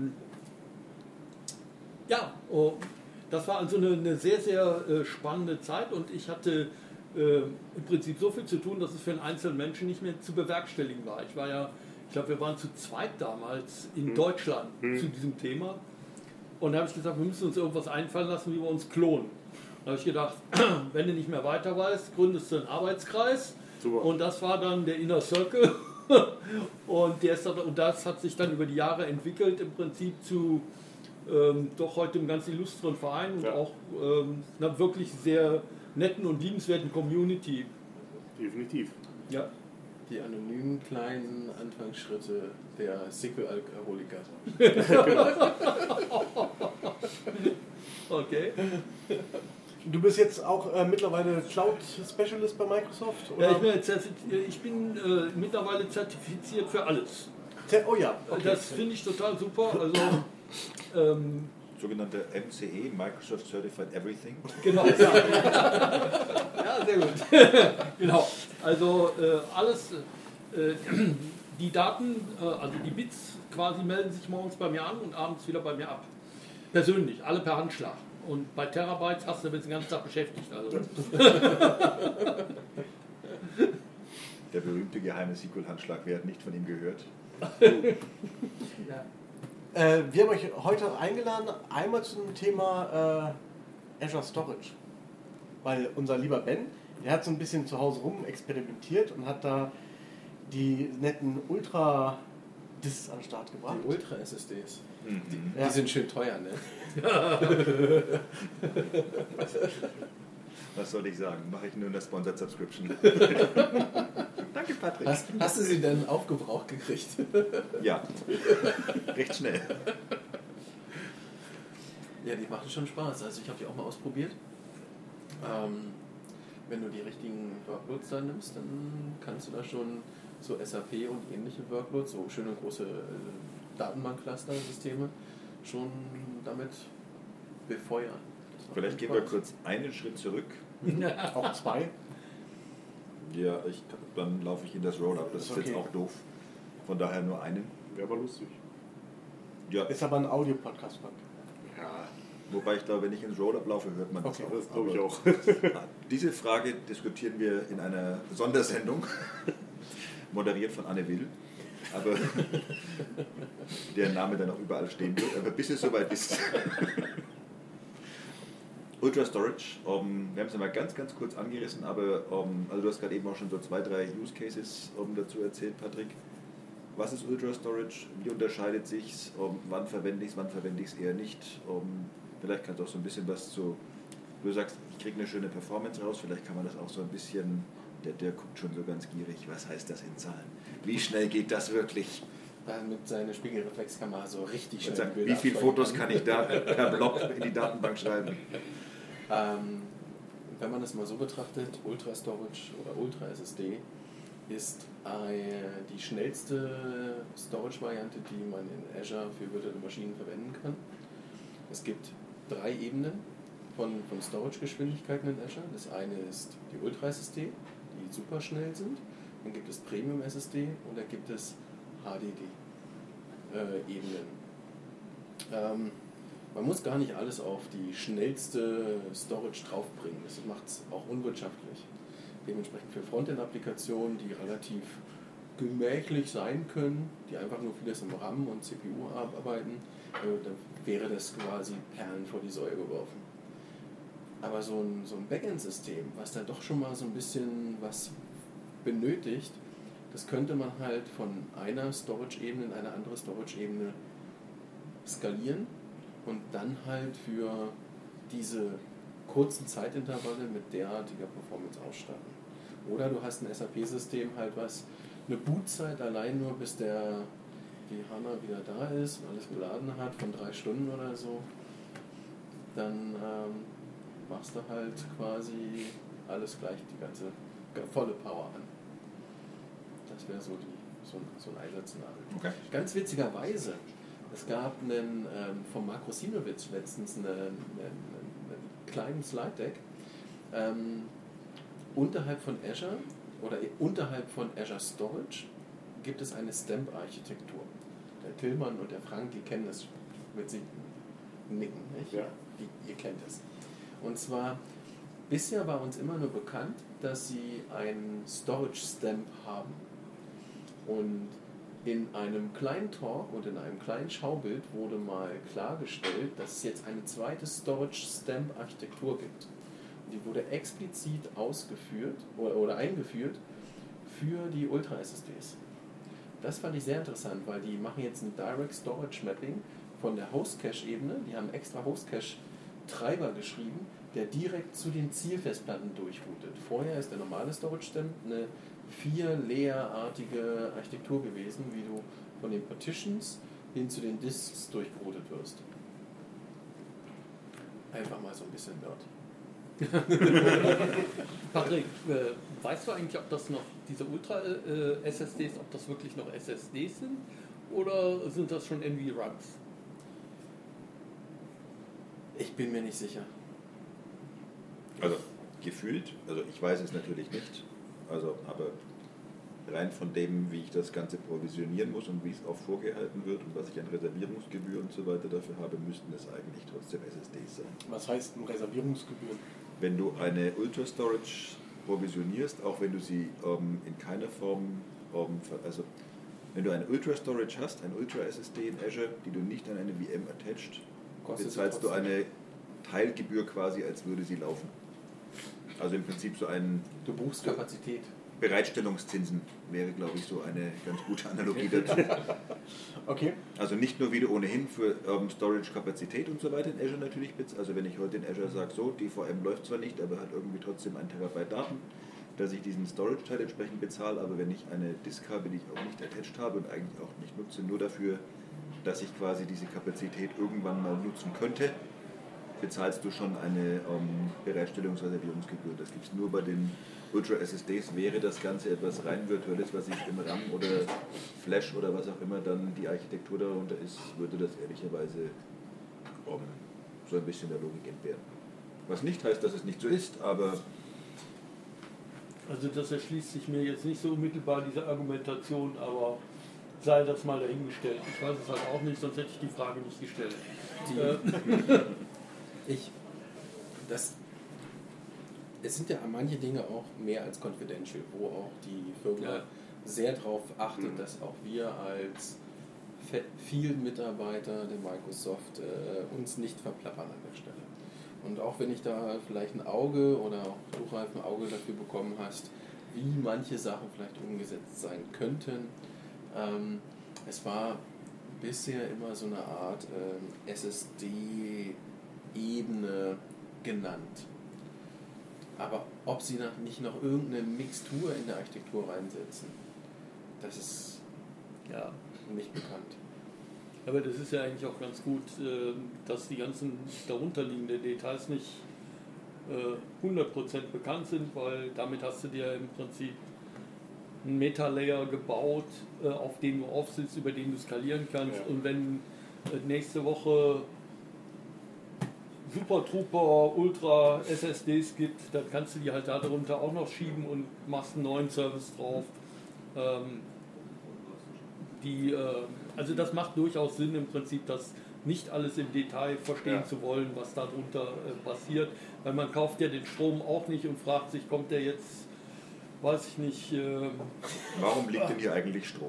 das war also eine sehr, sehr spannende Zeit und ich hatte im Prinzip so viel zu tun, dass es für einen einzelnen Menschen nicht mehr zu bewerkstelligen war. Ich glaube, wir waren zu zweit damals in Deutschland zu diesem Thema und da habe ich gesagt, wir müssen uns irgendwas einfallen lassen, wie wir uns klonen. Da habe ich gedacht, wenn du nicht mehr weiter weißt, gründest du einen Arbeitskreis. Super. Und das war dann der Inner Circle und das hat sich dann über die Jahre entwickelt im Prinzip zu doch heute einem ganz illustren Verein und auch einer wirklich sehr netten und liebenswerten Community. Definitiv. Ja. Die anonymen kleinen Anfangsschritte der Sequel-Alkoholiker. Okay. Du bist jetzt auch mittlerweile Cloud-Specialist bei Microsoft? Oder? Ja, ich bin mittlerweile zertifiziert für alles. Oh ja. Okay. Das finde ich total super. Also, sogenannte MCE, Microsoft Certified Everything. Genau. Ja, sehr gut. Genau. Also alles, die Daten, also die Bits quasi melden sich morgens bei mir an und abends wieder bei mir ab. Persönlich, alle per Handschlag. Und bei Terabytes hast du den ganzen Tag beschäftigt. Also. Der berühmte geheime SQL-Handschlag, wer hat nicht von ihm gehört? Ja. Wir haben euch heute eingeladen, einmal zum Thema Azure Storage. Weil unser lieber Ben, der hat so ein bisschen zu Hause rum experimentiert und hat da die netten Ultra-Disks an den Start gebracht. Die Ultra-SSDs. Die sind schön teuer, ne? Was soll ich sagen? Mache ich nur eine Sponsored Subscription. Danke, Patrick. Hast du sie denn aufgebraucht gekriegt? Ja, recht schnell. Ja, die machen schon Spaß. Also ich habe die auch mal ausprobiert. Wenn du die richtigen Workloads da nimmst, dann kannst du da schon so SAP und ähnliche Workloads, so schöne große Datenbank-Cluster-Systeme, schon damit befeuern. Vielleicht gehen wir kurz einen Schritt zurück. Auch zwei. Ja, dann laufe ich in das Rollup. Das ist okay. Jetzt auch doof. Von daher nur einen. Wäre aber lustig. Ja. Ist aber ein Audio-Podcast. Ja. Wobei ich glaube, wenn ich ins Rollup laufe, hört man das Okay, auch. Das glaube ich auch. Diese Frage diskutieren wir in einer Sondersendung, moderiert von Anne Will. Aber der Name dann auch überall stehen wird. Aber bis es soweit ist. Ultra Storage, wir haben es ja mal ganz kurz angerissen, aber also du hast gerade eben auch schon so 2-3 Use Cases dazu erzählt, Patrick. Was ist Ultra Storage? Wie unterscheidet sich es? Wann verwende ich es eher nicht? Vielleicht kannst du auch so ein bisschen was zu. Du sagst, ich kriege eine schöne Performance raus, vielleicht kann man das auch so ein bisschen. Der guckt schon so ganz gierig, was heißt das in Zahlen? Wie schnell geht das wirklich? Mit seiner Spiegelreflexkamera so richtig schnell. Sagt, wie viele Fotos kann ich da per Block in die Datenbank schreiben? Wenn man das mal so betrachtet, Ultra Storage oder Ultra SSD ist die schnellste Storage-Variante, die man in Azure für virtuelle Maschinen verwenden kann. Es gibt 3 Ebenen von Storage-Geschwindigkeiten in Azure. Das eine ist die Ultra SSD, die super schnell sind. Dann gibt es Premium SSD und dann gibt es HDD-Ebenen. Man muss gar nicht alles auf die schnellste Storage draufbringen. Das macht es auch unwirtschaftlich. Dementsprechend für Frontend-Applikationen, die relativ gemächlich sein können, die einfach nur vieles im RAM und CPU arbeiten, dann wäre das quasi Perlen vor die Säue geworfen. Aber so ein Backend-System, was da doch schon mal so ein bisschen was benötigt, das könnte man halt von einer Storage-Ebene in eine andere Storage-Ebene skalieren und dann halt für diese kurzen Zeitintervalle mit derartiger Performance ausstatten. Oder du hast ein SAP-System halt, was eine Bootzeit allein nur bis die HANA wieder da ist und alles geladen hat von 3 Stunden oder so, dann machst du halt quasi alles gleich, die ganze volle Power an. Das wäre so ein Einsatzszenario. Okay. Ganz witzigerweise, es gab von Marko Simovic letztens einen kleinen Slide-Deck, Unterhalb von Azure oder unterhalb von Azure Storage gibt es eine Stamp-Architektur. Der Tillmann und der Frank, die kennen das, wird sie nicken, nicht? Ja. Ihr kennt es. Und zwar, bisher war uns immer nur bekannt, dass sie einen Storage-Stamp haben. Und in einem kleinen Talk und in einem kleinen Schaubild wurde mal klargestellt, dass es jetzt eine zweite Storage-Stamp-Architektur gibt. Die wurde explizit ausgeführt oder eingeführt für die Ultra-SSDs. Das fand ich sehr interessant, weil die machen jetzt ein Direct Storage Mapping von der Host-Cache-Ebene. Die haben extra Host-Cache-Treiber geschrieben, der direkt zu den Zielfestplatten durchroutet. Vorher ist der normale Storage-Stamp eine 4-Layer-artige Architektur gewesen, wie du von den Partitions hin zu den Disks durchgeroutet wirst. Einfach mal so ein bisschen Nerd. Patrick, weißt du eigentlich, ob das noch diese Ultra-SSDs, ob das wirklich noch SSDs sind oder sind das schon NVRAMs? Ich bin mir nicht sicher. Also gefühlt, also ich weiß es natürlich nicht, also aber rein von dem, wie ich das Ganze provisionieren muss und wie es auch vorgehalten wird und was ich an Reservierungsgebühr und so weiter dafür habe, müssten es eigentlich trotzdem SSDs sein. Was heißt Reservierungsgebühren? Wenn du eine Ultra-Storage provisionierst, auch wenn du sie in keiner Form, also wenn du eine Ultra-Storage hast, ein Ultra-SSD in Azure, die du nicht an eine VM attached, bezahlst du eine Teilgebühr quasi, als würde sie laufen. Also im Prinzip so ein... Du buchst Kapazität. Bereitstellungszinsen wäre, glaube ich, so eine ganz gute Analogie dazu. Okay. Also nicht nur wie du ohnehin für Storage-Kapazität und so weiter in Azure natürlich bezahlst. Also wenn ich heute in Azure sage, so, die VM läuft zwar nicht, aber hat irgendwie trotzdem 1 Terabyte Daten, dass ich diesen Storage-Teil entsprechend bezahle, aber wenn ich eine Disk habe, die ich auch nicht attached habe und eigentlich auch nicht nutze, nur dafür, dass ich quasi diese Kapazität irgendwann mal nutzen könnte, bezahlst du schon eine Bereitstellungsreservierungsgebühr. Das gibt es nur bei den Ultra-SSDs. Wäre das Ganze etwas rein Virtuelles, was ich im RAM oder Flash oder was auch immer dann die Architektur darunter ist, würde das ehrlicherweise so ein bisschen der Logik entbehren. Was nicht heißt, dass es nicht so ist, aber... Also das erschließt sich mir jetzt nicht so unmittelbar, diese Argumentation, aber sei das mal dahingestellt. Ich weiß es halt auch nicht, sonst hätte ich die Frage nicht gestellt. Es sind ja manche Dinge auch mehr als confidential, wo auch die Firma sehr darauf achtet, dass auch wir als Field-Mitarbeiter der Microsoft uns nicht verplappern an der Stelle. Und auch wenn ich da vielleicht ein Auge oder auch du, Ralf, ein Auge dafür bekommen hast, wie manche Sachen vielleicht umgesetzt sein könnten, es war bisher immer so eine Art SSD-Ebene genannt. Aber ob sie nicht noch irgendeine Mixtur in der Architektur reinsetzen, das ist nicht bekannt. Aber das ist ja eigentlich auch ganz gut, dass die ganzen darunterliegenden Details nicht 100% bekannt sind, weil damit hast du dir im Prinzip einen Meta-Layer gebaut, auf dem du aufsitzt, über den du skalieren kannst. Ja. Und wenn nächste Woche Super Trooper Ultra SSDs gibt, dann kannst du die halt darunter auch noch schieben und machst einen neuen Service drauf. Also das macht durchaus Sinn im Prinzip, das nicht alles im Detail verstehen zu wollen, was darunter passiert, weil man kauft ja den Strom auch nicht und fragt sich, kommt der jetzt, weiß ich nicht... warum liegt denn hier eigentlich Strom?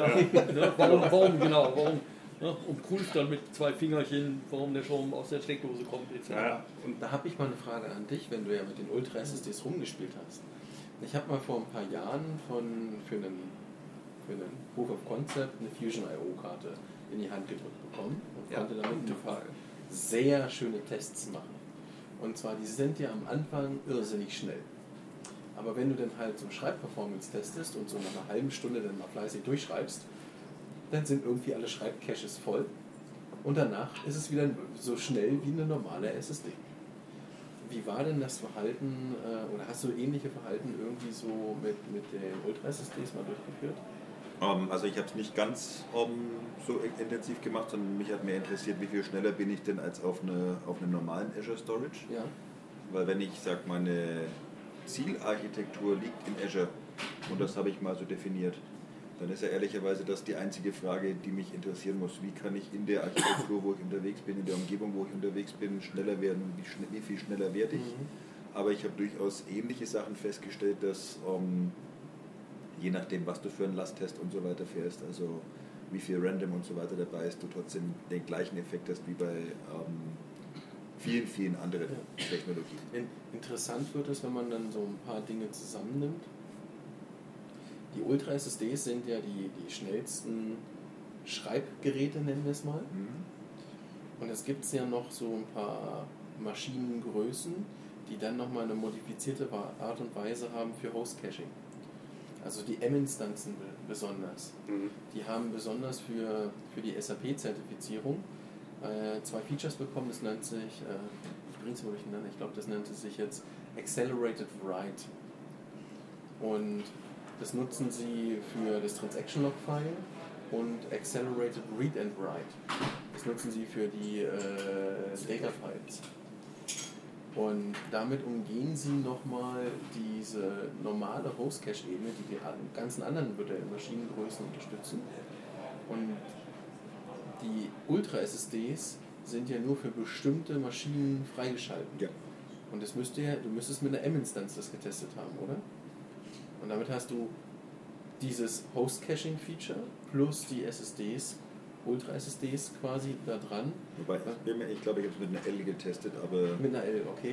Warum und prüft dann mit 2 Fingerchen, warum der Strom aus der Steckdose kommt, etc. Ja. Und da habe ich mal eine Frage an dich, wenn du ja mit den Ultra-SSDs rumgespielt hast. Ich habe mal vor ein paar Jahren für einen Proof of Concept eine Fusion-IO-Karte in die Hand gedrückt bekommen und konnte damit ein paar sehr schöne Tests machen. Und zwar, die sind ja am Anfang irrsinnig schnell. Aber wenn du dann halt so Schreibperformance testest und so nach einer halben Stunde dann mal fleißig durchschreibst, dann sind irgendwie alle Schreibcaches voll und danach ist es wieder so schnell wie eine normale SSD. Wie war denn das Verhalten, oder hast du ähnliche Verhalten irgendwie so mit den Ultra-SSDs mal durchgeführt? Also ich habe es nicht ganz so intensiv gemacht, sondern mich hat mehr interessiert, wie viel schneller bin ich denn als auf einem normalen Azure Storage. Ja. Weil wenn ich sage, meine Zielarchitektur liegt in Azure und das habe ich mal so definiert, dann ist ja ehrlicherweise das die einzige Frage, die mich interessieren muss. Wie kann ich in der Architektur, wo ich unterwegs bin, in der Umgebung, wo ich unterwegs bin, schneller werden und wie viel schneller werde ich? Aber ich habe durchaus ähnliche Sachen festgestellt, dass je nachdem, was du für einen Lasttest und so weiter fährst, also wie viel Random und so weiter dabei ist, du trotzdem den gleichen Effekt hast wie bei vielen, vielen anderen Technologien. Interessant wird es, wenn man dann so ein paar Dinge zusammennimmt. Die Ultra-SSDs sind ja die schnellsten Schreibgeräte, nennen wir es mal. Und es gibt ja noch so ein paar Maschinengrößen, die dann nochmal eine modifizierte Art und Weise haben für Host-Caching. Also die M-Instanzen besonders. Die haben besonders für die SAP-Zertifizierung 2 Features bekommen. Das nennt sich, ich bringe es mal durcheinander, ich glaube, das nannte sich jetzt Accelerated Write. Und das nutzen sie für das Transaction Log File und Accelerated Read and Write. Das nutzen sie für die Data Files. Und damit umgehen sie nochmal diese normale Host-Cache-Ebene, die ganzen anderen virtuellen Maschinengrößen unterstützen. Und die Ultra-SSDs sind ja nur für bestimmte Maschinen freigeschaltet. Ja. Und du müsstest mit einer M-Instanz das getestet haben, oder? Und damit hast du dieses Host-Caching-Feature plus die SSDs, Ultra-SSDs quasi da dran. Wobei, ich glaube, ich habe es mit einer L getestet, aber... Mit einer L, okay.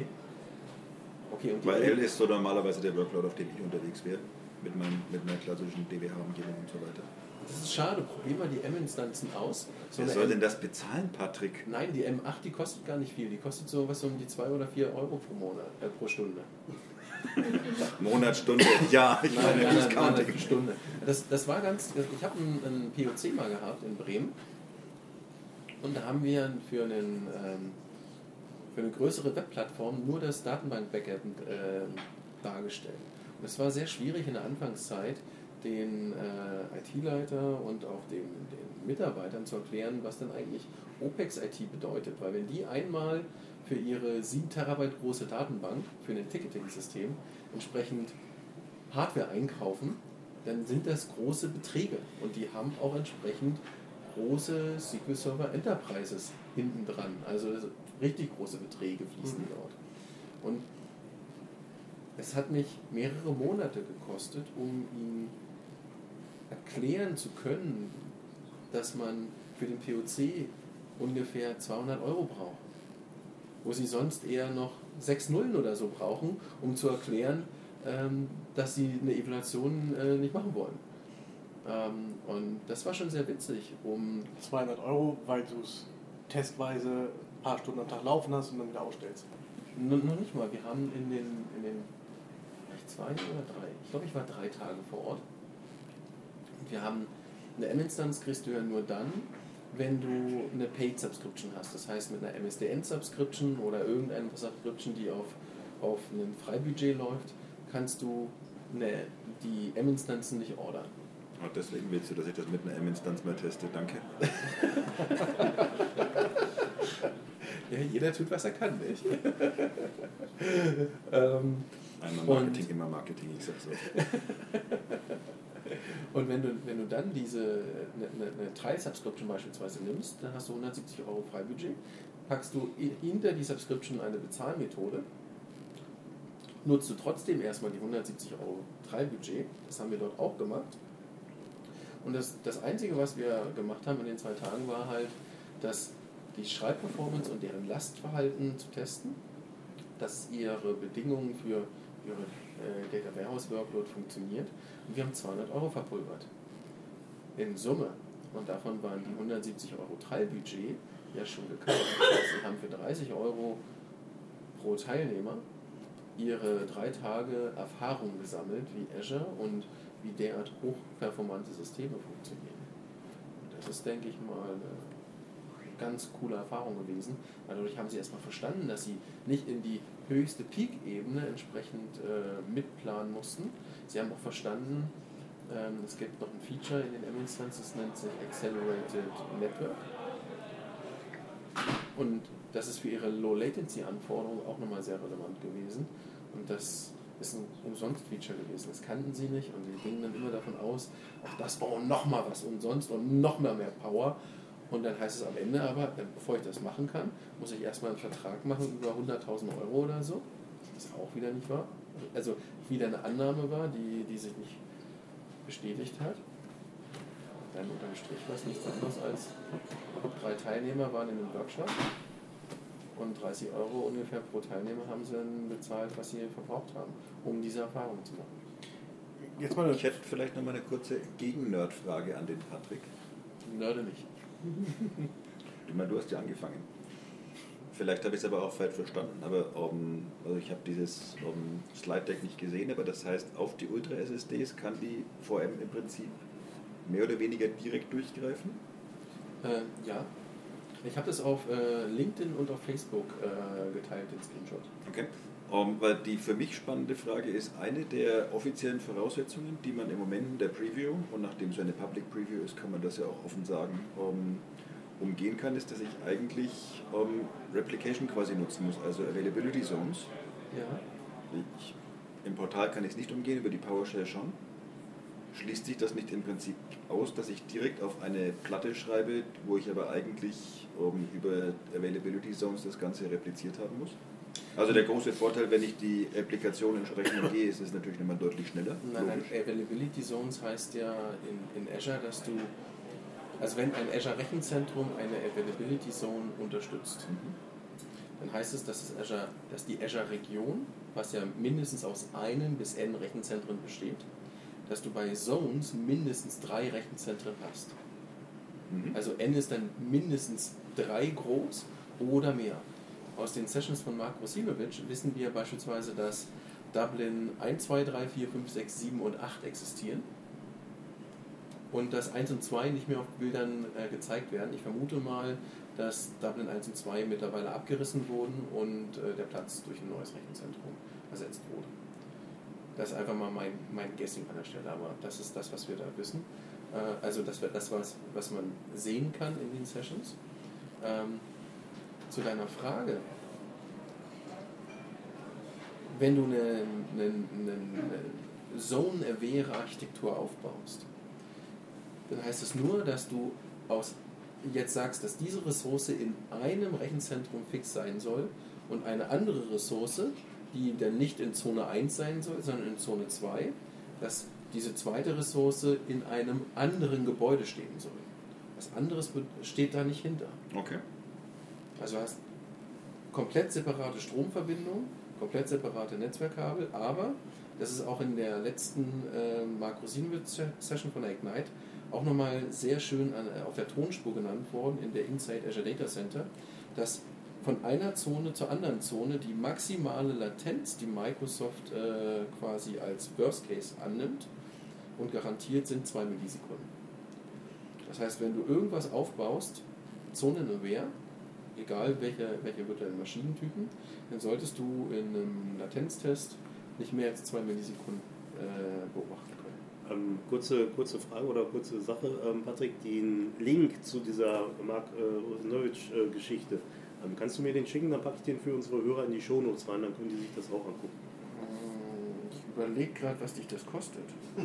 Und weil L ist so normalerweise der Workload, auf dem ich unterwegs wäre, mit einer klassischen DWH-Umgebung und so weiter. Das ist schade, probier mal die M-Instanzen aus. Wer soll denn das bezahlen, Patrick? Nein, die M8, die kostet gar nicht viel. Die kostet so was um die 2 oder 4 Euro pro Stunde. Monatstunde, ja, ich meine, nein, Stunde. Das war ganz. Ich habe einen POC mal gehabt in Bremen und da haben wir für eine größere Webplattform nur das Datenbank-Backend dargestellt. Und es war sehr schwierig in der Anfangszeit, den IT-Leiter und auch den Mitarbeitern zu erklären, was denn eigentlich OPEX-IT bedeutet. Weil wenn die einmal für ihre 7 Terabyte große Datenbank, für ein Ticketing-System, entsprechend Hardware einkaufen, dann sind das große Beträge. Und die haben auch entsprechend große SQL Server Enterprises hinten dran. Also richtig große Beträge fließen dort. Und es hat mich mehrere Monate gekostet, um ihn erklären zu können, dass man für den POC ungefähr 200 Euro braucht. Wo sie sonst eher noch 6 Nullen oder so brauchen, um zu erklären, dass sie eine Evaluation nicht machen wollen. Und das war schon sehr witzig. 200 Euro, weil du es testweise ein paar Stunden am Tag laufen hast und dann wieder ausstellst. Noch nicht mal. Wir haben in den 2 oder 3, ich glaube, ich war 3 Tage vor Ort. Und wir haben eine M-Instanz kriegst du ja nur dann, wenn du eine Paid-Subscription hast. Das heißt, mit einer MSDN-Subscription oder irgendeine Subscription, die auf ein Freibudget läuft, kannst du die M-Instanzen nicht ordern. Und deswegen willst du, dass ich das mit einer M-Instanz mal teste. Danke. Ja, jeder tut, was er kann, nicht? Einmal Marketing, immer Marketing, ich sag's so. Und wenn du dann eine Trial-Subscription beispielsweise nimmst, dann hast du 170 Euro Freibudget, packst du hinter die Subscription eine Bezahlmethode, nutzt du trotzdem erstmal die 170 Euro Trial-Budget, das haben wir dort auch gemacht. Und das Einzige, was wir gemacht haben in den 2 Tagen, war halt, dass die Schreibperformance und deren Lastverhalten zu testen, dass ihre Bedingungen für ihre Data Warehouse Workload funktioniert. Und wir haben 200 Euro verpulvert. In Summe. Und davon waren die 170 Euro Trial-Budget ja schon gekauft. Das heißt, sie haben für 30 Euro pro Teilnehmer ihre 3 Tage Erfahrung gesammelt, wie Azure und wie derart hochperformante Systeme funktionieren. Und das ist, denke ich mal, eine ganz coole Erfahrung gewesen, weil dadurch haben sie erstmal verstanden, dass sie nicht in die höchste Peak-Ebene entsprechend mitplanen mussten. Sie haben auch verstanden, es gibt noch ein Feature in den M-Instances, das nennt sich Accelerated Network. Und das ist für ihre Low-Latency-Anforderungen auch nochmal sehr relevant gewesen. Und das ist ein Umsonst-Feature gewesen. Das kannten sie nicht und sie gingen dann immer davon aus, auch das bauen nochmal was umsonst und noch mehr Power. Und dann heißt es am Ende aber, bevor ich das machen kann, muss ich erstmal einen Vertrag machen über 100.000 Euro oder so. Das auch wieder nicht wahr. Also wieder eine Annahme war, die sich nicht bestätigt hat. Dann unterm Strich war es nichts anderes als 3 Teilnehmer waren in einem Workshop und 30 Euro ungefähr pro Teilnehmer haben sie dann bezahlt, was sie verbraucht haben, um diese Erfahrung zu machen. Ich hätte vielleicht noch mal eine kurze Gegen-Nerd-Frage an den Patrick. Nerde nicht. Ich meine, du hast ja angefangen. Vielleicht habe ich es aber auch falsch verstanden, aber also ich habe dieses Slide-Deck nicht gesehen, aber das heißt, auf die Ultra-SSDs kann die VM im Prinzip mehr oder weniger direkt durchgreifen? Ja. Ich habe das auf LinkedIn und auf Facebook geteilt, den Screenshot. Okay. Weil die für mich spannende Frage ist, eine der offiziellen Voraussetzungen, die man im Moment in der Preview, und nachdem es eine Public Preview ist, kann man das ja auch offen sagen, umgehen kann, ist, dass ich eigentlich Replication quasi nutzen muss, also Availability Zones. Ja. Im Portal kann ich es nicht umgehen, über die PowerShell schon. Schließt sich das nicht im Prinzip aus, dass ich direkt auf eine Platte schreibe, wo ich aber eigentlich über Availability Zones das Ganze repliziert haben muss? Also der große Vorteil, wenn ich die Applikation entsprechend umgehe, ist es natürlich nochmal deutlich schneller. Nein, Availability Zones heißt ja in Azure, dass du, also wenn ein Azure Rechenzentrum eine Availability Zone unterstützt, dann heißt es, dass die Azure Region, was ja mindestens aus 1 bis n Rechenzentren besteht, dass du bei Zones mindestens 3 Rechenzentren hast. Also n ist dann mindestens 3 groß oder mehr. Aus den Sessions von Mark Rosinovic wissen wir beispielsweise, dass Dublin 1, 2, 3, 4, 5, 6, 7 und 8 existieren und dass 1 und 2 nicht mehr auf Bildern gezeigt werden. Ich vermute mal, dass Dublin 1 und 2 mittlerweile abgerissen wurden und der Platz durch ein neues Rechenzentrum ersetzt wurde. Das ist einfach mal mein Guessing an der Stelle, aber das ist das, was wir da wissen. Also das wird das, was man sehen kann in den Sessions. Zu deiner Frage, wenn du eine Zone-Aware-Architektur aufbaust, dann heißt es nur, dass du jetzt sagst, dass diese Ressource in einem Rechenzentrum fix sein soll und eine andere Ressource, die dann nicht in Zone 1 sein soll, sondern in Zone 2, dass diese zweite Ressource in einem anderen Gebäude stehen soll. Was anderes steht da nicht hinter. Okay. Also du hast komplett separate Stromverbindungen, komplett separate Netzwerkkabel, aber das ist auch in der letzten Mark Rosinovic-Session von Ignite auch nochmal sehr schön auf der Tonspur genannt worden in der Inside Azure Data Center, dass von einer Zone zur anderen Zone die maximale Latenz, die Microsoft quasi als Worst Case annimmt und garantiert sind 2 Millisekunden. Das heißt, wenn du irgendwas aufbaust, Zonen-aware, egal welche virtuellen Maschinentypen, dann solltest du in einem Latenztest nicht mehr als 2 Millisekunden beobachten können. Kurze Frage oder kurze Sache, Patrick, den Link zu dieser Mark Rosinovic-Geschichte, kannst du mir den schicken, dann packe ich den für unsere Hörer in die Shownotes rein, dann können die sich das auch angucken. Ich überlege gerade, was dich das kostet.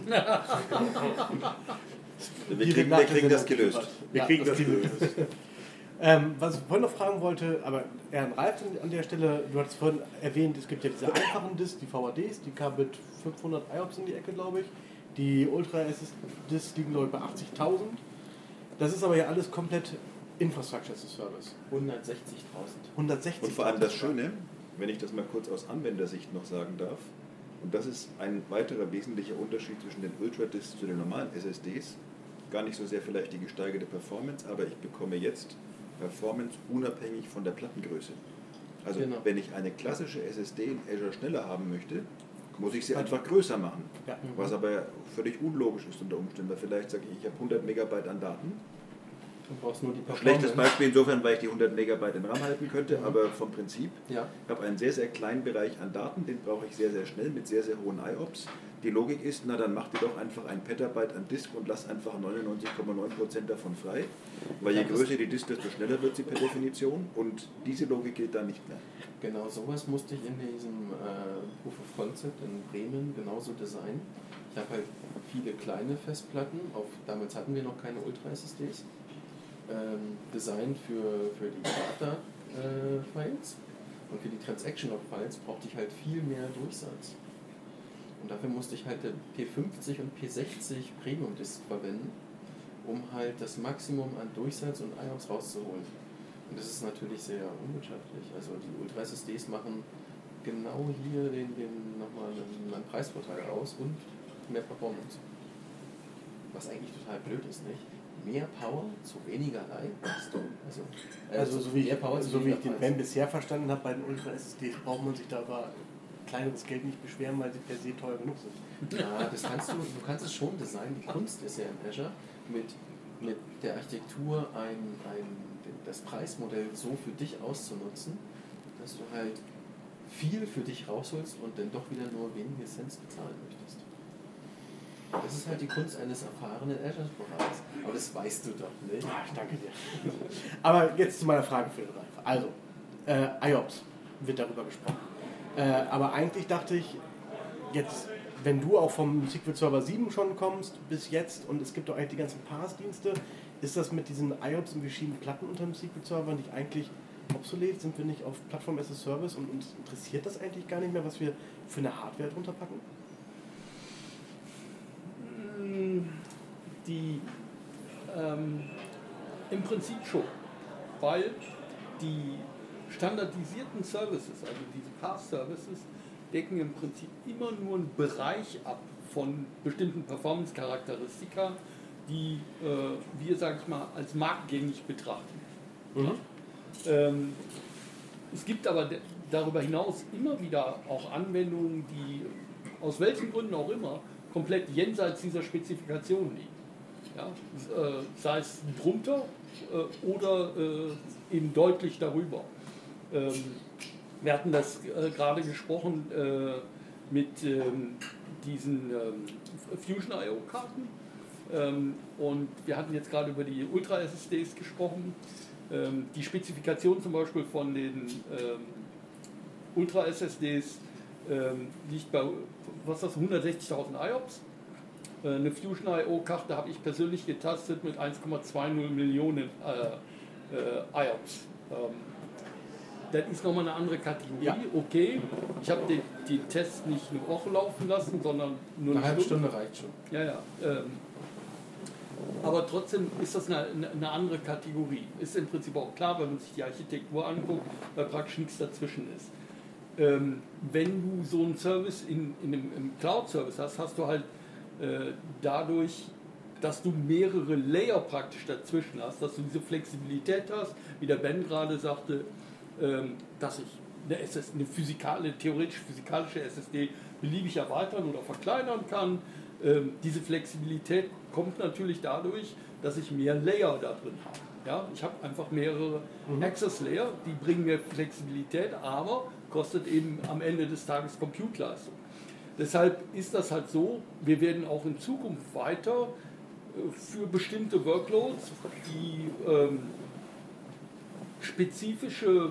Wir kriegen das gelöst. Wir kriegen das gelöst. Was ich vorhin noch fragen wollte, aber eher ein Ralf an der Stelle, du hattest vorhin erwähnt, es gibt ja diese einfachen Disks, die VADs, die kamen mit 500 IOPS in die Ecke, glaube ich. Die Ultra-SSDs liegen, glaube ich, bei 80.000. Das ist aber ja alles komplett Infrastructure as a Service. 160.000. Und vor allem das Schöne, wenn ich das mal kurz aus Anwendersicht noch sagen darf, und das ist ein weiterer wesentlicher Unterschied zwischen den Ultra-Disks zu den normalen SSDs, gar nicht so sehr vielleicht die gesteigerte Performance, aber ich bekomme jetzt Performance unabhängig von der Plattengröße. Also wenn ich eine klassische SSD in Azure schneller haben möchte, muss ich sie einfach größer machen. Ja. Was aber völlig unlogisch ist unter Umständen, weil vielleicht sage ich habe 100 Megabyte an Daten Du brauchst nur die Performance. Schlechtes Beispiel insofern, weil ich die 100 Megabyte in RAM halten könnte, aber vom Prinzip. Ja. Ich habe einen sehr, sehr kleinen Bereich an Daten, den brauche ich sehr, sehr schnell mit sehr, sehr hohen IOPS. Die Logik ist, na dann mach dir doch einfach ein Petabyte an Disk und lass einfach 99,9% davon frei, weil je größer die Disk, desto schneller wird sie per Definition und diese Logik gilt da nicht mehr. Genau, sowas musste ich in diesem Proof of Concept in Bremen genauso designen. Ich habe halt viele kleine Festplatten, damals hatten wir noch keine Ultra-SSDs, designt für die Data-Files und für die Transaction-Log-Files brauchte ich halt viel mehr Durchsatz. Und dafür musste ich halt P50 und P60 Premium-Disk verwenden, um halt das Maximum an Durchsatz und IOPS rauszuholen. Und das ist natürlich sehr unwirtschaftlich. Also die Ultra-SSDs machen genau hier nochmal einen Preisvorteil aus und mehr Performance. Was eigentlich total blöd ist, nicht? Mehr Power zu weniger Leistung. Also so wie ich den Ben bisher verstanden habe, bei den Ultra-SSDs braucht man sich da aber kleineres Geld nicht beschweren, weil sie per se teuer genug sind. Ja, du kannst es schon designen. Die Kunst ist ja in Azure, mit der Architektur das Preismodell so für dich auszunutzen, dass du halt viel für dich rausholst und dann doch wieder nur wenige Cents bezahlen möchtest. Das ist halt die Kunst eines erfahrenen Azure-Beraters. Aber das weißt du doch nicht. Ich danke dir. Aber jetzt zu meiner Frage für den Ralf. Also, IOPS wird darüber gesprochen. Aber eigentlich dachte ich, jetzt, wenn du auch vom SQL Server 7 schon kommst, bis jetzt, und es gibt doch eigentlich die ganzen Parse-Dienste, ist das mit diesen IOPS und verschiedenen Platten unter dem SQL Server nicht eigentlich obsolet? Sind wir nicht auf Plattform as a Service und uns interessiert das eigentlich gar nicht mehr, was wir für eine Hardware drunter packen? Im Prinzip schon, weil die standardisierten Services, also diese Parse-Services, decken im Prinzip immer nur einen Bereich ab von bestimmten Performance-Charakteristika, die wir, sag ich mal, als marktgängig betrachten. Ja? Es gibt aber darüber hinaus immer wieder auch Anwendungen, die aus welchen Gründen auch immer komplett jenseits dieser Spezifikation liegen. Ja? Sei es drunter oder eben deutlich darüber. Wir hatten das gerade gesprochen mit diesen Fusion IO-Karten und wir hatten jetzt gerade über die Ultra-SSDs gesprochen. Die Spezifikation zum Beispiel von den Ultra-SSDs liegt bei 160.000 IOPS. Eine Fusion IO-Karte habe ich persönlich getastet mit 1,20 Millionen IOPS. Das ist nochmal eine andere Kategorie, ja. Okay. Ich habe den Test nicht eine Woche laufen lassen, sondern nur eine halbe Stunde reicht schon. Ja. Aber trotzdem ist das eine andere Kategorie. Ist im Prinzip auch klar, wenn man sich die Architektur anguckt, weil praktisch nichts dazwischen ist. Wenn du so einen Service im Cloud-Service hast, hast du halt dadurch, dass du mehrere Layer praktisch dazwischen hast, dass du diese Flexibilität hast, wie der Ben gerade sagte, dass ich eine theoretisch physikalische SSD beliebig erweitern oder verkleinern kann. Diese Flexibilität kommt natürlich dadurch, dass ich mehr Layer da drin habe. Ja, ich habe einfach mehrere Access Layer, die bringen mir Flexibilität, aber kostet eben am Ende des Tages Compute-Leistung. Deshalb ist das halt so, wir werden auch in Zukunft weiter für bestimmte Workloads, die spezifische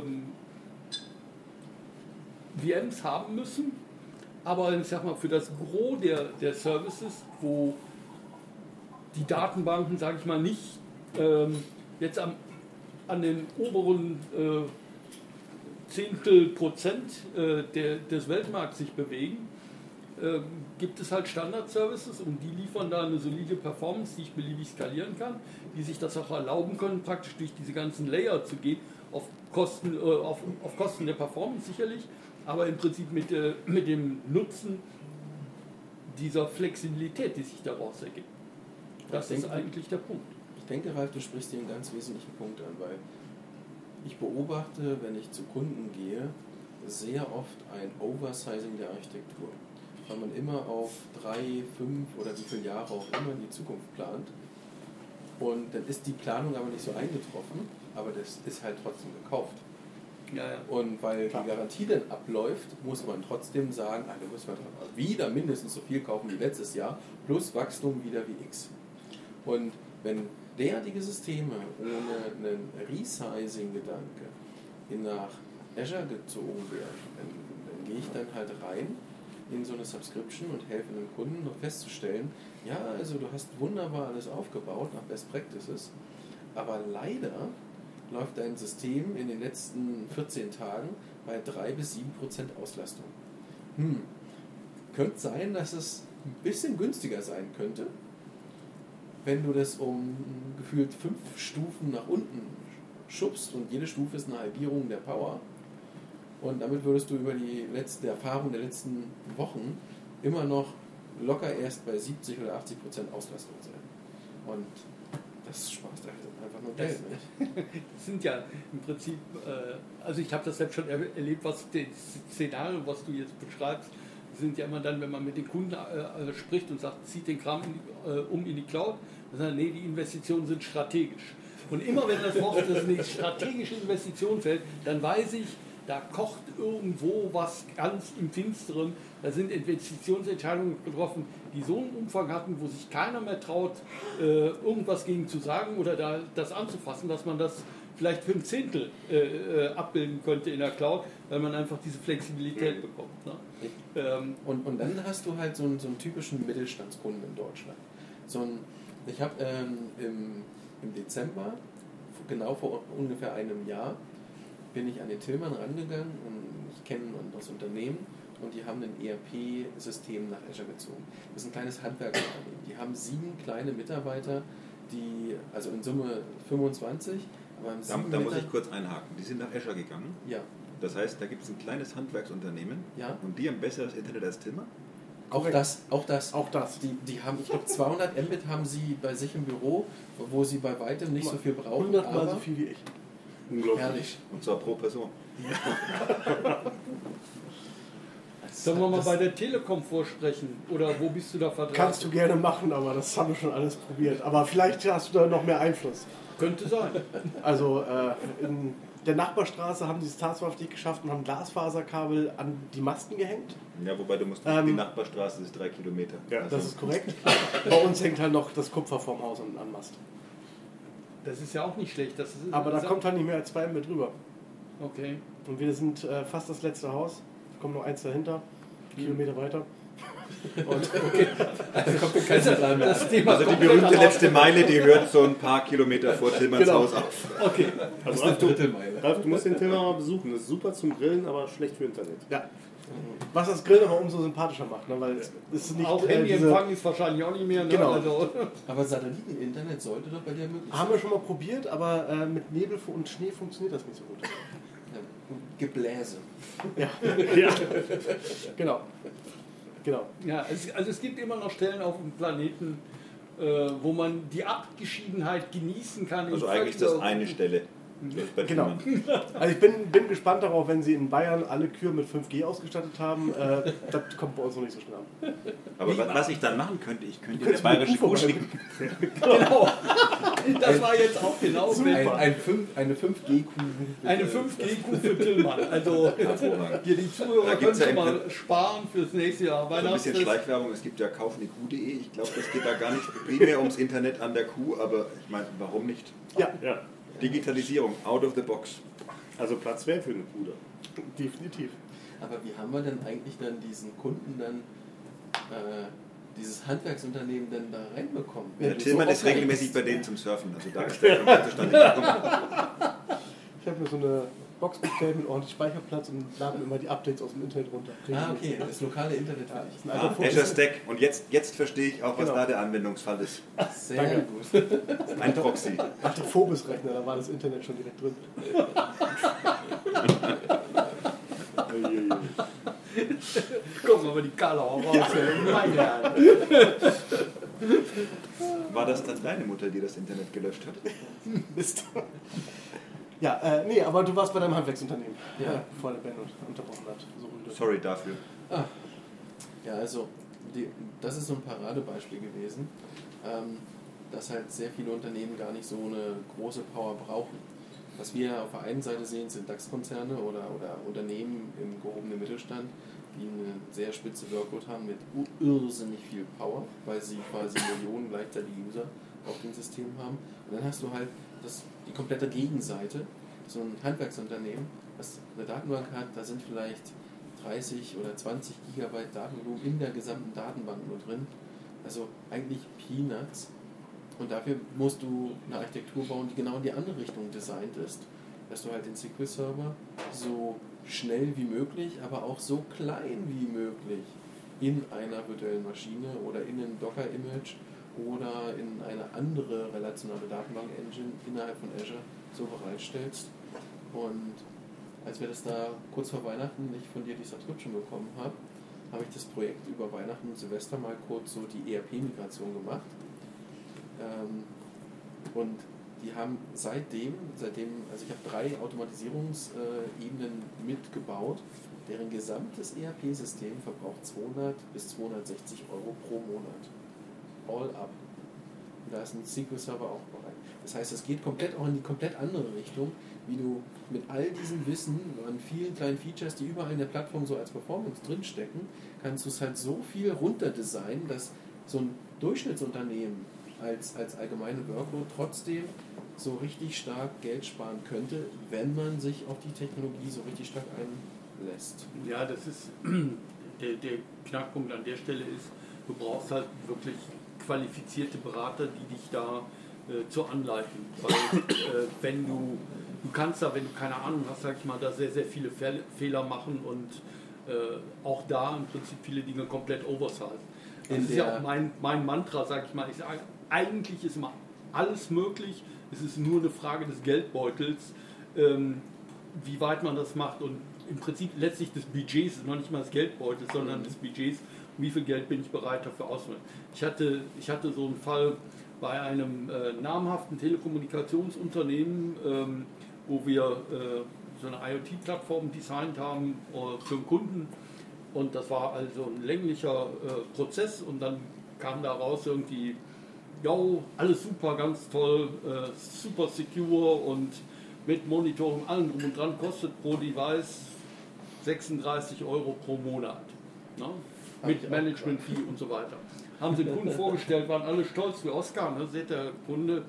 VMs haben müssen, aber ich sag mal, für das Gros der Services, wo die Datenbanken, sage ich mal, nicht jetzt an den oberen Zehntel Prozent des Weltmarkts sich bewegen, gibt es halt Standard-Services und die liefern da eine solide Performance, die ich beliebig skalieren kann, die sich das auch erlauben können, praktisch durch diese ganzen Layer zu gehen, auf Kosten der Performance sicherlich, aber im Prinzip mit dem Nutzen dieser Flexibilität, die sich daraus ergibt. Das ist eigentlich der Punkt. Ich denke, Ralf, du sprichst hier einen ganz wesentlichen Punkt an, weil ich beobachte, wenn ich zu Kunden gehe, sehr oft ein Oversizing der Architektur. Weil man immer auf 3, 5 oder wie viele Jahre auch immer in die Zukunft plant Und dann ist die Planung aber nicht so eingetroffen, aber das ist halt trotzdem gekauft. Ja. Und weil die Garantie dann abläuft, muss man trotzdem sagen, da müssen wir wieder mindestens so viel kaufen wie letztes Jahr, plus Wachstum wieder wie X. Und wenn derartige Systeme ohne einen Resizing-Gedanke nach Azure gezogen werden, dann gehe ich dann halt rein in so eine Subscription und helfe einem Kunden noch festzustellen, ja, also du hast wunderbar alles aufgebaut nach Best Practices, aber leider läuft dein System in den letzten 14 Tagen bei 3-7% Auslastung. Könnte sein, dass es ein bisschen günstiger sein könnte, wenn du das um gefühlt 5 Stufen nach unten schubst und jede Stufe ist eine Halbierung der Power. Und damit würdest du über die Erfahrung der letzten Wochen immer noch locker erst bei 70 oder 80% Auslastung sein. Und das spaßt einfach nur Geld. Das sind ja im Prinzip, also ich habe das selbst schon erlebt, was das Szenario, was du jetzt beschreibst, sind ja immer dann, wenn man mit den Kunden spricht und sagt, zieht den Kram in die Cloud, dann sagen, nee, die Investitionen sind strategisch. Und immer wenn das Wort das eine strategische Investition fällt, dann weiß ich, da kocht irgendwo was ganz im Finsteren. Da sind Investitionsentscheidungen getroffen, die so einen Umfang hatten, wo sich keiner mehr traut, irgendwas gegen zu sagen oder das anzufassen, dass man das vielleicht für ein Zehntel abbilden könnte in der Cloud, weil man einfach diese Flexibilität bekommt. Ne? Und dann hast du halt so einen typischen Mittelstandskunden in Deutschland. Ich habe im Dezember, genau vor ungefähr einem Jahr, bin ich an den Tillmann rangegangen und ich kenne das Unternehmen und die haben ein ERP-System nach Azure gezogen. Das ist ein kleines Handwerksunternehmen. Die haben 7 kleine Mitarbeiter, also in Summe 25. Aber da muss ich kurz einhaken. Die sind nach Azure gegangen. Ja. Das heißt, da gibt es ein kleines Handwerksunternehmen und die haben besseres Internet als Tillmann? Auch das. Die haben, ich glaube, 200 Mbit haben sie bei sich im Büro, wo sie bei weitem nicht so viel brauchen. 100 Mal so viel wie ich. Unglaublich. Herrlich. Und zwar pro Person. Sollen wir mal bei der Telekom vorsprechen? Oder wo bist du da verdrahtet? Kannst du gerne machen, aber das haben wir schon alles probiert. Aber vielleicht hast du da noch mehr Einfluss. Könnte sein. Also in der Nachbarstraße haben sie es tatsächlich nicht geschafft und haben Glasfaserkabel an die Masten gehängt. Ja, wobei du musst die Nachbarstraße ist 3 Kilometer. Ja, also. Das ist korrekt. Bei uns hängt halt noch das Kupfer vorm Haus an Mast. Das ist ja auch nicht schlecht. Aber da kommt halt nicht mehr als 2 Mbit drüber. Okay. Und wir sind fast das letzte Haus. Da kommt noch eins dahinter, Kilometer weiter. Und okay. Also kommt kein Signal mehr. Also die berühmte letzte Meile, die hört so ein paar Kilometer vor Tillmanns Haus auf. Okay. Also Ralf, du musst den Tillmann mal besuchen. Das ist super zum Grillen, aber schlecht für Internet. Ja. Was das Grillen aber umso sympathischer macht, ne? Weil es ist nicht auch Handyempfang ist wahrscheinlich auch nicht mehr. Ne? Genau. Also. Aber Satelliten-Internet sollte doch bei dir möglich sein. Haben wir schon mal probiert, aber mit Nebel und Schnee funktioniert das nicht so gut. Ja, Gebläse. Ja. Genau. Ja, also es gibt immer noch Stellen auf dem Planeten, wo man die Abgeschiedenheit genießen kann. Also eigentlich ist das eine Stelle. Genau. Also ich bin gespannt darauf, wenn sie in Bayern alle Kühe mit 5G ausgestattet haben. Das kommt bei uns noch nicht so schnell an. Aber was ich dann machen könnte, ich könnte eine bayerische Kuh schicken. Genau. Das war jetzt auch genau eine 5G-Kuh. Eine 5G-Kuh für Tillmann. Also hier die Zuhörer können schon mal sparen fürs nächste Jahr. So ein bisschen Schleichwerbung, es gibt ja kaufnekuh.de. Ich glaube, das geht da gar nicht primär ums Internet an der Kuh, aber ich meine, warum nicht? Ja. Digitalisierung, out of the box. Also Platz wäre für eine Kuh da. Definitiv. Aber wie haben wir denn eigentlich dann diesen Kunden dann, dieses Handwerksunternehmen dann da reinbekommen? Der Tillmann ist regelmäßig bei denen zum Surfen, also da ist der Kontakt zustande gekommen. Ich habe mir so eine Box bestellt mit ordentlich Speicherplatz und lade immer die Updates aus dem Internet runter. Okay, das lokale Internet für dich. Azure Stack. Und jetzt verstehe ich auch, was da der Anwendungsfall ist. Sehr gut. Ein Proxy. Ach, der Phobos-Rechner, da war das Internet schon direkt drin. Guck mal, die Karlauer raus. Meine Herren. War das dann deine Mutter, die das Internet gelöscht hat? Mist. Ja, nee, aber du warst bei deinem Handwerksunternehmen, bevor der Ben unterbrochen hat. So Sorry dafür. Ja, also, das ist so ein Paradebeispiel gewesen. dass halt sehr viele Unternehmen gar nicht so eine große Power brauchen. Was wir auf der einen Seite sehen, sind DAX-Konzerne oder Unternehmen im gehobenen Mittelstand, die eine sehr spitze Workload haben mit irrsinnig viel Power, weil sie quasi Millionen gleichzeitige User auf dem System haben. Und dann hast du halt die komplette Gegenseite, so ein Handwerksunternehmen, das eine Datenbank hat, da sind vielleicht 30 oder 20 Gigabyte Datenvolumen in der gesamten Datenbank nur drin. Also eigentlich Peanuts. Und dafür musst du eine Architektur bauen, die genau in die andere Richtung designt ist. Dass du halt den SQL-Server so schnell wie möglich, aber auch so klein wie möglich in einer virtuellen Maschine oder in einem Docker-Image oder in eine andere relationale Datenbank-Engine innerhalb von Azure so bereitstellst. Und als wir das da kurz vor Weihnachten nicht von dir die Subscription bekommen haben, habe ich das Projekt über Weihnachten und Silvester mal kurz so die ERP-Migration gemacht. Und die haben seitdem, also ich habe 3 Automatisierungsebenen mitgebaut, deren gesamtes ERP-System verbraucht 200 bis 260 Euro pro Monat. All up. Und da ist ein SQL-Server auch bereit. Das heißt, es geht komplett auch in die komplett andere Richtung, wie du mit all diesem Wissen an vielen kleinen Features, die überall in der Plattform so als Performance drinstecken, kannst du es halt so viel runterdesignen, dass so ein Durchschnittsunternehmen als allgemeine Workload trotzdem so richtig stark Geld sparen könnte, wenn man sich auf die Technologie so richtig stark einlässt. Ja, das ist der Knackpunkt an der Stelle ist, du brauchst halt wirklich qualifizierte Berater, die dich da zu anleiten. Weil wenn du kannst da, wenn du keine Ahnung hast, sag ich mal, da sehr, sehr viele Fehler machen und auch da im Prinzip viele Dinge komplett oversize. Das ist ja auch mein Mantra, sag ich mal. Ich sage, eigentlich ist immer alles möglich, es ist nur eine Frage des Geldbeutels, wie weit man das macht und im Prinzip letztlich des Budgets, ist noch nicht mal des Geldbeutels, sondern des Budgets, wie viel Geld bin ich bereit dafür auszugeben. Ich hatte so einen Fall bei einem namhaften Telekommunikationsunternehmen, wo wir so eine IoT-Plattform designt haben für einen Kunden und das war also ein länglicher Prozess und dann kam da raus irgendwie, jo, alles super, ganz toll, super secure und mit Monitoring, allem drum und dran, kostet pro Device 36 Euro pro Monat. Ne? Mit Management-Fee und so weiter. Haben sie den Kunden vorgestellt, waren alle stolz wie Oscar. Ne? Seht der Kunde,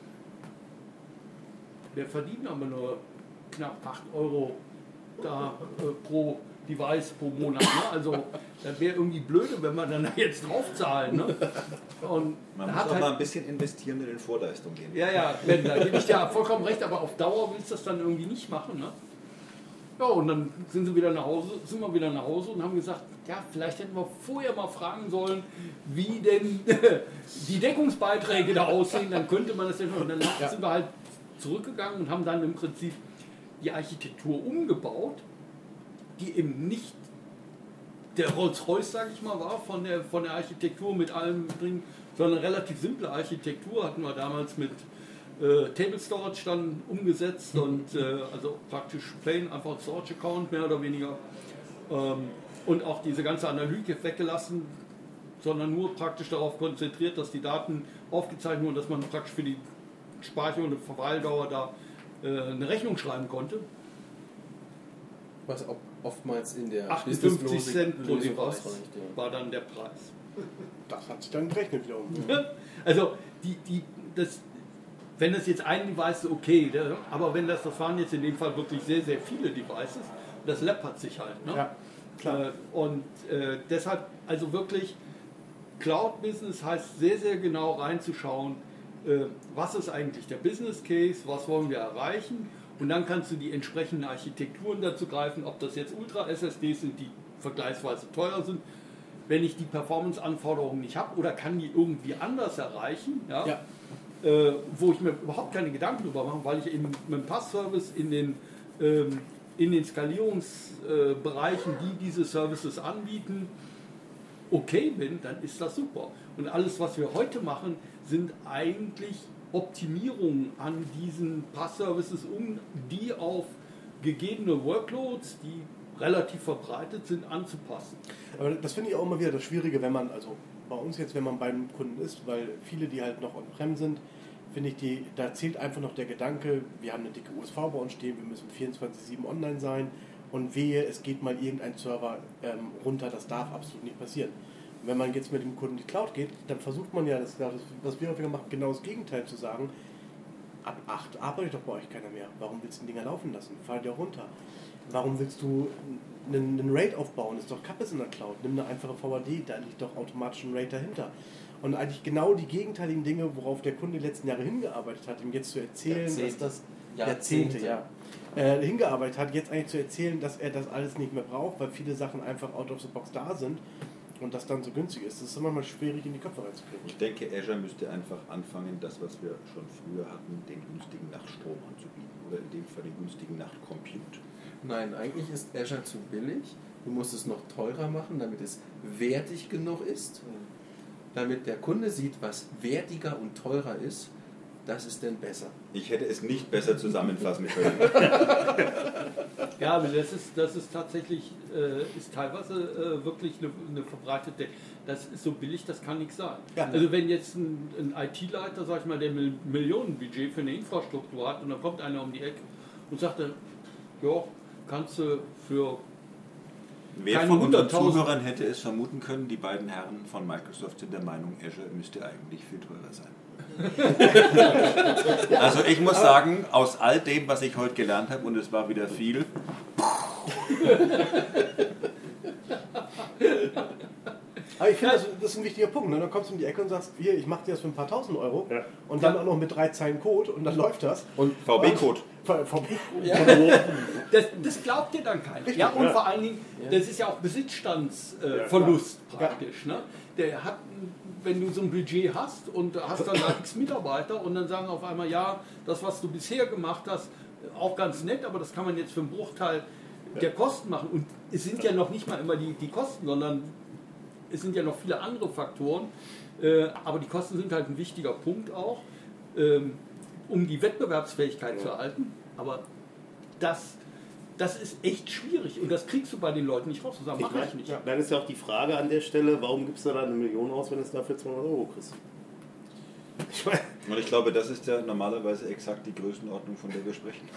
der verdient aber nur knapp 8 Euro da pro Device pro Monat. Ne? Also das wäre irgendwie blöde, wenn man dann jetzt draufzahlen. Ne? Und man muss auch mal ein bisschen investieren in den Vorleistungen. Ja, Ben, da gebe ich dir vollkommen recht, aber auf Dauer willst du das dann irgendwie nicht machen. Ne? Ja, und dann sind wir wieder nach Hause und haben gesagt, ja, vielleicht hätten wir vorher mal fragen sollen, wie denn die Deckungsbeiträge da aussehen, dann könnte man das ja schon. Und dann sind wir halt zurückgegangen und haben dann im Prinzip die Architektur umgebaut, die eben nicht der Rolls-Royce, sage ich mal, war von der Architektur mit allem drin, sondern eine relativ simple Architektur hatten wir damals mit Table Storage dann umgesetzt und also praktisch plain, einfach Storage Account mehr oder weniger und auch diese ganze Analytik weggelassen, sondern nur praktisch darauf konzentriert, dass die Daten aufgezeichnet wurden, dass man praktisch für die Speicherung und Verweildauer da eine Rechnung schreiben konnte. Was auch oftmals in der 58 Cent pro Device war dann der Preis. Das hat sich dann gerechnet wiederum. Also wenn das jetzt ein Device ist, okay, aber wenn das waren jetzt in dem Fall wirklich sehr, sehr viele Devices, das läppert sich halt. Ne? Ja, klar. Und deshalb, also wirklich, Cloud-Business heißt sehr, sehr genau reinzuschauen, was ist eigentlich der Business Case, was wollen wir erreichen und dann kannst du die entsprechenden Architekturen dazu greifen, ob das jetzt Ultra-SSDs sind, die vergleichsweise teuer sind, wenn ich die Performance-Anforderungen nicht habe oder kann die irgendwie anders erreichen, ja. Wo ich mir überhaupt keine Gedanken drüber mache, weil ich eben mit dem Pass-Service in den Skalierungsbereichen, die diese Services anbieten, okay bin, dann ist das super. Und alles, was wir heute machen, sind eigentlich Optimierungen an diesen Pass-Services, um die auf gegebene Workloads, die relativ verbreitet sind, anzupassen. Aber das finde ich auch immer wieder das Schwierige, wenn man, also bei uns jetzt, wenn man beim Kunden ist, weil viele, die halt noch on-prem sind, finde ich, da zählt einfach noch der Gedanke, wir haben eine dicke USV bei uns stehen, wir müssen 24/7 online sein und wehe, es geht mal irgendein Server runter, das darf absolut nicht passieren. Und wenn man jetzt mit dem Kunden in die Cloud geht, dann versucht man ja, das was wir häufiger machen, genau das Gegenteil zu sagen, ab 8 arbeitet doch bei euch keiner mehr. Warum willst du den Dinger laufen lassen? Fahr dir runter. Warum willst du einen RAID aufbauen? Ist doch Kappes in der Cloud. Nimm eine einfache VAD, da liegt doch automatisch ein RAID dahinter. Und eigentlich genau die gegenteiligen Dinge, worauf der Kunde die letzten Jahre hingearbeitet hat, ihm jetzt zu erzählen, dass das Jahrzehnte hingearbeitet hat, jetzt eigentlich zu erzählen, dass er das alles nicht mehr braucht, weil viele Sachen einfach out of the box da sind und das dann so günstig ist. Das ist immer mal schwierig in die Köpfe reinzukriegen. Ich denke, Azure müsste einfach anfangen, das, was wir schon früher hatten, den günstigen Nachtstrom anzubieten. Oder in dem Fall den günstigen Nachtcompute. Nein, eigentlich ist Azure zu billig. Du musst es noch teurer machen, damit es wertig genug ist. Damit der Kunde sieht, was wertiger und teurer ist. Das ist denn besser. Ich hätte es nicht besser zusammenfassen können. Ja, aber das ist tatsächlich, ist teilweise wirklich eine verbreitete, das ist so billig, das kann nichts sein. Ja. Also wenn jetzt ein IT-Leiter, sag ich mal, der Millionenbudget für eine Infrastruktur hat und dann kommt einer um die Ecke und sagt dann, ja, kannst du für Wer von unseren Zuhörern hätte es vermuten können, die beiden Herren von Microsoft sind der Meinung, Azure müsste eigentlich viel teurer sein. Also ich muss sagen, aus all dem, was ich heute gelernt habe, und es war wieder viel, aber ich finde, das ist ein wichtiger Punkt. Ne? Dann kommst du um die Ecke und sagst, hier, ich mache dir das für ein paar tausend Euro und dann auch noch mit 3 Zeilen Code und dann läuft das. Und VB-Code. Ja. Das glaubt dir dann keiner. Ja, und vor allen Dingen, das ist ja auch Besitzstandsverlust praktisch. Ne? Der hat, wenn du so ein Budget hast und hast dann x Mitarbeiter und dann sagen auf einmal, ja, das, was du bisher gemacht hast, auch ganz nett, aber das kann man jetzt für einen Bruchteil der Kosten machen. Und es sind ja noch nicht mal immer die Kosten, sondern es sind ja noch viele andere Faktoren, aber die Kosten sind halt ein wichtiger Punkt auch, um die Wettbewerbsfähigkeit zu erhalten. Aber das ist echt schwierig und das kriegst du bei den Leuten nicht raus. Das mache ich nicht. Ja. Dann ist ja auch die Frage an der Stelle, warum gibst du da 1 Million aus, wenn es dafür 200 Euro kriegst? Und ich glaube, das ist ja normalerweise exakt die Größenordnung, von der wir sprechen.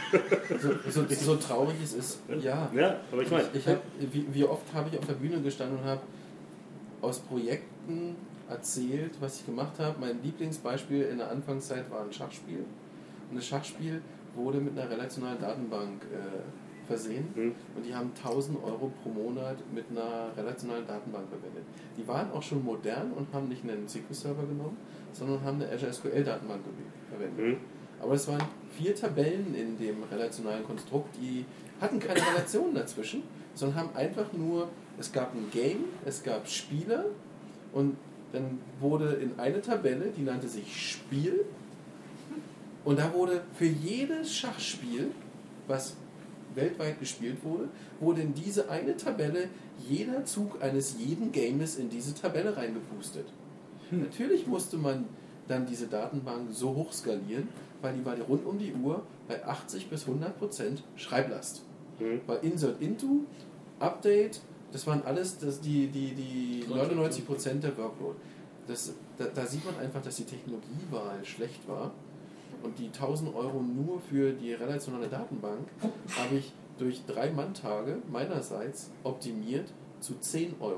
So traurig es ist, ja. Aber ich meine, wie oft habe ich auf der Bühne gestanden und habe aus Projekten erzählt, was ich gemacht habe. Mein Lieblingsbeispiel in der Anfangszeit war ein Schachspiel. Und das Schachspiel wurde mit einer relationalen Datenbank versehen und die haben 1.000 Euro pro Monat mit einer relationalen Datenbank verwendet. Die waren auch schon modern und haben nicht einen SQL-Server genommen, sondern haben eine Azure SQL-Datenbank verwendet. Aber es waren 4 Tabellen in dem relationalen Konstrukt, die hatten keine Relationen dazwischen, sondern haben einfach nur, es gab ein Game, es gab Spieler und dann wurde in eine Tabelle, die nannte sich Spiel, und da wurde für jedes Schachspiel, was weltweit gespielt wurde in diese eine Tabelle jeder Zug eines jeden Games in diese Tabelle reingepustet. Natürlich musste man dann diese Datenbank so hoch skalieren, weil die war rund um die Uhr bei 80 bis 100% Schreiblast. Bei Insert Into, Update, das waren alles die 99% der Workload. Da sieht man einfach, dass die Technologiewahl schlecht war. Und die 1.000 Euro nur für die relationale Datenbank habe ich durch 3 Manntage meinerseits optimiert zu 10 Euro.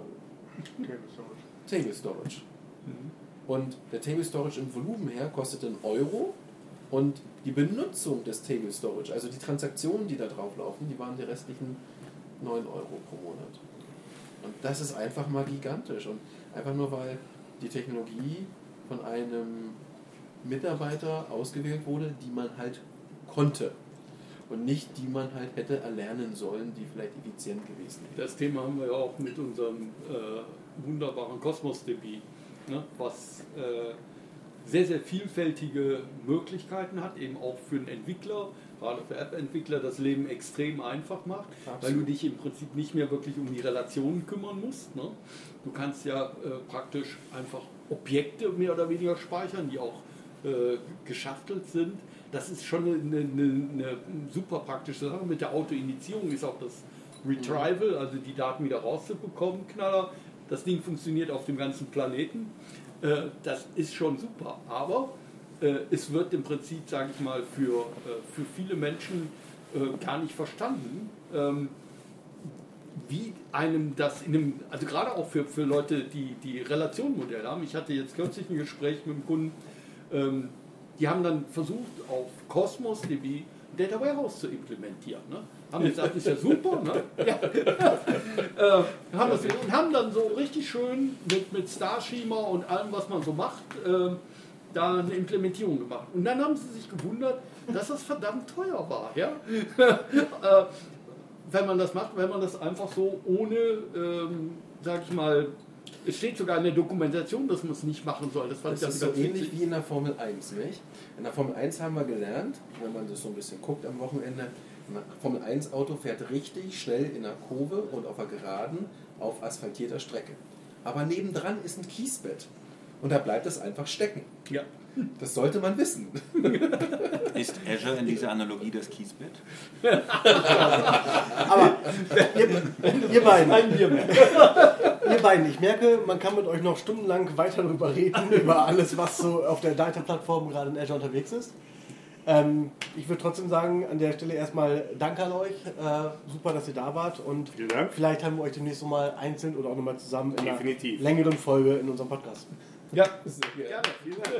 Table Storage. Und der Table Storage im Volumen her kostete 1 Euro und die Benutzung des Table Storage, also die Transaktionen, die da drauf laufen, die waren die restlichen 9 Euro pro Monat. Und das ist einfach mal gigantisch. Und einfach nur, weil die Technologie von einem Mitarbeiter ausgewählt wurde, die man halt konnte und nicht die man halt hätte erlernen sollen, die vielleicht effizient gewesen wären. Das Thema haben wir ja auch mit unserem wunderbaren Cosmos DB, ne, was sehr, sehr vielfältige Möglichkeiten hat, eben auch für einen Entwickler, gerade für App-Entwickler, das Leben extrem einfach macht, weil du dich im Prinzip nicht mehr wirklich um die Relationen kümmern musst. Ne? Du kannst ja praktisch einfach Objekte mehr oder weniger speichern, die auch geschachtelt sind. Das ist schon eine super praktische Sache. Mit der Autoinitierung ist auch das Retrieval, also die Daten wieder rauszubekommen, Knaller. Das Ding funktioniert auf dem ganzen Planeten. Das ist schon super, aber es wird im Prinzip, sage ich mal, für viele Menschen gar nicht verstanden, wie einem das also gerade auch für Leute, die Relationenmodelle haben. Ich hatte jetzt kürzlich ein Gespräch mit einem Kunden, die haben dann versucht, auf Cosmos DB Data Warehouse zu implementieren. Ne? Haben gesagt, ist ja super. Ne? Ja. Haben dann so richtig schön mit Star-Schema und allem, was man so macht, da eine Implementierung gemacht. Und dann haben sie sich gewundert, dass das verdammt teuer war. Ja? Wenn man das macht, wenn man das einfach so ohne, sag ich mal, es steht sogar in der Dokumentation, dass man es nicht machen soll. Das fand ich ist so ähnlich wie in der Formel 1, nicht? In der Formel 1 haben wir gelernt, wenn man das so ein bisschen guckt am Wochenende, ein Formel 1 Auto fährt richtig schnell in der Kurve und auf der Geraden auf asphaltierter Strecke. Aber nebendran ist ein Kiesbett und da bleibt es einfach stecken. Ja. Das sollte man wissen. Ist Azure in dieser Analogie das Kiesbett? Aber ihr beiden, ich merke, man kann mit euch noch stundenlang weiter darüber reden, über alles, was so auf der Data-Plattform gerade in Azure unterwegs ist. Ich würde trotzdem sagen, an der Stelle erstmal Danke an euch. Super, dass ihr da wart. Und vielleicht haben wir euch demnächst noch mal einzeln oder auch nochmal zusammen in einer längeren Folge in unserem Podcast. Ja, sehr gerne. Vielen Dank.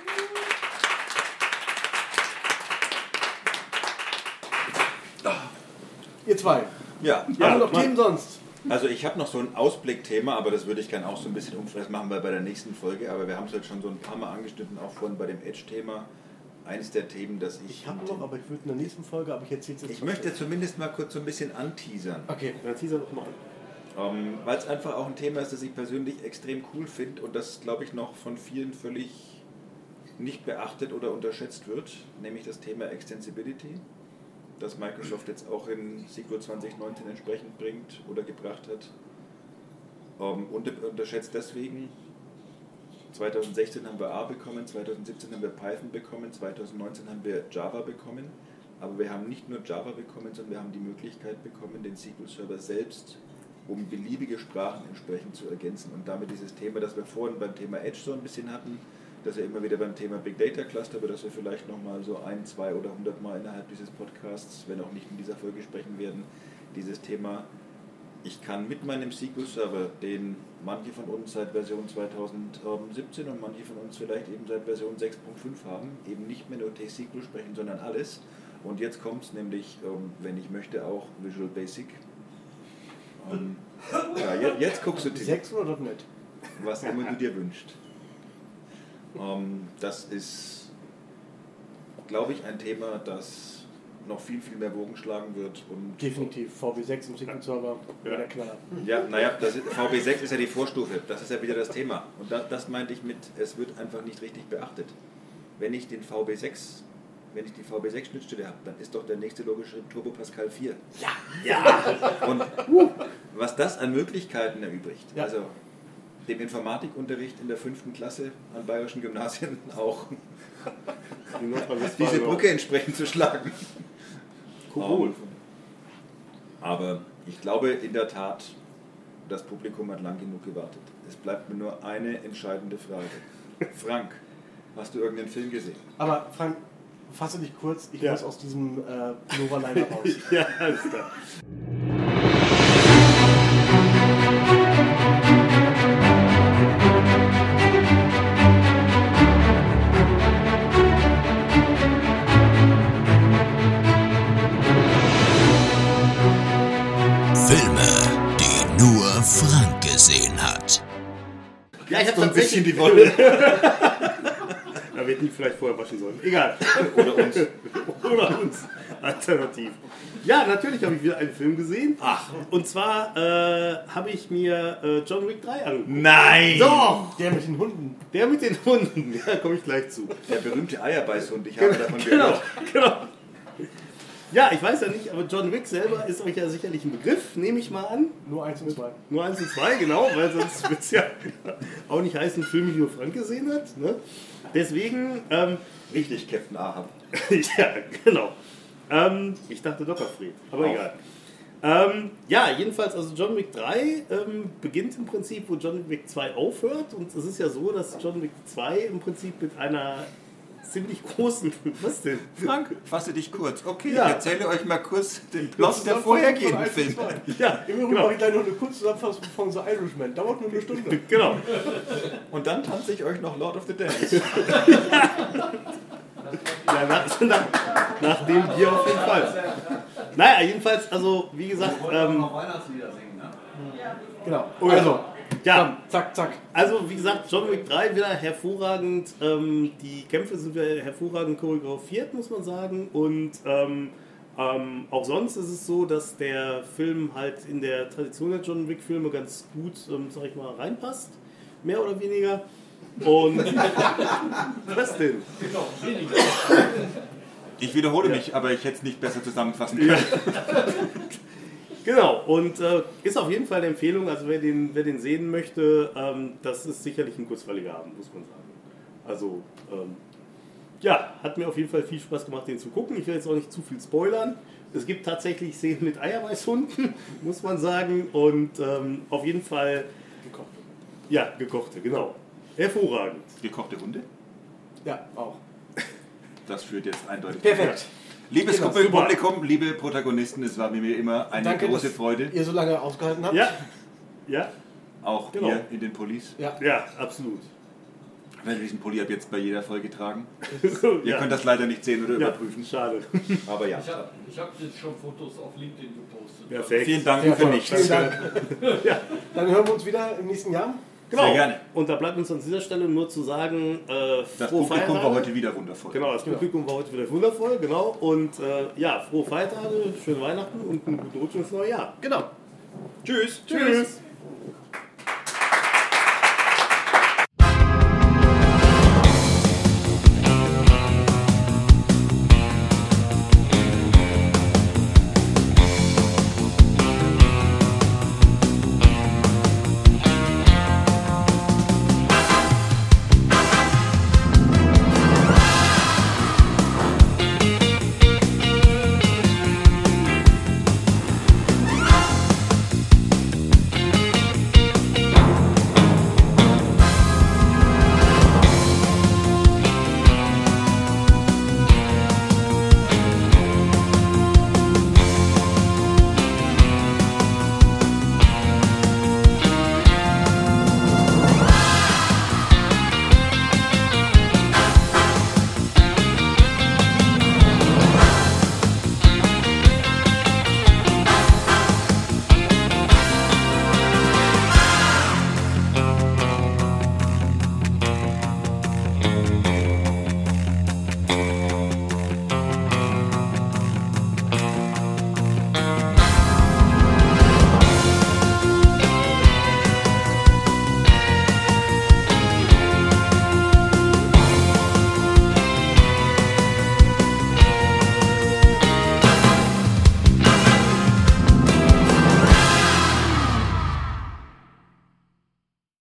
Ihr zwei. Ja. Haben wir noch Themen sonst? Also ich habe noch so ein Ausblickthema, aber das würde ich gerne auch so ein bisschen umfassen, machen wir bei der nächsten Folge. Aber wir haben es jetzt schon so ein paar Mal angeschnitten, auch vorhin bei dem Edge-Thema. Eines der Themen, das ich habe noch, aber ich würde in der nächsten Folge, aber ich erzähle es jetzt. Ich möchte zumindest mal kurz so ein bisschen anteasern. Okay, dann teaser doch mal an. Weil es einfach auch ein Thema ist, das ich persönlich extrem cool finde und das, glaube ich, noch von vielen völlig nicht beachtet oder unterschätzt wird, nämlich das Thema Extensibility, das Microsoft jetzt auch in SQL 2019 entsprechend bringt oder gebracht hat. Und unterschätzt deswegen, 2016 haben wir A bekommen, 2017 haben wir Python bekommen, 2019 haben wir Java bekommen, aber wir haben nicht nur Java bekommen, sondern wir haben die Möglichkeit bekommen, den SQL Server selbst um beliebige Sprachen entsprechend zu ergänzen. Und damit dieses Thema, das wir vorhin beim Thema Edge so ein bisschen hatten, dass wir immer wieder beim Thema Big Data Cluster, aber dass wir vielleicht nochmal so 1, 2 oder 100 Mal innerhalb dieses Podcasts, wenn auch nicht in dieser Folge sprechen werden, dieses Thema, ich kann mit meinem SQL Server, den manche von uns seit Version 2017 und manche von uns vielleicht eben seit Version 6.5 haben, eben nicht mehr nur T-SQL sprechen, sondern alles. Und jetzt kommt es nämlich, wenn ich möchte, auch Visual Basic. Ja, jetzt guckst du 6 oder .NET? Was immer du dir wünschst. Das ist, glaube ich, ein Thema, das noch viel, viel mehr Bogen schlagen wird. Und definitiv, VB6 im SQL Server, ja. Der Knaller. Ja, naja, VB6 ist ja die Vorstufe, das ist ja wieder das Thema. Und das meinte ich mit, es wird einfach nicht richtig beachtet. Wenn ich die VB6-Schnittstelle habe, dann ist doch der nächste logische Turbo Pascal 4. Ja! Und was das an Möglichkeiten erübrigt, also dem Informatikunterricht in der 5. Klasse an bayerischen Gymnasien auch diese Brücke entsprechend zu schlagen. Cool. Aber ich glaube in der Tat, das Publikum hat lang genug gewartet. Es bleibt mir nur eine entscheidende Frage. Frank, hast du irgendeinen Film gesehen? Aber Frank, fasse dich kurz, ich muss aus diesem Nova-Liner raus. Ja, alles klar. Filme, die nur Frank gesehen hat. Ja, ich habe ein bisschen die Wolle. Da wird die vielleicht vorher waschen sollen. Egal. Oder uns. Oder uns. Alternativ. Ja, natürlich habe ich wieder einen Film gesehen. Ach. Und zwar habe ich mir John Wick 3 angeguckt. Nein! Doch! Der mit den Hunden. Der mit den Hunden. Ja, komme ich gleich zu. Der berühmte Eierbeißhund, ich habe davon gehört. Genau. Ja, ja, ich weiß ja nicht, aber John Wick selber ist euch ja sicherlich ein Begriff, nehme ich mal an. Nur 1 und 2. Nur 1 und 2, genau, weil sonst wird es ja auch nicht heißen, Film, die nur Frank gesehen hat. Ne? Deswegen... Richtig, Captain Ahab. Ja, genau. Ich dachte Dr. Fred, aber egal. Ja, jedenfalls, also John Wick 3 beginnt im Prinzip, wo John Wick 2 aufhört. Und es ist ja so, dass John Wick 2 im Prinzip mit einer ziemlich großen... Was denn? Frank, fasse dich kurz. Okay, Ja. ich erzähle euch mal kurz den Plot der vorhergehenden Filme. Ja, Im Übrigen mache ich gleich noch eine kurze Zusammenfassung von The Irishman. Dauert nur eine Stunde. Genau. Und dann tanze ich euch noch Lord of the Dance. Ja, nach dem Bier auf jeden Fall. Naja, jedenfalls, also wie gesagt... noch Weihnachtslieder singen, ne? Genau. Oh ja. Also, Ja, komm, zack, zack. also wie gesagt, John Wick 3 wieder hervorragend. Die Kämpfe sind wieder hervorragend choreografiert, muss man sagen. Und auch sonst ist es so, dass der Film halt in der Tradition der John Wick Filme ganz gut, sag ich mal, reinpasst. Mehr oder weniger. Und was denn? Ich wiederhole mich, aber ich hätte es nicht besser zusammenfassen können. Genau, und ist auf jeden Fall eine Empfehlung, also wer den sehen möchte, das ist sicherlich ein kurzweiliger Abend, muss man sagen. Also, ja, hat mir auf jeden Fall viel Spaß gemacht, den zu gucken. Ich will jetzt auch nicht zu viel spoilern. Es gibt tatsächlich Szenen mit Eierweißhunden, muss man sagen, und auf jeden Fall... Gekochte. Ja, gekochte, genau. Hervorragend. Gekochte Hunde? Ja, auch. Das führt jetzt eindeutig. Perfekt. Liebes Genau, Publikum, liebe Protagonisten, es war mir immer eine Danke, große dass Freude. ihr so lange ausgehalten habt. Ja, ja, Auch Genau. hier in den Pullis. Ja. ja, absolut. Ich werde diesen Pulli ab jetzt bei jeder Folge tragen. So, Ihr ja. könnt das leider nicht sehen oder Ja, überprüfen. schade. Aber ja. Ich hab jetzt schon Fotos auf LinkedIn gepostet. Perfekt. Vielen Dank Sehr für voll. nichts. Vielen Dank. Dann hören wir uns wieder im nächsten Jahr. Genau. Sehr gerne. Und da bleibt uns an dieser Stelle nur zu sagen, Das frohe Publikum war Feiertage. heute wieder wundervoll. Genau, das Publikum war heute wieder wundervoll, genau. Und ja, frohe Feiertage, schöne Weihnachten und einen guten Rutsch ins neue Jahr. Genau. Tschüss. Tschüss.